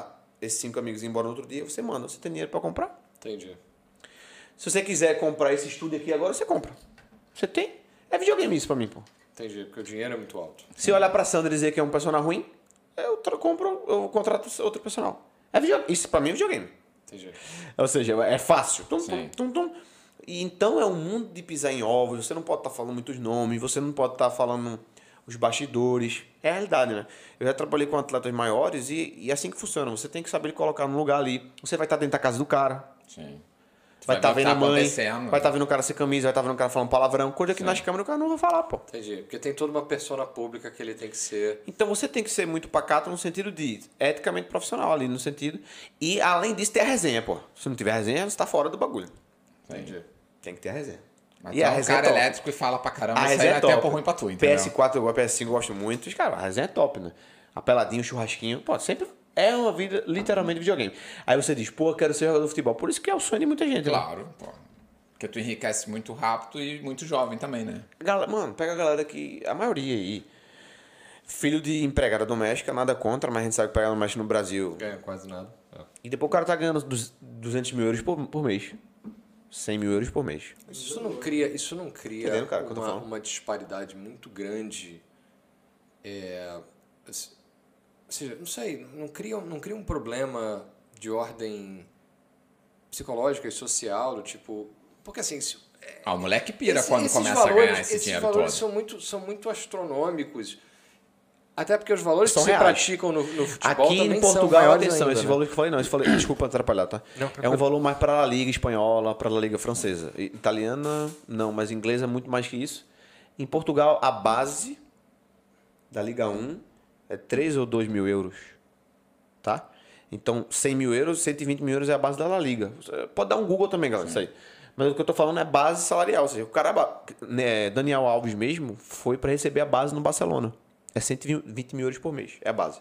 [SPEAKER 3] esses 5 amigos ir embora no outro dia, você manda. Você tem dinheiro pra comprar.
[SPEAKER 2] Entendi.
[SPEAKER 3] Se você quiser comprar esse estúdio aqui agora, você compra. Você tem. É videogame isso pra mim, pô.
[SPEAKER 2] Entendi, porque o dinheiro é muito alto.
[SPEAKER 3] Se eu olhar pra Sandra e dizer que é um personal ruim, eu contrato outro personal. É videogame. Isso pra mim é videogame.
[SPEAKER 2] Entendi.
[SPEAKER 3] Ou seja, é fácil.
[SPEAKER 1] Sim.
[SPEAKER 3] E então é um mundo de pisar em ovos. Você não pode estar falando muitos nomes, você não pode estar falando os bastidores. É a realidade, né? Eu já trabalhei com atletas maiores e é assim que funciona. Você tem que saber colocar no lugar ali. Você vai estar dentro da casa do cara.
[SPEAKER 1] Sim.
[SPEAKER 3] Vai estar vendo a mãe,
[SPEAKER 1] acontecendo.
[SPEAKER 3] vai estar vendo o cara sem camisa, vai estar vendo o cara falando palavrão, coisa que nas câmeras o cara não vai falar, pô.
[SPEAKER 2] Entendi. Porque tem toda uma persona pública que ele tem que ser.
[SPEAKER 3] Então você tem que ser muito pacato no sentido de eticamente profissional ali, no sentido. E além disso, ter a resenha, pô. Se não tiver resenha, você tá fora do bagulho.
[SPEAKER 2] Entendi.
[SPEAKER 3] Tem que ter a resenha.
[SPEAKER 1] Mas
[SPEAKER 3] E
[SPEAKER 1] tu
[SPEAKER 3] a
[SPEAKER 1] é um
[SPEAKER 3] resenha
[SPEAKER 1] cara
[SPEAKER 3] é top.
[SPEAKER 1] elétrico e fala pra caramba,
[SPEAKER 3] A
[SPEAKER 1] isso aí
[SPEAKER 3] resenha
[SPEAKER 1] é
[SPEAKER 3] é
[SPEAKER 1] até
[SPEAKER 3] top.
[SPEAKER 1] por ruim pra tu, entendeu?
[SPEAKER 3] PS4, eu PS5 eu gosto muito. Cara, a resenha é top, né? A peladinha, o churrasquinho. Pô, sempre é uma vida literalmente videogame. Aí você diz, pô, eu quero ser jogador de futebol. Por isso que é o sonho de muita gente, né?
[SPEAKER 1] Claro, pô. Porque tu enriquece muito rápido e muito jovem também, né?
[SPEAKER 3] Mano, pega a galera que... A maioria aí... Filho de empregada doméstica, nada contra, mas a gente sabe que empregada doméstica no Brasil...
[SPEAKER 2] Ganha quase nada.
[SPEAKER 3] E depois o cara tá ganhando 200 mil euros por mês. 100 mil euros por mês.
[SPEAKER 2] Isso não cria
[SPEAKER 3] Entendendo, cara, o que eu tô falando?
[SPEAKER 2] uma disparidade muito grande. Ou seja, não sei, não cria um problema de ordem psicológica e social, do tipo... Porque assim...
[SPEAKER 1] O moleque pira
[SPEAKER 2] Esses
[SPEAKER 1] quando começa
[SPEAKER 2] valores,
[SPEAKER 1] a ganhar esse
[SPEAKER 2] esses
[SPEAKER 1] dinheiro
[SPEAKER 2] valores
[SPEAKER 1] todo.
[SPEAKER 2] são muito astronômicos. Até porque os valores
[SPEAKER 3] São
[SPEAKER 2] que se
[SPEAKER 3] reais.
[SPEAKER 2] praticam no futebol
[SPEAKER 3] Aqui
[SPEAKER 2] também
[SPEAKER 3] em
[SPEAKER 2] são
[SPEAKER 3] Portugal,
[SPEAKER 2] maiores
[SPEAKER 3] atenção,
[SPEAKER 2] ainda,
[SPEAKER 3] esse
[SPEAKER 2] né?
[SPEAKER 3] valor que eu falei não, desculpa atrapalhar, tá?
[SPEAKER 2] Não,
[SPEAKER 3] É um valor mais para a Liga Espanhola, para a Liga Francesa. Italiana, não, mas inglesa é muito mais que isso. Em Portugal, a base da Liga 1 é 3 ou 2 mil euros, tá? Então, 100 mil euros, 120 mil euros é a base da La Liga. Você pode dar um Google também, galera, isso aí. Mas o que eu tô falando é base salarial, ou seja, o cara, né, Daniel Alves mesmo, foi para receber a base no Barcelona. É 120 mil euros por mês, é a base.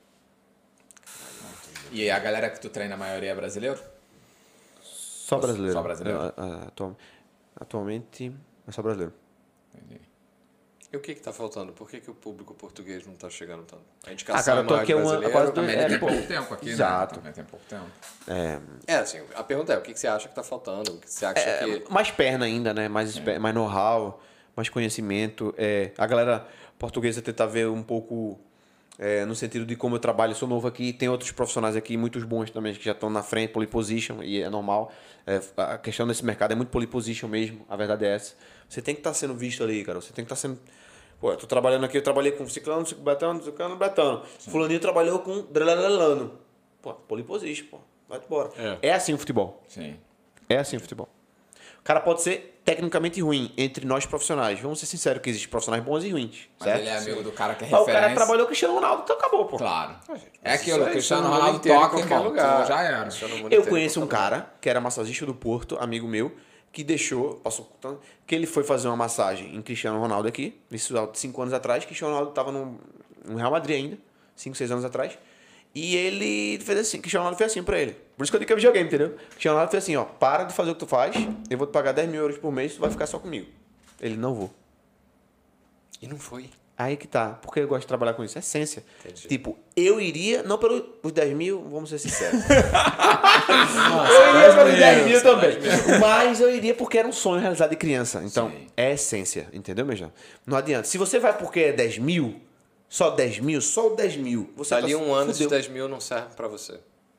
[SPEAKER 1] E a galera que tu treina, a maioria é brasileiro?
[SPEAKER 3] Só brasileiro.
[SPEAKER 1] Só brasileiro.
[SPEAKER 3] Atualmente é só brasileiro.
[SPEAKER 1] Entendi.
[SPEAKER 2] E o que está faltando? Por que o público português não está chegando tanto? A indicação
[SPEAKER 3] cara, eu tô
[SPEAKER 2] é mais
[SPEAKER 3] aqui
[SPEAKER 2] brasileiro?
[SPEAKER 3] quase
[SPEAKER 1] Também
[SPEAKER 3] É,
[SPEAKER 1] tem
[SPEAKER 3] pô.
[SPEAKER 1] pouco tempo aqui,
[SPEAKER 3] Exato.
[SPEAKER 1] né? Também tem pouco tempo.
[SPEAKER 2] Assim, a pergunta é, o que você acha que está faltando? O que você acha que...
[SPEAKER 3] Mais perna ainda, né? Mais know-how, mais conhecimento. A galera portuguesa tentar ver um pouco no sentido de como eu trabalho. Eu sou novo aqui, tem outros profissionais aqui, muitos bons também, que já estão na frente, pole position, e é normal. A questão desse mercado é muito pole position mesmo, a verdade é essa. Você tem que estar sendo visto ali, cara. Você tem que estar sendo... Pô, eu tô trabalhando aqui, eu trabalhei com ciclano, betano. Fulaninho trabalhou com drelelelano. Pô, pole position, pô. Vai embora. É assim o futebol.
[SPEAKER 1] Sim.
[SPEAKER 3] É assim o futebol. O cara pode ser tecnicamente ruim entre nós profissionais. Vamos ser sinceros que existem profissionais bons e ruins.
[SPEAKER 1] Mas
[SPEAKER 3] certo?
[SPEAKER 1] ele é amigo do cara que é
[SPEAKER 3] Mas o
[SPEAKER 1] referência.
[SPEAKER 3] cara trabalhou com o Cristiano Ronaldo, então acabou, pô.
[SPEAKER 1] Claro. É
[SPEAKER 2] Mas
[SPEAKER 1] aquilo,
[SPEAKER 2] isso
[SPEAKER 1] o Cristiano
[SPEAKER 2] no mundo
[SPEAKER 1] Ronaldo
[SPEAKER 2] inteiro, em
[SPEAKER 1] toca,
[SPEAKER 2] qualquer
[SPEAKER 1] irmão.
[SPEAKER 2] lugar.
[SPEAKER 1] Tu já era.
[SPEAKER 2] Isso no mundo
[SPEAKER 3] Eu
[SPEAKER 2] inteiro,
[SPEAKER 3] conheço
[SPEAKER 2] em
[SPEAKER 3] um
[SPEAKER 2] qualquer lugar.
[SPEAKER 3] cara que era massagista do Porto, amigo meu, que que ele foi fazer uma massagem em Cristiano Ronaldo aqui, isso há 5 anos atrás. Cristiano Ronaldo estava no Real Madrid ainda, 5, 6 anos atrás. E ele fez assim, Cristiano Ronaldo fez assim pra ele. Por isso que eu digo que é videogame, entendeu? Cristiano Ronaldo fez assim, ó, para de fazer o que tu faz, eu vou te pagar 10 mil euros por mês, tu vai ficar só comigo. Ele, não vou.
[SPEAKER 2] E não foi.
[SPEAKER 3] Aí que tá, porque eu gosto de trabalhar com isso, é essência.
[SPEAKER 2] Entendi.
[SPEAKER 3] Tipo, eu iria, não pelos 10 mil, vamos ser sinceros.
[SPEAKER 2] Nossa,
[SPEAKER 3] Eu iria pelos 10
[SPEAKER 2] 10
[SPEAKER 3] mil também. Mas eu iria porque era um sonho realizado de criança. Então,
[SPEAKER 1] Sim.
[SPEAKER 3] é essência, entendeu, meu João? Não adianta. Se você vai porque é 10 mil, só 10 mil, só o 10 mil, você
[SPEAKER 2] Dali um ano, esses
[SPEAKER 3] fudeu.
[SPEAKER 2] 10 mil não servem pra você.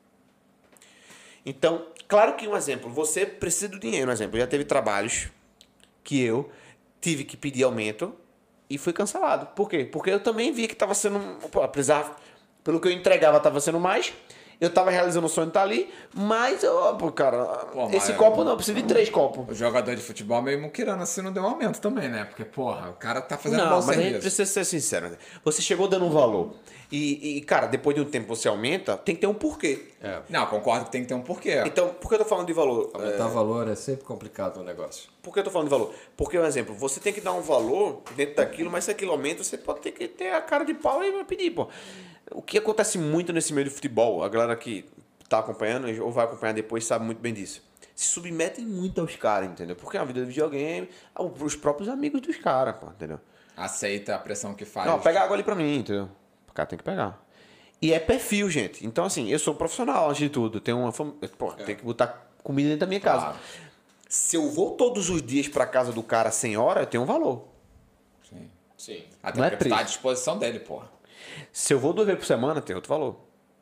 [SPEAKER 3] Então, claro que um exemplo, você precisa do dinheiro, um exemplo. Já teve trabalhos que eu tive que pedir aumento e fui cancelado. Por quê? Porque eu também vi que estava sendo, pô, apesar, pelo que eu entregava, estava sendo mais. Eu estava realizando o sonho de estar ali, mas, pô, cara,
[SPEAKER 1] Pô,
[SPEAKER 3] esse
[SPEAKER 1] mas-
[SPEAKER 3] copo não, eu preciso de 3 copos.
[SPEAKER 1] O jogador de futebol meio muquirana assim não deu aumento também, né? Porque, porra, o cara tá fazendo
[SPEAKER 3] Não,
[SPEAKER 1] bom
[SPEAKER 3] mas a gente
[SPEAKER 1] serviço.
[SPEAKER 3] precisa ser sincero, né? Você chegou dando um valor e, cara, depois de um tempo você aumenta, tem que ter um porquê.
[SPEAKER 1] Não, concordo que tem que ter um porquê.
[SPEAKER 3] Então, por que eu tô falando de valor?
[SPEAKER 2] Aumentar valor é sempre complicado no negócio.
[SPEAKER 3] Por que eu tô falando de valor? Porque, um exemplo, você tem que dar um valor dentro daquilo, mas se aquilo aumenta, você pode ter que ter a cara de pau e vai pedir, pô. O que acontece muito nesse meio de futebol, a galera que tá acompanhando ou vai acompanhar depois sabe muito bem disso. Se submetem muito aos caras, entendeu? Porque a vida de videogame, os próprios amigos dos caras, pô, entendeu?
[SPEAKER 1] Aceita a pressão que faz.
[SPEAKER 3] Não, pega água ali pra mim, entendeu? O cara tem que pegar. E é perfil, gente. Então, assim, eu sou profissional, antes de tudo. Tenho uma família. Pô, tem que botar comida dentro da minha casa.
[SPEAKER 1] Claro.
[SPEAKER 3] Se eu vou todos os dias pra casa do cara sem hora, eu tenho um valor.
[SPEAKER 1] Sim.
[SPEAKER 2] Sim.
[SPEAKER 1] Até
[SPEAKER 3] Não é
[SPEAKER 1] porque tu tá à
[SPEAKER 3] preço.
[SPEAKER 1] disposição dele, porra.
[SPEAKER 3] Se eu vou 2 vezes por semana, tem outro valor.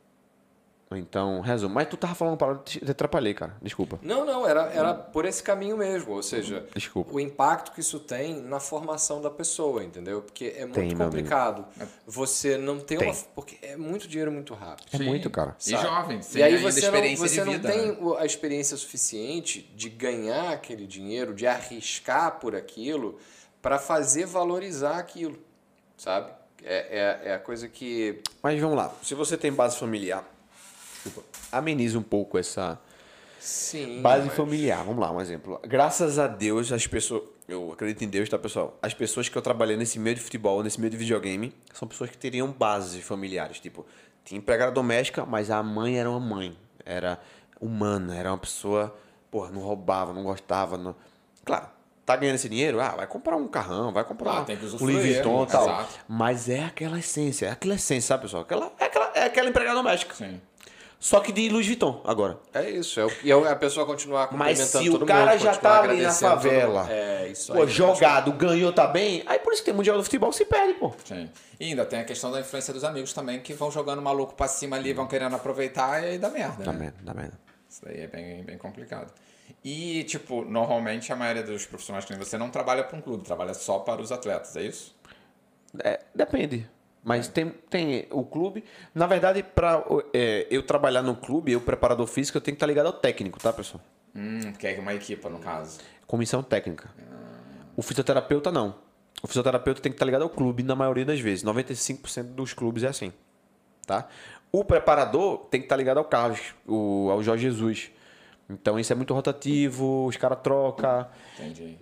[SPEAKER 3] Então, resumo. Mas tu tava falando para te atrapalhei, cara. Desculpa.
[SPEAKER 2] Não, era por esse caminho mesmo. Ou seja,
[SPEAKER 3] Desculpa.
[SPEAKER 2] o impacto que isso tem na formação da pessoa, entendeu? Porque é muito
[SPEAKER 3] Tem, meu
[SPEAKER 2] complicado. Você não tem
[SPEAKER 3] Tem.
[SPEAKER 2] uma. Porque é muito dinheiro muito rápido.
[SPEAKER 3] É muito, cara.
[SPEAKER 1] E
[SPEAKER 2] Sabe?
[SPEAKER 1] jovem,
[SPEAKER 2] E
[SPEAKER 1] sem
[SPEAKER 2] aí
[SPEAKER 1] ainda
[SPEAKER 2] você
[SPEAKER 1] experiência
[SPEAKER 2] você
[SPEAKER 1] de vida.
[SPEAKER 2] não tem
[SPEAKER 1] né?
[SPEAKER 2] a experiência suficiente de ganhar aquele dinheiro, de arriscar por aquilo, para fazer valorizar aquilo, sabe? É a coisa que...
[SPEAKER 3] Mas vamos lá. Se você tem base familiar, desculpa, ameniza um pouco essa
[SPEAKER 2] Sim.
[SPEAKER 3] base
[SPEAKER 2] mas-
[SPEAKER 3] familiar. Vamos lá, um exemplo. Graças a Deus, as pessoas... Eu acredito em Deus, tá, pessoal? As pessoas que eu trabalhei nesse meio de futebol, nesse meio de videogame, são pessoas que teriam bases familiares. Tipo, tinha empregada doméstica, mas a mãe era uma mãe. Era humana, era uma pessoa... Porra, não roubava, não gostava. Não... Claro, tá ganhando esse dinheiro? Ah, vai comprar um carrão, vai comprar
[SPEAKER 1] Tem que
[SPEAKER 3] um
[SPEAKER 1] usufruir,
[SPEAKER 3] Louis Vuitton e tal.
[SPEAKER 1] exato.
[SPEAKER 3] Mas é aquela essência, sabe, pessoal? É aquela empregada doméstica.
[SPEAKER 1] Sim.
[SPEAKER 3] Só que de Louis Vuitton, agora.
[SPEAKER 2] É isso. E a pessoa continuar
[SPEAKER 3] Mas
[SPEAKER 2] cumprimentando
[SPEAKER 3] se
[SPEAKER 2] todo
[SPEAKER 3] o cara
[SPEAKER 2] mundo,
[SPEAKER 3] já
[SPEAKER 2] continuar
[SPEAKER 3] tá ali na
[SPEAKER 2] agradecendo todo
[SPEAKER 3] favela,
[SPEAKER 2] mundo. É, isso
[SPEAKER 3] pô,
[SPEAKER 2] aí.
[SPEAKER 3] jogado, ganhou, tá bem, aí por isso que tem Mundial do Futebol que se perde, pô.
[SPEAKER 1] Sim. E ainda tem a questão da influência dos amigos também, que vão jogando maluco pra cima ali, vão querendo aproveitar e aí dá merda, né?
[SPEAKER 3] Dá merda.
[SPEAKER 1] Isso daí é bem complicado. E, tipo, normalmente a maioria dos profissionais que nem você não trabalha para um clube, trabalha só para os atletas, é isso?
[SPEAKER 3] É, depende. Mas tem o clube. Na verdade, pra eu trabalhar no clube, eu, preparador físico, eu tenho que estar ligado ao técnico, tá, pessoal?
[SPEAKER 1] Que é uma equipa, no caso.
[SPEAKER 3] Comissão técnica. O fisioterapeuta, não. O fisioterapeuta tem que estar ligado ao clube na maioria das vezes. 95% dos clubes é assim. Tá? O preparador tem que estar ligado ao Carlos, ao Jorge Jesus. Então isso é muito rotativo, os caras trocam.
[SPEAKER 1] Entendi.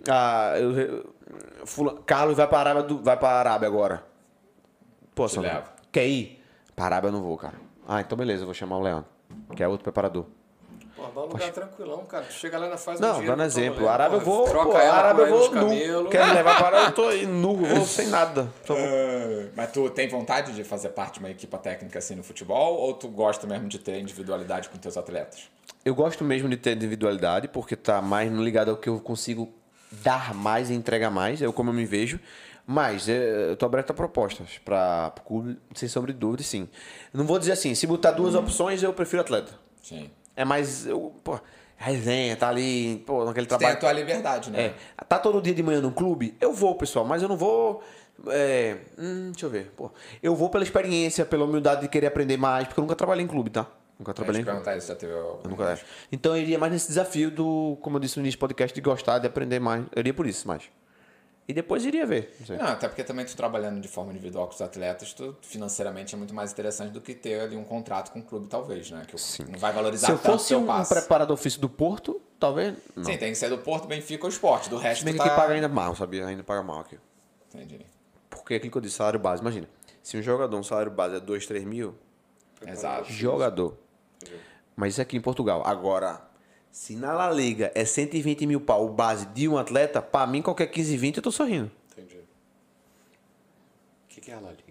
[SPEAKER 3] Carlos vai para a Arábia agora. Pô,
[SPEAKER 1] Te
[SPEAKER 3] Sandro,
[SPEAKER 1] levo.
[SPEAKER 3] quer ir? Para a Arábia eu não vou, cara. Ah, então beleza, eu vou chamar o Leandro, que é outro preparador.
[SPEAKER 2] Pô, dá um lugar tranquilão, cara. Tu chega lá na fase
[SPEAKER 3] Não, dando exemplo. A Arábia eu vou.
[SPEAKER 2] Troca
[SPEAKER 3] A
[SPEAKER 2] ela
[SPEAKER 3] Arábia
[SPEAKER 2] por
[SPEAKER 3] eu
[SPEAKER 2] aí
[SPEAKER 3] vou
[SPEAKER 2] nos
[SPEAKER 3] nu.
[SPEAKER 2] camelos.
[SPEAKER 3] Quer me levar para a Arábia? Eu tô aí nu, eu vou sem nada. Só vou.
[SPEAKER 1] Mas tu tem vontade de fazer parte de uma equipa técnica assim no futebol ou tu gosta mesmo de ter individualidade com teus atletas?
[SPEAKER 3] Eu gosto mesmo de ter individualidade, porque tá mais ligado ao que eu consigo dar mais e entregar mais, é como eu me vejo. Mas eu tô aberto a propostas para o clube, sem sombra de dúvida, sim. Eu não vou dizer assim, se botar 2 opções, eu prefiro atleta.
[SPEAKER 1] Sim.
[SPEAKER 3] É mais, pô, resenha, tá ali, pô, naquele
[SPEAKER 1] Tem
[SPEAKER 3] trabalho.
[SPEAKER 1] a tua liberdade, né?
[SPEAKER 3] Tá todo dia de manhã no clube? Eu vou, pessoal, mas eu não vou. Deixa eu ver. Pô, eu vou pela experiência, pela humildade de querer aprender mais, porque eu nunca trabalhei em clube, tá? Nunca trabalhei em clube.
[SPEAKER 1] perguntar isso, já teve algum...
[SPEAKER 3] Nunca. Então eu iria mais nesse desafio do, como eu disse no início do podcast, de gostar, de aprender mais. Eu iria por isso mais. E depois iria ver. Não sei.
[SPEAKER 1] Não, até porque também tu trabalhando de forma individual com os atletas, tu financeiramente é muito mais interessante do que ter ali um contrato com o clube, talvez, né? Que não vai valorizar
[SPEAKER 3] Se eu
[SPEAKER 1] tanto o
[SPEAKER 3] fosse
[SPEAKER 1] teu
[SPEAKER 3] um
[SPEAKER 1] passe.
[SPEAKER 3] preparador físico do Porto, talvez. Não.
[SPEAKER 1] Sim, tem que ser do Porto, Benfica ou Sport. Do resto
[SPEAKER 3] Se bem
[SPEAKER 1] tu
[SPEAKER 3] que
[SPEAKER 1] tá...
[SPEAKER 3] aqui paga ainda mal, sabia? Ainda paga mal aqui.
[SPEAKER 1] Entendi.
[SPEAKER 3] Porque aquilo que eu disse, salário base. Imagina, se um jogador, um salário base é 2, 3 mil,
[SPEAKER 1] Exato.
[SPEAKER 3] jogador. Mas isso aqui em Portugal. Agora, se na La Liga é 120 mil pau o base de um atleta, pra mim qualquer 15, 20 eu tô sorrindo.
[SPEAKER 2] Entendi. O que é a La Liga?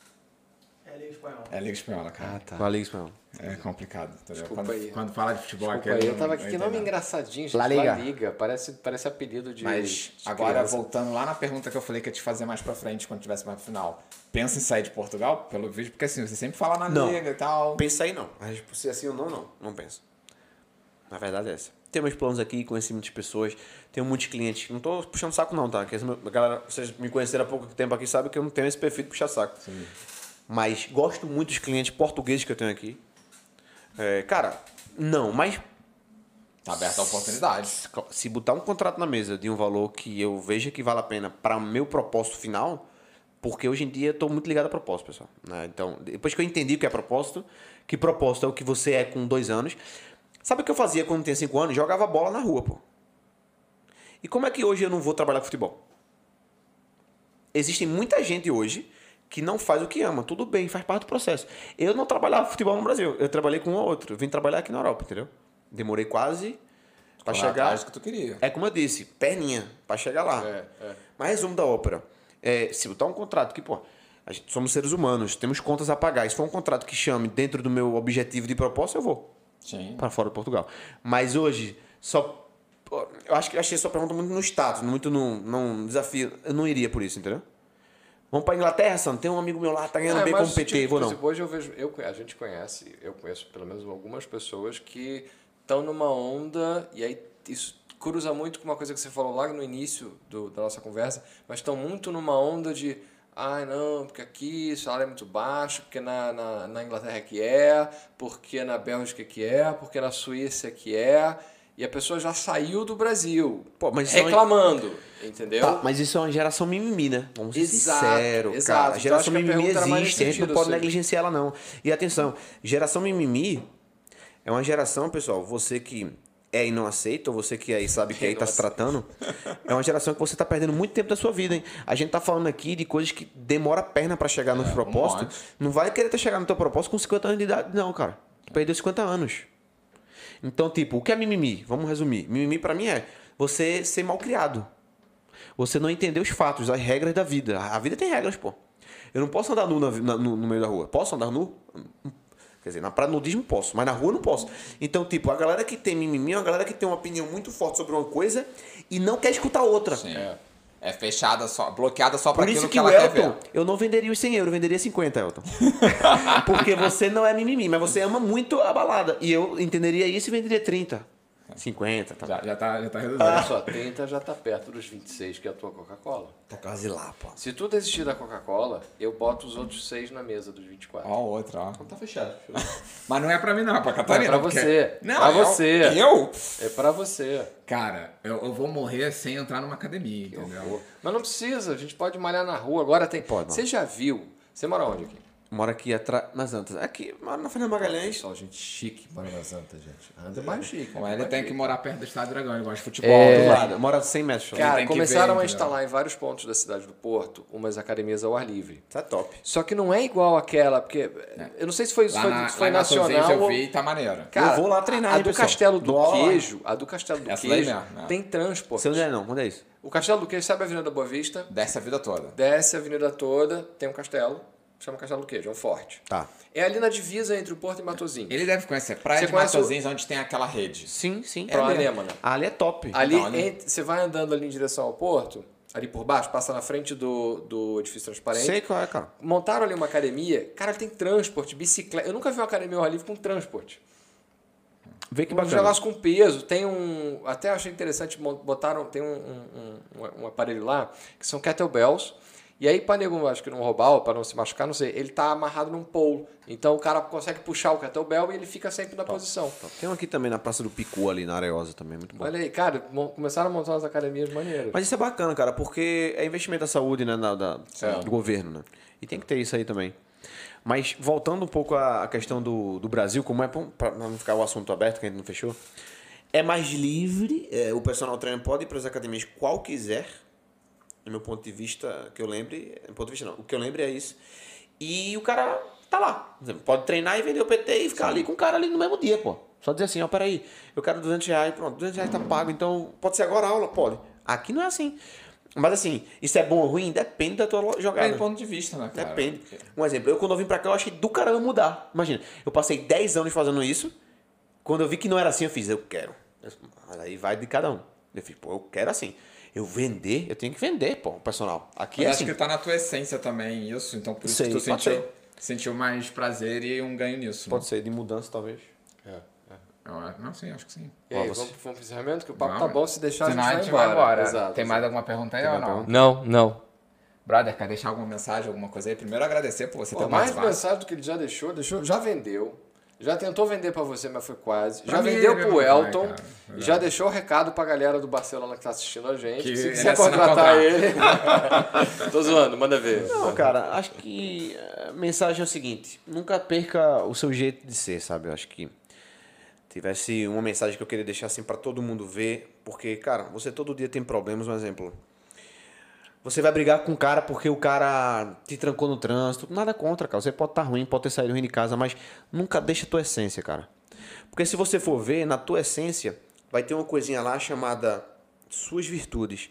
[SPEAKER 4] É Liga Espanhola.
[SPEAKER 1] É Liga Espanhola, cara.
[SPEAKER 2] tá.
[SPEAKER 3] La Liga Espanhola.
[SPEAKER 1] É complicado, entendeu?
[SPEAKER 2] Desculpa
[SPEAKER 1] Quando,
[SPEAKER 2] aí.
[SPEAKER 1] quando fala de futebol
[SPEAKER 2] Desculpa
[SPEAKER 1] aqui...
[SPEAKER 2] aí, eu tava aqui, que
[SPEAKER 1] não
[SPEAKER 2] nome
[SPEAKER 1] entendo.
[SPEAKER 2] engraçadinho, gente.
[SPEAKER 3] La Liga.
[SPEAKER 2] Parece apelido de...
[SPEAKER 1] Mas
[SPEAKER 2] de
[SPEAKER 1] agora,
[SPEAKER 2] criança.
[SPEAKER 1] voltando lá na pergunta que eu falei que ia te fazer mais pra frente, quando tivesse mais pro final. Pensa em sair de Portugal, pelo vídeo? Porque assim, você sempre fala na
[SPEAKER 3] Não.
[SPEAKER 1] Liga e tal.
[SPEAKER 3] Pensa aí não. Mas por ser assim ou não. Não penso. Na verdade é essa. Tenho meus planos aqui, conheci muitas pessoas, tenho muitos clientes. Não tô puxando saco não, tá? Porque a galera, vocês me conheceram há pouco tempo aqui, sabem que eu não tenho esse perfil de puxar saco.
[SPEAKER 1] Sim.
[SPEAKER 3] Mas gosto muito dos clientes portugueses que eu tenho aqui. Cara, não, mas
[SPEAKER 1] Tá aberta a oportunidade.
[SPEAKER 3] se botar um contrato na mesa de um valor que eu veja que vale a pena para o meu propósito final, porque hoje em dia eu estou muito ligado a propósito, pessoal. Né? Então, depois que eu entendi o que é propósito, que propósito é o que você é com 2 anos. Sabe o que eu fazia quando tinha 5 anos? Jogava bola na rua, pô. E como é que hoje eu não vou trabalhar com futebol? Existe muita gente hoje que não faz o que ama. Tudo bem, faz parte do processo. Eu não trabalhava futebol no Brasil. Eu trabalhei com um ou outro. Eu vim trabalhar aqui na Europa, entendeu? Demorei quase para
[SPEAKER 1] Correr
[SPEAKER 3] chegar.
[SPEAKER 1] atrás do que tu queria.
[SPEAKER 3] É como eu disse, perninha, para chegar lá. Mas resumo da ópera. Se botar um contrato que, pô, Somos seres humanos, temos contas a pagar. Se for um contrato que chame dentro do meu objetivo de propósito, eu vou
[SPEAKER 1] Sim.
[SPEAKER 3] para fora de Portugal. Mas hoje, eu acho que eu achei sua pergunta muito no status, muito num desafio. Eu não iria por isso, entendeu? Vamos para Inglaterra, Sandro? Tem um amigo meu lá, tá ganhando bem como PT, vou não.
[SPEAKER 2] Hoje a gente conhece, eu conheço pelo menos algumas pessoas que estão numa onda, e aí isso cruza muito com uma coisa que você falou lá no início da nossa conversa, mas estão muito numa onda de não, porque aqui o salário é muito baixo, porque na Inglaterra que é, porque na Bélgica que é, porque na Suíça que é, e a pessoa já saiu do Brasil reclamando, entendeu?
[SPEAKER 3] Tá, mas isso é uma geração mimimi, né? Vamos ser sinceros,
[SPEAKER 2] exato.
[SPEAKER 3] cara. A geração
[SPEAKER 2] então,
[SPEAKER 3] mimimi
[SPEAKER 2] a
[SPEAKER 3] existe, a gente não pode negligenciar ela, não. E atenção, geração mimimi é uma geração, pessoal, você que é e não aceita, ou você que aí sabe que aí tá se tratando, é uma geração que você tá perdendo muito tempo da sua vida, hein? A gente tá falando aqui de coisas que demora a perna pra chegar nos propósitos. Não vai querer ter chegado no teu propósito com 50 anos de idade, não, cara. Perdeu 50 anos. Então, tipo, o que é mimimi? Vamos resumir. Mimimi pra mim é você ser mal criado. Você não entender os fatos, as regras da vida. A vida tem regras, pô. Eu não posso andar nu no meio da rua. Posso andar nu? Quer dizer, na praia nudismo posso, mas na rua não posso. Então, tipo, a galera que tem mimimi é uma galera que tem uma opinião muito forte sobre uma coisa e não quer escutar outra.
[SPEAKER 1] Sim. É fechada só, bloqueada só pra
[SPEAKER 3] Por
[SPEAKER 1] aquilo
[SPEAKER 3] isso
[SPEAKER 1] que
[SPEAKER 3] que o
[SPEAKER 1] ela quer ver.
[SPEAKER 3] Elton, eu não venderia os 100 euros, eu venderia 50, Elton. Porque você não é mimimi, mas você ama muito a balada. E eu entenderia isso e venderia 30. 50, tá?
[SPEAKER 1] Já tá reduzido.
[SPEAKER 2] Olha só, 30 já tá perto dos 26, que é a tua Coca-Cola.
[SPEAKER 3] Tá quase lá, pô.
[SPEAKER 2] Se tu desistir da Coca-Cola, eu boto os outros 6 na mesa dos 24.
[SPEAKER 1] Ó, outra, ó.
[SPEAKER 3] Tá fechado.
[SPEAKER 1] Mas não é pra mim, não, é pra Catarina.
[SPEAKER 2] Não, é pra
[SPEAKER 1] porque-
[SPEAKER 2] você.
[SPEAKER 1] Não,
[SPEAKER 2] Pra
[SPEAKER 1] é
[SPEAKER 2] você.
[SPEAKER 1] Eu?
[SPEAKER 2] É pra você.
[SPEAKER 1] Cara, eu vou morrer sem entrar numa academia, entendeu?
[SPEAKER 2] Mas não precisa, a gente pode malhar na rua. Agora tem.
[SPEAKER 3] Pode,
[SPEAKER 2] Você já viu? Você mora onde aqui?
[SPEAKER 3] Mora aqui atrás, nas Antas. Aqui, mora na Fernanda Magalhães.
[SPEAKER 2] Só gente chique mora nas Antas, gente. Anda mais chique.
[SPEAKER 1] Bom, ele tem que morar perto do Estádio Dragão, ele gosta de futebol.
[SPEAKER 3] Do lado. Mora a 100 metros. Só.
[SPEAKER 2] Cara,
[SPEAKER 1] tem que
[SPEAKER 2] começaram
[SPEAKER 1] ver,
[SPEAKER 2] a
[SPEAKER 1] entendeu?
[SPEAKER 2] instalar em vários pontos da cidade do Porto umas academias ao ar livre.
[SPEAKER 3] Tá top.
[SPEAKER 2] Só que não é igual aquela, porque eu não sei se foi,
[SPEAKER 1] Lá
[SPEAKER 2] foi
[SPEAKER 1] na
[SPEAKER 2] nacional
[SPEAKER 1] Matosinhos eu
[SPEAKER 2] ou...
[SPEAKER 1] vi e tá maneiro.
[SPEAKER 2] Cara,
[SPEAKER 3] Eu vou lá treinar,
[SPEAKER 2] a
[SPEAKER 3] hein,
[SPEAKER 2] do
[SPEAKER 3] pessoal?
[SPEAKER 2] Castelo do
[SPEAKER 3] Dou aula lá.
[SPEAKER 2] Queijo, a do Castelo do
[SPEAKER 1] Essa daí
[SPEAKER 2] Queijo
[SPEAKER 1] mesmo, né?
[SPEAKER 2] tem transporte.
[SPEAKER 3] Você não é não? Onde é isso?
[SPEAKER 2] O Castelo do Queijo, sabe a Avenida Boa Vista?
[SPEAKER 1] Desce a vida toda.
[SPEAKER 2] Desce a avenida toda, tem um castelo, chama Castelo do Queijo, é um forte.
[SPEAKER 3] Tá.
[SPEAKER 2] É ali na divisa entre o Porto e Matosinhos.
[SPEAKER 1] Ele deve conhecer Praia
[SPEAKER 2] Você
[SPEAKER 1] de
[SPEAKER 2] conhece
[SPEAKER 1] Matosinhos, onde tem aquela rede.
[SPEAKER 3] Sim, sim.
[SPEAKER 2] Pra
[SPEAKER 3] mesmo.
[SPEAKER 2] Anêmona.
[SPEAKER 3] Ali é top.
[SPEAKER 2] Ali,
[SPEAKER 1] Então, ali-
[SPEAKER 2] você vai andando ali em direção ao Porto, ali por baixo, passa na frente do edifício transparente.
[SPEAKER 3] Sei qual é, cara.
[SPEAKER 2] Montaram ali uma academia, cara, tem transporte, bicicleta. Eu nunca vi uma academia ao ar livre com transporte.
[SPEAKER 3] Vê que
[SPEAKER 2] Um
[SPEAKER 3] bacana.
[SPEAKER 2] negócio com peso, tem um... Até achei interessante, botaram... Tem um aparelho lá, que são kettlebells. E aí, para nego, acho que não roubar ou para não se machucar, não sei, ele tá amarrado num pole. Então o cara consegue puxar o kettlebell e ele fica sempre na posição.
[SPEAKER 3] Tem um aqui também na Praça do Picu, ali na Areosa também, muito bom.
[SPEAKER 2] Olha aí, cara, começaram a montar umas academias maneiras.
[SPEAKER 3] Mas isso é bacana, cara, porque é investimento da saúde, né,
[SPEAKER 2] É.
[SPEAKER 3] do governo, né? E tem que ter isso aí também. Mas voltando um pouco à questão do Brasil, como é para não ficar o assunto aberto, que a gente não fechou, é mais livre, o personal trainer pode ir para as academias qual quiser, no meu ponto de vista, que eu lembre, ponto de vista não, o que eu lembro é isso. E o cara tá lá, por exemplo, pode treinar e vender o PT e ficar ali com o cara ali no mesmo dia, pô. Só dizer assim, ó, peraí, eu quero R$200, pronto, R$200 tá pago, então pode ser agora a aula? Pode. Aqui não é assim. Mas assim, isso é bom ou ruim? Depende da tua jogada.
[SPEAKER 1] Depende do ponto de vista, né, cara?
[SPEAKER 3] Depende. Um exemplo, eu quando eu vim pra cá, eu achei do caramba mudar. Imagina, eu passei 10 anos fazendo isso, quando eu vi que não era assim, eu fiz, eu quero. Mas aí vai de cada um. Eu fiz, pô, eu quero assim. Eu vender, eu tenho que vender, pô, o personal. Aqui
[SPEAKER 1] Eu
[SPEAKER 3] é
[SPEAKER 1] acho
[SPEAKER 3] assim.
[SPEAKER 1] que tá na tua essência também isso, então por isso
[SPEAKER 3] Sei,
[SPEAKER 1] que tu
[SPEAKER 3] pode
[SPEAKER 1] sentiu mais prazer e um ganho nisso.
[SPEAKER 3] Pode ser de mudança, talvez.
[SPEAKER 1] Não, sim, acho que sim.
[SPEAKER 2] E aí,
[SPEAKER 3] Ó,
[SPEAKER 2] vamos pro encerramento, que o papo
[SPEAKER 1] Vamos.
[SPEAKER 2] tá bom, se deixar
[SPEAKER 1] Senão
[SPEAKER 2] a gente vai embora. Exato,
[SPEAKER 1] Tem mais
[SPEAKER 2] exato.
[SPEAKER 1] alguma pergunta aí ou não?
[SPEAKER 2] Não.
[SPEAKER 1] Brother, quer deixar alguma mensagem, alguma coisa aí? Primeiro agradecer por você ter
[SPEAKER 2] Pô, mais
[SPEAKER 1] participado.
[SPEAKER 2] mensagem do que ele já deixou, já vendeu. Já tentou vender pra você, mas foi quase.
[SPEAKER 1] Pra
[SPEAKER 2] Já
[SPEAKER 1] mim,
[SPEAKER 2] vendeu
[SPEAKER 1] ele
[SPEAKER 2] pro
[SPEAKER 1] não vai,
[SPEAKER 2] Elton.
[SPEAKER 1] cara.
[SPEAKER 2] E já deixou o recado pra galera do Barcelona que tá assistindo a gente.
[SPEAKER 1] Que
[SPEAKER 2] Se
[SPEAKER 1] ele
[SPEAKER 2] quiser
[SPEAKER 1] assina
[SPEAKER 2] contratar
[SPEAKER 1] contrato.
[SPEAKER 2] ele. Tô zoando, manda ver.
[SPEAKER 3] Não, cara, acho que a mensagem é o seguinte: nunca perca o seu jeito de ser, sabe? Eu acho que tivesse uma mensagem que eu queria deixar assim pra todo mundo ver, porque, cara, você todo dia tem problemas, um exemplo. Você vai brigar com o cara porque o cara te trancou no trânsito, nada contra, cara. Você pode estar ruim, pode ter saído ruim de casa, mas nunca deixa a tua essência, cara. Porque se você for ver, na tua essência, vai ter uma coisinha lá chamada suas virtudes.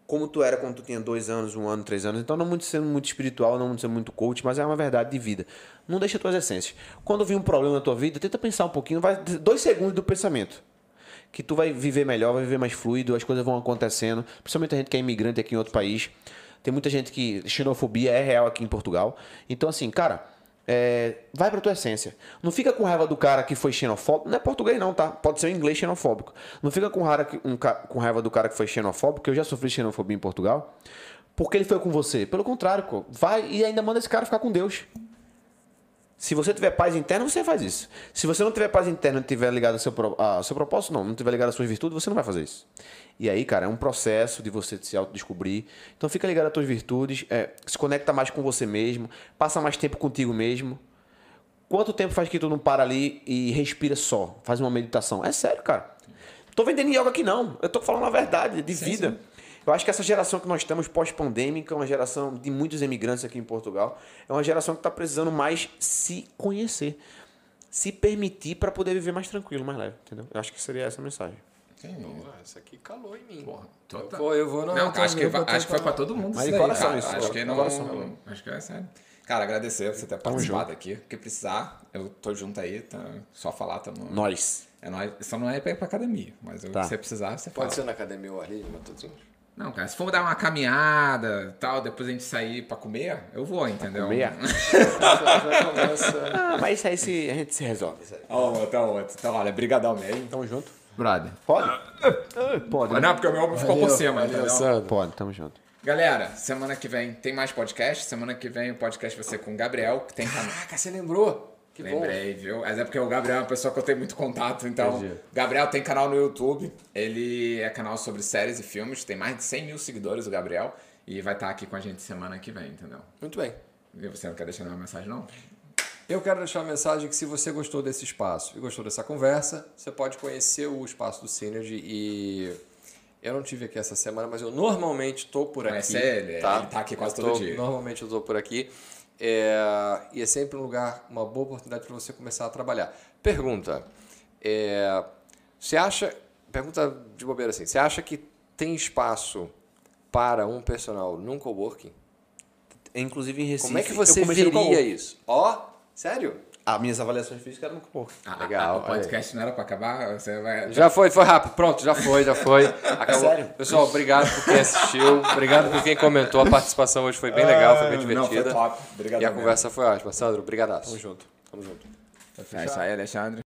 [SPEAKER 3] como tu era quando tu tinha 2 anos, 1 ano, 3 anos. Então, não muito sendo muito espiritual, não muito sendo muito coach, mas é uma verdade de vida. Não deixa tuas essências. Quando vir um problema na tua vida, tenta pensar um pouquinho, vai 2 segundos do pensamento. Que tu vai viver melhor, vai viver mais fluido, as coisas vão acontecendo. Principalmente a gente que é imigrante aqui em outro país. Tem muita gente que xenofobia é real aqui em Portugal. Então, assim, cara, vai pra tua essência. Não fica com raiva do cara que foi xenofóbico. Não é português não, tá? Pode ser um inglês xenofóbico. Não fica com raiva do cara que foi xenofóbico, que eu já sofri xenofobia em Portugal. Porque ele foi com você. Pelo contrário, pô. Vai e ainda manda esse cara ficar com Deus. Se você tiver paz interna, você faz isso. Se você não tiver paz interna e não tiver ligado ao seu propósito, não tiver ligado às suas virtudes, você não vai fazer isso. E aí, cara, é um processo de você se autodescobrir. Então fica ligado às tuas virtudes, se conecta mais com você mesmo, passa mais tempo contigo mesmo. Quanto tempo faz que tu não para ali e respira só? Faz uma meditação. É sério, cara. Não tô vendendo yoga aqui, não. Eu tô falando a verdade, de vida. Sim. Eu acho que essa geração que nós estamos pós-pandêmica, uma geração de muitos imigrantes aqui em Portugal, é uma geração que está precisando mais se conhecer, se permitir para poder viver mais tranquilo, mais leve, entendeu? Eu acho que seria essa a mensagem.
[SPEAKER 2] Sim, isso aqui calou em mim.
[SPEAKER 1] Porra,
[SPEAKER 2] eu vou
[SPEAKER 1] não, acho que foi para todo mundo.
[SPEAKER 3] Mas de coração
[SPEAKER 1] cara.
[SPEAKER 3] isso.
[SPEAKER 1] Acho que não. Acho que é sério. Cara, agradecer por você ter participado aqui. O que precisar, eu tô junto aí, tá, só falar, tamo.
[SPEAKER 3] Nós.
[SPEAKER 1] É nóis. Só não é pra ir pra academia, mas se você precisar, você fala.
[SPEAKER 2] Pode ser na academia ou ali, Matosinho?
[SPEAKER 1] Não, cara, se for dar uma caminhada e tal, depois a gente sair pra comer, eu vou, entendeu?
[SPEAKER 3] Comer? Mas isso aí a gente se resolve.
[SPEAKER 1] Tá outro. Então, olha, brigadão mesmo.
[SPEAKER 3] Tamo junto.
[SPEAKER 1] Brother.
[SPEAKER 3] Pode? Pode.
[SPEAKER 1] Não, porque o meu ombro ficou por cima, entendeu?
[SPEAKER 3] Pode, tamo junto.
[SPEAKER 1] Galera, semana que vem tem mais podcast. Semana que vem o podcast vai ser com o Gabriel, que tem canal.
[SPEAKER 2] Caraca, você lembrou? Que
[SPEAKER 1] Lembrei, viu? Mas é porque o Gabriel é uma pessoa que eu tenho muito contato, então... Entendi. Gabriel tem canal no YouTube, ele é canal sobre séries e filmes, tem mais de 100 mil seguidores o Gabriel, e vai estar aqui com a gente semana que vem, entendeu?
[SPEAKER 2] Muito bem.
[SPEAKER 1] E você não quer deixar nenhuma mensagem, não?
[SPEAKER 2] Eu quero deixar uma mensagem que se você gostou desse espaço e gostou dessa conversa, você pode conhecer o espaço do Synergy e... Eu não tive aqui essa semana, mas eu normalmente estou por aqui.
[SPEAKER 1] Conhece ele?
[SPEAKER 2] Tá?
[SPEAKER 1] Ele tá aqui quase todo dia.
[SPEAKER 2] Normalmente eu estou por aqui. E é sempre um lugar, uma boa oportunidade para você começar a trabalhar. Pergunta. Você acha... Pergunta de bobeira assim. Você acha que tem espaço para um personal num coworking?
[SPEAKER 3] Inclusive em Recife.
[SPEAKER 2] Como é que você veria isso? Sério?
[SPEAKER 3] As minhas avaliações físicas eram no coworking.
[SPEAKER 2] Legal.
[SPEAKER 1] O podcast não era para acabar? Você vai...
[SPEAKER 2] Já foi rápido. Pronto, já foi. Acabou.
[SPEAKER 3] Sério?
[SPEAKER 2] Pessoal, obrigado por quem assistiu. Obrigado por quem comentou. A participação hoje foi bem legal, foi bem divertida.
[SPEAKER 1] Não, foi top. Obrigado.
[SPEAKER 2] E a conversa foi ótima. Sandro, obrigadaço.
[SPEAKER 3] Tamo junto.
[SPEAKER 1] É isso aí, Alexandre.